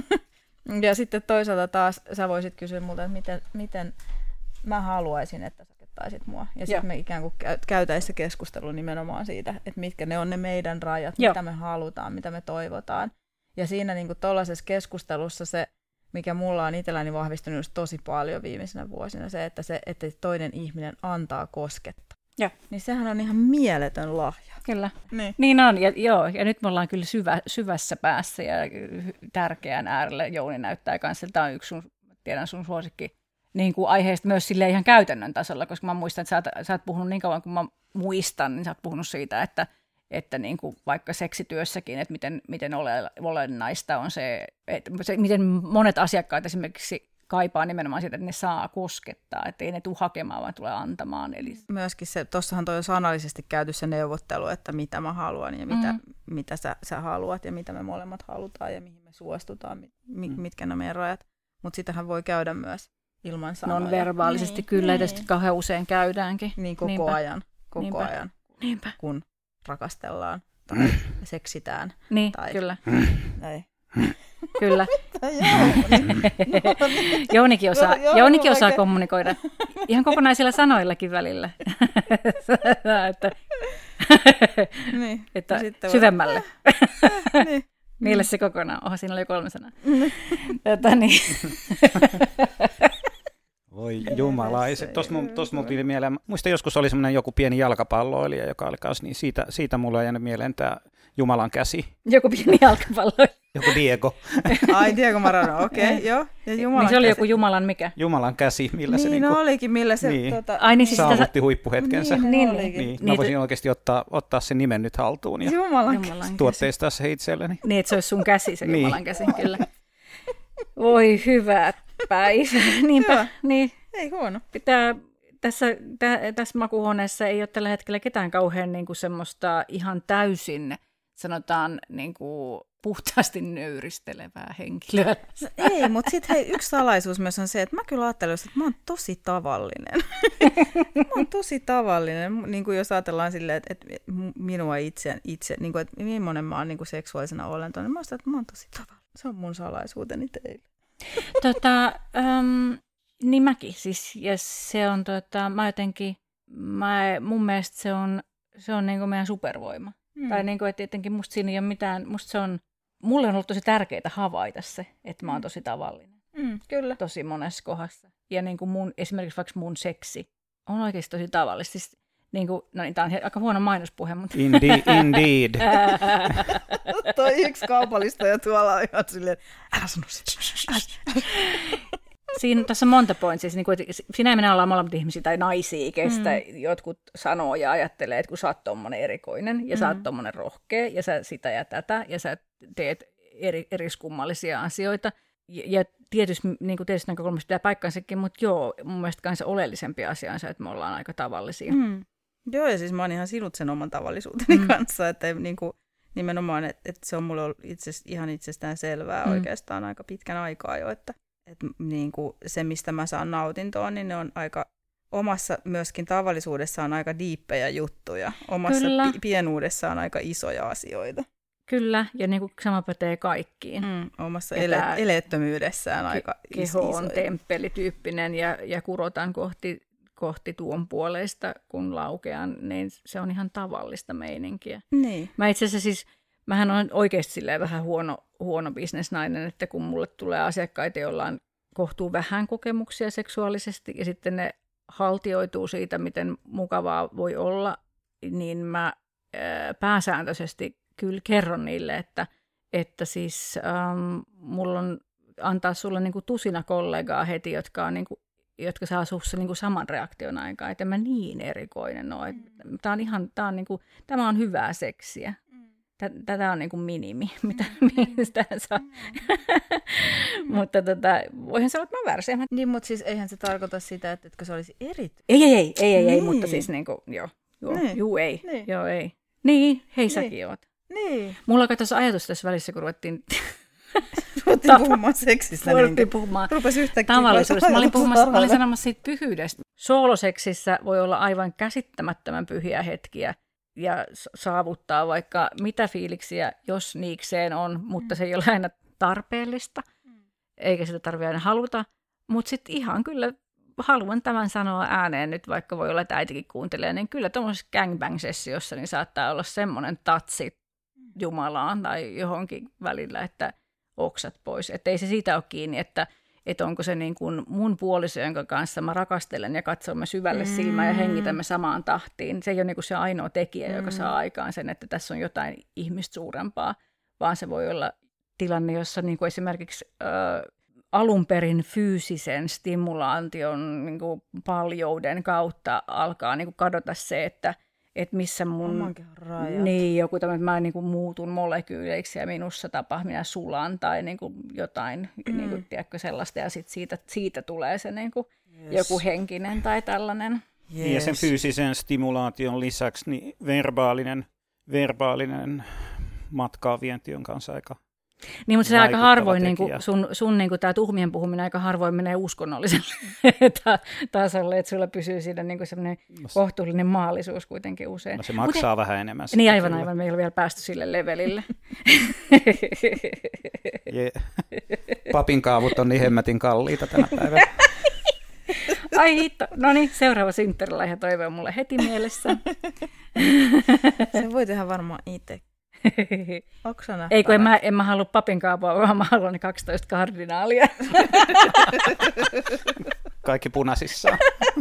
Ja sitten toisaalta taas sä voisit kysyä multa, että miten, miten mä haluaisin, että sä kettaisit mua. Ja sitten me ikään kuin käytäisiin se keskustelu nimenomaan siitä, että mitkä ne on ne meidän rajat, joo. Mitä me halutaan, mitä me toivotaan. Ja siinä niin kuin tuollaisessa keskustelussa se, mikä mulla on itselläni vahvistunut just tosi paljon viimeisenä vuosina, se, että, se, että toinen ihminen antaa kosketta. Ja. Niin sehän on ihan mieletön lahja. Kyllä. Niin, niin on. Ja, joo, ja nyt me ollaan kyllä syvä, syvässä päässä ja tärkeän äärellä. Jouni näyttää kanssa, että tämä on yksi sun, tiedän sun suosikki niin kuin aiheesta myös silleen ihan käytännön tasolla, koska mä muistan, että sä oot, sä oot puhunut niin kauan kuin mä muistan, niin sä oot puhunut siitä, että että niin kuin vaikka seksityössäkin, että miten, miten ole, olennaista on se, että se, miten monet asiakkaat esimerkiksi kaipaa nimenomaan siitä, että ne saa koskettaa, että ei ne tule hakemaan, vaan tulee antamaan. Eli... Myöskin se, tuossahan toi on sanallisesti käyty se neuvottelu, että mitä mä haluan ja mitä, mm. mitä sä, sä haluat ja mitä me molemmat halutaan ja mihin me suostutaan, mi, mm. mitkä ne meidän rajat. Mutta sitähän voi käydä myös ilman sanoja. Non verbaalisesti niin, kyllä, niin. Ja tietysti kauhean usein käydään,kin. Niin koko Niinpä. ajan, koko Niinpä. ajan, Niinpä. kun rakastellaan tai seksitään. Niin, tai... kyllä. Ei. Kyllä. Jounikin osaa, Jounikin osaa kommunikoida ihan kokonaisilla sanoillakin välillä. että niin. että syvemmälle. niin. Mielessä kokonaan. Oho, siinä oli kolme sanaa. Tätä, niin. Voi jumalaiset. Tuossa mun, mun tuli mieleen, muista joskus oli semmoinen joku pieni jalkapalloilija, joka oli kanssa, niin siitä, siitä mulla on jäänyt mieleen tämä Jumalan käsi. Joku pieni jalkapalloilija. Joku Diego. Ai Diego Maradona, okei, okay, joo. Ja Jumalan niin se oli käsi. Joku Jumalan mikä? Jumalan käsi, millä niin, se niin niinku, no olikin, millä se niin, tota, Ai, niin, siis saavutti sitä... huippuhetkensä. Niin, niin, niin, niin. niin. Mä voisin oikeasti ottaa, ottaa sen nimen nyt haltuun ja Jumalan tuotteistaa se itselleni. Niin, että se olisi sun käsi, se niin. Jumalan käsi, kyllä. Voi hyvä päivä. Niinpä, hyvä. Niin. Ei huono. Pitää, tässä, tä, tässä makuuhuoneessa ei ole tällä hetkellä ketään kauhean niin kuin semmoista ihan täysin, sanotaan niin kuin puhtaasti nöyristelevää henkilöä. No ei, mutta sitten hei, yksi salaisuus myös on se, että mä kyllä ajattelen, että mä oon tosi tavallinen. mä oon tosi tavallinen, niin kuin jos ajatellaan silleen, että, että minua itse, itse niin kuin, että millainen mä oon niin kuin seksuaalisena olentona, niin mä oon, että mä oon tosi tavallinen. Se on mun salaisuuteni teille. tota, um, niin mäkin siis, ja se on tota, mä jotenkin, mä, mun mielestä se on, se on niin kuin meidän supervoima. Hmm. Tai niin kuin, että tietenkin musta siinä ei ole mitään, musta se on, mulle on ollut tosi tärkeää havaita se, että mä oon tosi tavallinen. Hmm, kyllä. Tosi monessa kohdassa. Ja niin kuin mun, esimerkiksi vaikka mun seksi on oikeasti tosi tavallista. Siis, niin kuin, no niin, tää on aika huono mainospuhe, mutta... Indeed. indeed. Toi yksi kaupallista ja tuolla on ihan silleen, älä sano sitä. Siinä tässä on monta pointtia. Siis, niin kuin, että sinä ja minä ollaan molemmat ihmisiä tai naisia, kestä mm. jotkut sanoo ja ajattelee, että kun sä oot tommonen erikoinen ja mm. sä oot tommonen rohkea ja sä sitä ja tätä ja sä teet eri, eriskummallisia asioita. Ja, ja tietysti, niin kuin tietysti näkökulmasta pitää paikkansakin, mutta joo, mun mielestä kanssa oleellisempi asia on se, että me ollaan aika tavallisia. Mm. Joo, ja siis mä oon ihan sinut sen oman tavallisuuteni mm. kanssa, että niin kuin, nimenomaan, että, että se on mulle ollut itse, ihan itsestään selvää mm. oikeastaan aika pitkän aikaa jo, että Että niin kuin se, mistä mä saan nautintoa, niin ne on aika omassa myöskin tavallisuudessaan aika diippejä juttuja. Omassa pi- pienuudessaan aika isoja asioita. Kyllä, ja niin kuin sama pätee kaikkiin. Mm, omassa ele- eleettömyydessään aika ke- keho isoja. on temppelityyppinen ja, ja kurotan kohti, kohti tuon puoleista, kun laukean, niin se on ihan tavallista meininkiä. Niin. Mä itse asiassa siis... Mähän olen oikeasti silleen vähän huono, huono bisnesnainen, että kun mulle tulee asiakkaita, joilla on kohtuu vähän kokemuksia seksuaalisesti ja sitten ne haltioituu siitä, miten mukavaa voi olla, niin mä ää, pääsääntöisesti kyllä kerron niille, että, että siis ähm, mulla on antaa sulle niinku tusina kollegaa heti, jotka, on niinku, jotka saa sussa niinku saman reaktion aikaan, että mä niin erikoinen ole. Mm. Tämä on, ihan, tää on, niinku, tämä on hyvää seksiä. Tätä on niinku minimi, mitä mistä saa. Mm. Mutta tota, voihan se olla, että mä väärässä. Niin, mutta siis eihän se tarkoita sitä, että etkö se olisi erityinen. Ei, ei, ei, ei, ei, niin. Mutta siis niinku, joo, joo, niin. Juu, ei, niin. Joo, ei. Niin, hei, niin. Säkin oot. Niin. Mulla oli tuossa ajatus tässä välissä, kun ruvettiin... Ruvettiin puhumaan seksistä. Ruvettiin puhumaan tavallisuudesta. Mä olin, puhumassa, mä olin sanomassa siitä pyhyydestä. Sooloseksissä voi olla aivan käsittämättömän pyhiä hetkiä ja saavuttaa vaikka mitä fiiliksiä, jos niikseen on, mutta se ei ole aina tarpeellista, eikä sitä tarvitse aina haluta. Mutta sitten ihan kyllä haluan tämän sanoa ääneen nyt, vaikka voi olla, että äitikin kuuntelee, niin kyllä tuollaisessa gangbang-sessiossa niin saattaa olla semmoinen tatsi Jumalaan tai johonkin välillä, että oksat pois. Että ei se siitä ole kiinni, että, että onko se niin kuin mun puoliso, jonka kanssa mä rakastelen ja katsomme syvälle mm. silmään ja hengitämme samaan tahtiin. Se ei ole niin kuin se ainoa tekijä, mm. joka saa aikaan sen, että tässä on jotain ihmistä suurempaa, vaan se voi olla tilanne, jossa niin kuin esimerkiksi äh, alun perin fyysisen stimulaation niin kuin paljouden kautta alkaa niin kuin kadota se, että että missä mun niin, joku tämmöinen, että mä niin kuin muutun molekyyleiksi ja minussa tapahtuu, minä sulan tai niin kuin jotain, mm. niin kuin, tiedätkö, sellaista, ja sitten siitä, siitä tulee se niin kuin yes. joku henkinen tai tällainen. Yes. Ja sen fyysisen stimulaation lisäksi niin verbaalinen, verbaalinen matkaa-vienti on kanssa aika niin, mutta se aika harvoin, niin kuin sun, sun niin kuin tämä tuhmien puhuminen aika harvoin menee uskonnolliselle tasolle, että sulla pysyy siinä niin kuin semmoinen kohtuullinen maallisuus kuitenkin usein. No se maksaa Mut, vähän enemmän. Niin aivan, kyllä. aivan. Me ei ole vielä päästy sille levelille. yeah. Papin kaavut on niin hemmätin kalliita tänä päivänä. Ai hitto. No niin, seuraava synttärilaihe toive on mulle heti mielessä. Se voi tehdä varmaan itse. Oksana. Ei, kun en mä, en mä halua papin kaapua, vaan mä haluan ne kaksitoista kardinaalia. Kaikki punaisissa.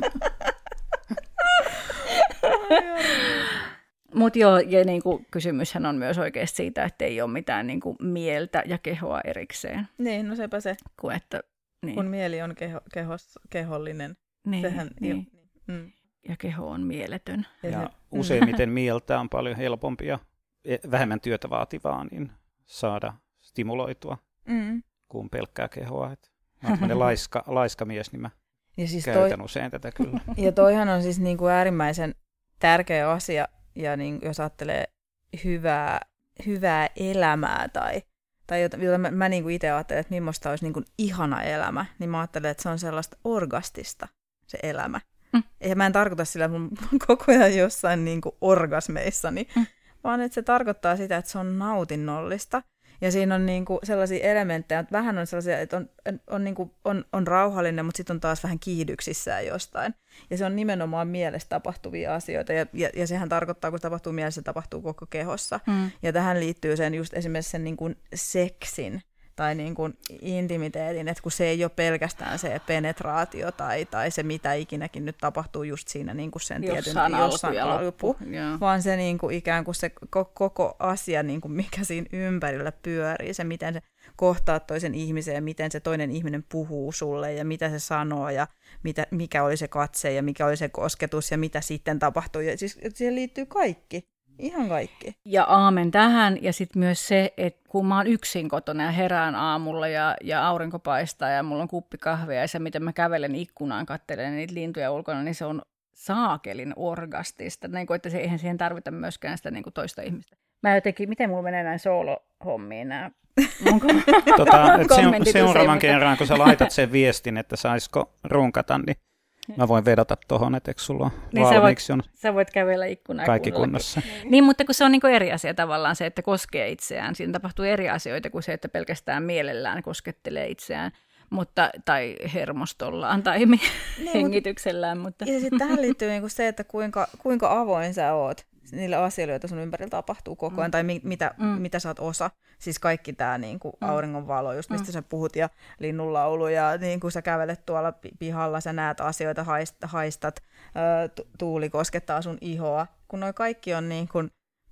Mutta joo, ja niinku, kysymyshän on myös oikeasti siitä, että ei ole mitään niinku, mieltä ja kehoa erikseen. Niin, no sepä se. Kun, että, niin. Kun mieli on keho, kehos, kehollinen. Niin, Sehän, niin. Jo, mm. Ja keho on mieletön. Ja, ja useimmiten mieltä on paljon helpompia. Vähemmän työtä vaativaa, niin saada stimuloitua mm. kuin pelkkää kehoa. Et mä oon tämmöinen laiska, laiska mies, niin mä ja siis käytän toi, usein tätä kyllä. Ja toihan on siis niin kuin äärimmäisen tärkeä asia, ja niin, jos ajattelee hyvää, hyvää elämää, tai, tai jota, jota mä, mä niin kuin itse ajattelen, että millaista olisi niin kuin ihana elämä, niin mä ajattelen, että se on sellaista orgastista se elämä. Mm. Ja mä en tarkoita sillä, että mä koko ajan jossain niin kuin orgasmeissani, mm. vaan että se tarkoittaa sitä, että se on nautinnollista. Ja siinä on niinku sellaisia elementtejä, että vähän on sellaisia, että on, on, niinku, on, on rauhallinen, mutta sitten on taas vähän kiihdyksissään jostain. Ja se on nimenomaan mielessä tapahtuvia asioita. Ja, ja, ja sehän tarkoittaa, kun se tapahtuu mielessä, se tapahtuu koko kehossa. Mm. Ja tähän liittyy sen just esimerkiksi sen niinku seksin tai niin kuin intimiteetin, että kun se ei ole pelkästään se penetraatio tai, tai se mitä ikinäkin nyt tapahtuu just siinä niin kuin sen jossain tietyn jossain alku, alku, vaan se niin kuin ikään kuin se koko asia, niin kuin mikä siinä ympärillä pyörii, se miten se kohtaa toisen ihmisen ja miten se toinen ihminen puhuu sulle ja mitä se sanoo ja mitä, mikä oli se katse ja mikä oli se kosketus ja mitä sitten tapahtuu. Ja siis siihen liittyy kaikki. Ihan kaikki. Ja aamen tähän. Ja sitten myös se, että kun mä oon yksin kotona ja herään aamulla ja, ja aurinko paistaa ja mulla on kuppi kahvia ja se, miten mä kävelen ikkunaan, katselen niitä lintuja ulkona, niin se on saakelin orgastista. Niin kuin, että se, eihän siihen tarvita myöskään sitä niin kuin toista ihmistä. Mä jotenkin, miten mulla menee näin soolo-hommiin nämä mun tota, se, seuraavan kerran, kun sä laitat sen viestin, että saisiko runkata, niin mä voin vedota tuohon, että eikö sulla niin valmiiksi sä voit, on sä voit kävellä ikkunaan kaikki kunnossa. Niin. niin, mutta kun se on niin kuin eri asia tavallaan se, että koskee itseään. Siinä tapahtuu eri asioita kuin se, että pelkästään mielellään koskettelee itseään mutta, tai hermostollaan tai niin, hengityksellään. Mutta. Ja sitten tähän liittyy niinku se, että kuinka, kuinka avoin sä oot niille asioille, joita sun ympärillä tapahtuu koko ajan, mm. tai mi- mitä, mm. mitä sä oot osa. Siis kaikki tämä niinku mm. auringonvalo, just mistä mm. sä puhut, ja linnunlaulu, ja niin kun sä kävelet tuolla pihalla, sä näet asioita, haist, haistat, ää, tuuli koskettaa sun ihoa. Kun noi kaikki on niin kun,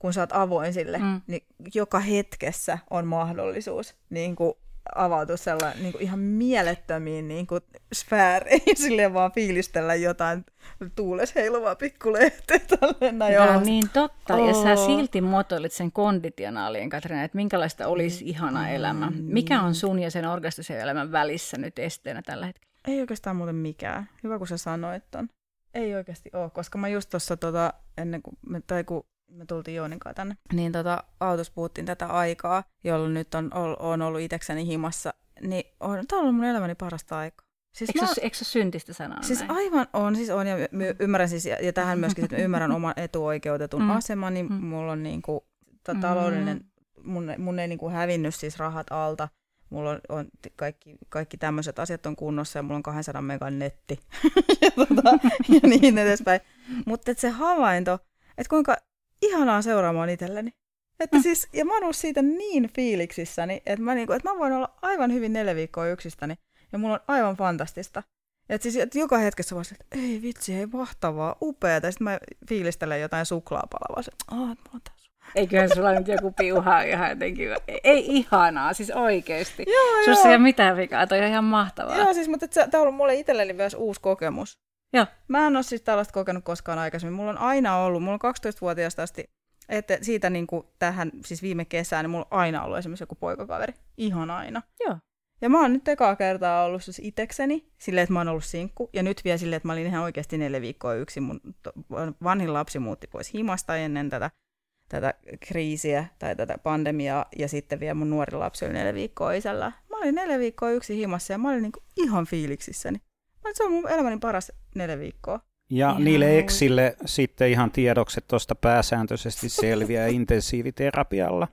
kun sä oot avoin sille, mm. niin joka hetkessä on mahdollisuus niin kuin avautua sellainen niin kuin ihan mielettömiin niin kuin sfääreihin, silleen vaan fiilistellä jotain tuules heiluvaa pikkulehteä tälleen näin Tämä on niin totta, oh. ja sä silti muotoilit sen konditionaalien, Katriina, että minkälaista olisi ihana elämä. Mm. Mikä on sun ja sen orgastisen elämän välissä nyt esteenä tällä hetkellä? Ei oikeastaan muuten mikään. Hyvä, kun sä sanoit ton. Ei oikeasti ole, koska mä just tuossa tota, ennen kuin me, tai kun me tultiin Jooninkaan tänne, niin tota, autossa puhuttiin tätä aikaa, jolloin nyt on, on ollut itsekseni himassa, niin on, tää on ollut mun elämäni parasta aikaa. Siis eikö, mä, se, eikö se syntistä sanoa siis näin? Aivan on, siis on, ja my, ymmärrän siis, ja, ja tähän myöskin, että ymmärrän oman etuoikeutetun mm. aseman, niin mm. mulla on niinku, ta, taloudellinen, mun, mun ei niinku hävinnyt siis rahat alta. Mulla on, on kaikki, kaikki tämmöiset asiat on kunnossa ja mulla on kaksisataa megan netti ja, tota, ja niin edespäin. Mutta se havainto, että kuinka ihanaa seuraamaan itselleni. Että mm. siis, ja mä oon ollut siitä niin fiiliksissäni, että mä, niinku, että mä voin olla aivan hyvin neljä viikkoa yksistäni ja mulla on aivan fantastista. Että siis että joka hetkessä vaan että ei vitsi, hei mahtavaa, upeata. Ja sitten mä fiilistelen jotain suklaapalvaa. Se, aah, mulla on tässä. Eiköhän sulla nyt joku piuha ihan jotenkin, ei ihanaa, siis oikeesti. Joo, Sussa ei ole mitään vikaa, toi on ihan mahtavaa. Joo, siis, mutta tämä on ollut mulle itselleni myös uusi kokemus. Joo. Mä en ole siis tällaista kokenut koskaan aikaisemmin. Mulla on aina ollut, mulla on kaksitoistavuotiaasta asti, että siitä niin kuin tähän, siis viime kesään, niin mulla on aina ollut esimerkiksi joku poikakaveri. Ihan aina. Joo. Ja mä oon nyt ekaa kertaa ollut siis itekseni, silleen, että mä oon ollut sinkku. Ja nyt vielä silleen, että mä olin ihan oikeasti neljä viikkoa yksin. Mun vanhin lapsi muutti pois himasta ennen tätä. tätä kriisiä tai tätä pandemiaa, ja sitten vielä mun nuori lapsi oli neljä viikkoa isällä. Mä olin neljä viikkoa yksin himassa, ja mä olin niinku ihan fiiliksissäni. Mä olin, se on mun elämäni paras neljä viikkoa. Ja ihan niille eksille sitten ihan tiedokset tuosta pääsääntöisesti selviää intensiiviterapialla.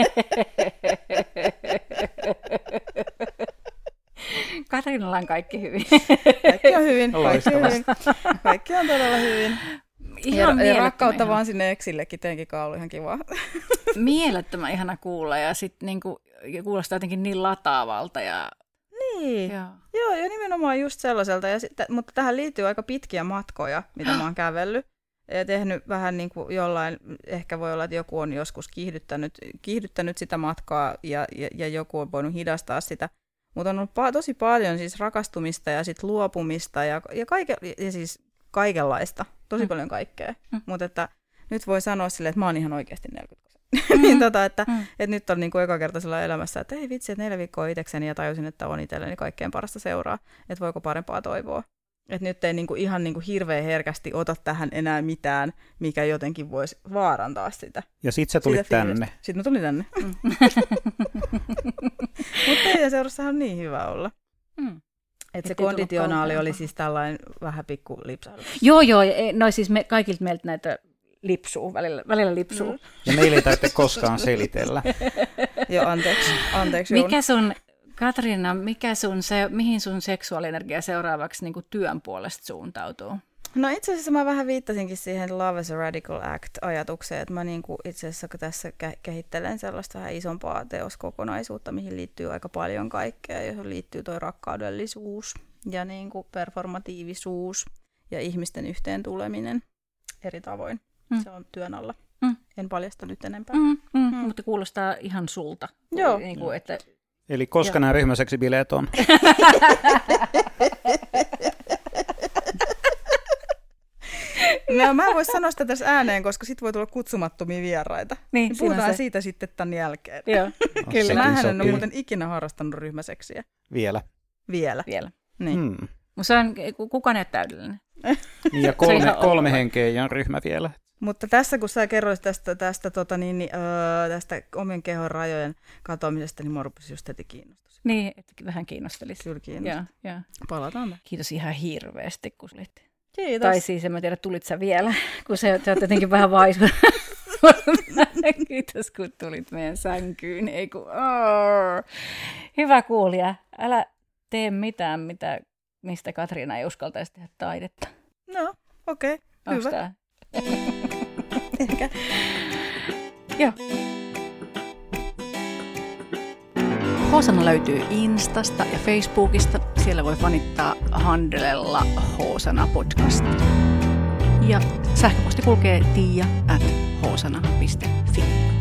Katriinalla on kaikki hyvin. Kaikki on hyvin. Kaikki on, hyvin. Kaikki on todella hyvin. Ihan ja, ja rakkautta ihan. Vaan sinne eksillekin tietenkin on ollut ihan kivaa. Mielettömän ihana kuulla ja sitten niinku, kuulostaa jotenkin niin lataavalta. Ja... Niin, joo. Joo, ja nimenomaan just sellaiselta. Ja sitten, mutta tähän liittyy aika pitkiä matkoja, mitä mä oon kävellyt. Ja tehnyt vähän niin kuin jollain, ehkä voi olla, että joku on joskus kiihdyttänyt, kiihdyttänyt sitä matkaa ja, ja, ja joku on voinut hidastaa sitä. Mutta on ollut pa- tosi paljon siis rakastumista ja sit luopumista ja, ja, kaike- ja siis kaikenlaista. Tosi mm. paljon kaikkea. Mm. Mutta että nyt voi sanoa silleen, että mä oon ihan oikeasti neljäkymmentä. Mm. niin tota, että, mm. että nyt on niin kuin ekakertaisella elämässä, että ei vitsi, että neljä viikkoa itsekseni ja tajusin, että on itselleni kaikkein parasta seuraa. Että voiko parempaa toivoa. Että nyt ei niin kuin ihan niin kuin hirveän herkästi ota tähän enää mitään, mikä jotenkin voisi vaarantaa sitä. Ja sit sä tulit tänne. Sitten mä tulin tänne. Mm. Mutta teidän seurassahan on niin hyvä olla. Mm. Että se konditionaali oli siis tällainen vähän pikku lipsahdus. Joo, joo. No siis me, kaikilta meiltä näitä lipsuu, välillä, välillä lipsuu. Mm. Ja meillä ei tarvitse koskaan selitellä. Joo, anteeksi. anteeksi Mikä sun, Katriina, mikä sun se, mihin sun seksuaalienergia seuraavaksi niin kuin työn puolesta suuntautuu? No itse asiassa mä vähän viittasinkin siihen Love as a Radical Act-ajatukseen, että mä niin kuin itse asiassa tässä kehittelen sellaista vähän isompaa teoskokonaisuutta, mihin liittyy aika paljon kaikkea, johon liittyy toi rakkaudellisuus ja niin kuin performatiivisuus ja ihmisten yhteen tuleminen eri tavoin. Mm. Se on työn alla. Mm. En paljasta nyt enempää. Mm, mm, mm. Mutta kuulostaa ihan sulta. Joo. Niin kuin, että... Eli koska ja. nämä ryhmäseksibileet on? No, mä en voi sanoa sitä tässä ääneen, koska sit voi tulla kutsumattomia vieraita. Niin, puhutaan siitä sitten tämän jälkeen. Joo. No, kyllä. Mähän en ole muuten ikinä harrastanut ryhmäseksiä. Vielä. Vielä. Vielä. Niin. Hmm. Mutta kukaan ei ole täydellinen. Niin ja kolme, kolme henkeä ja ryhmä vielä. Mutta tässä kun sä kerroit tästä, tästä, tota, niin, niin, öö, tästä omien kehon rajojen katoamisesta, niin mua rupesi just heti kiinnostus. Niin, että vähän kiinnostelisi. Kyllä kiinnostus. Ja, ja. Palataan me. Kiitos ihan hirveästi, kun tulit. Kiitos. Tai siis, en mä tiedä, tulit sä vielä, kun sä, sä oot jotenkin vähän vaisu. Kiitos, kun tulit meidän sänkyyn. Ei kun... oh. Hyvä kuulija, älä tee mitään, mitä, mistä Katriina ei uskaltaisi tehdä taidetta. No, okei. Okay. Hyvä. Tää? Ehkä. Joo. Hoosana löytyy Instasta ja Facebookista. Siellä voi fanittaa handlella Hoosana podcastia. Ja sähköposti kulkee tiia at hosana piste fi.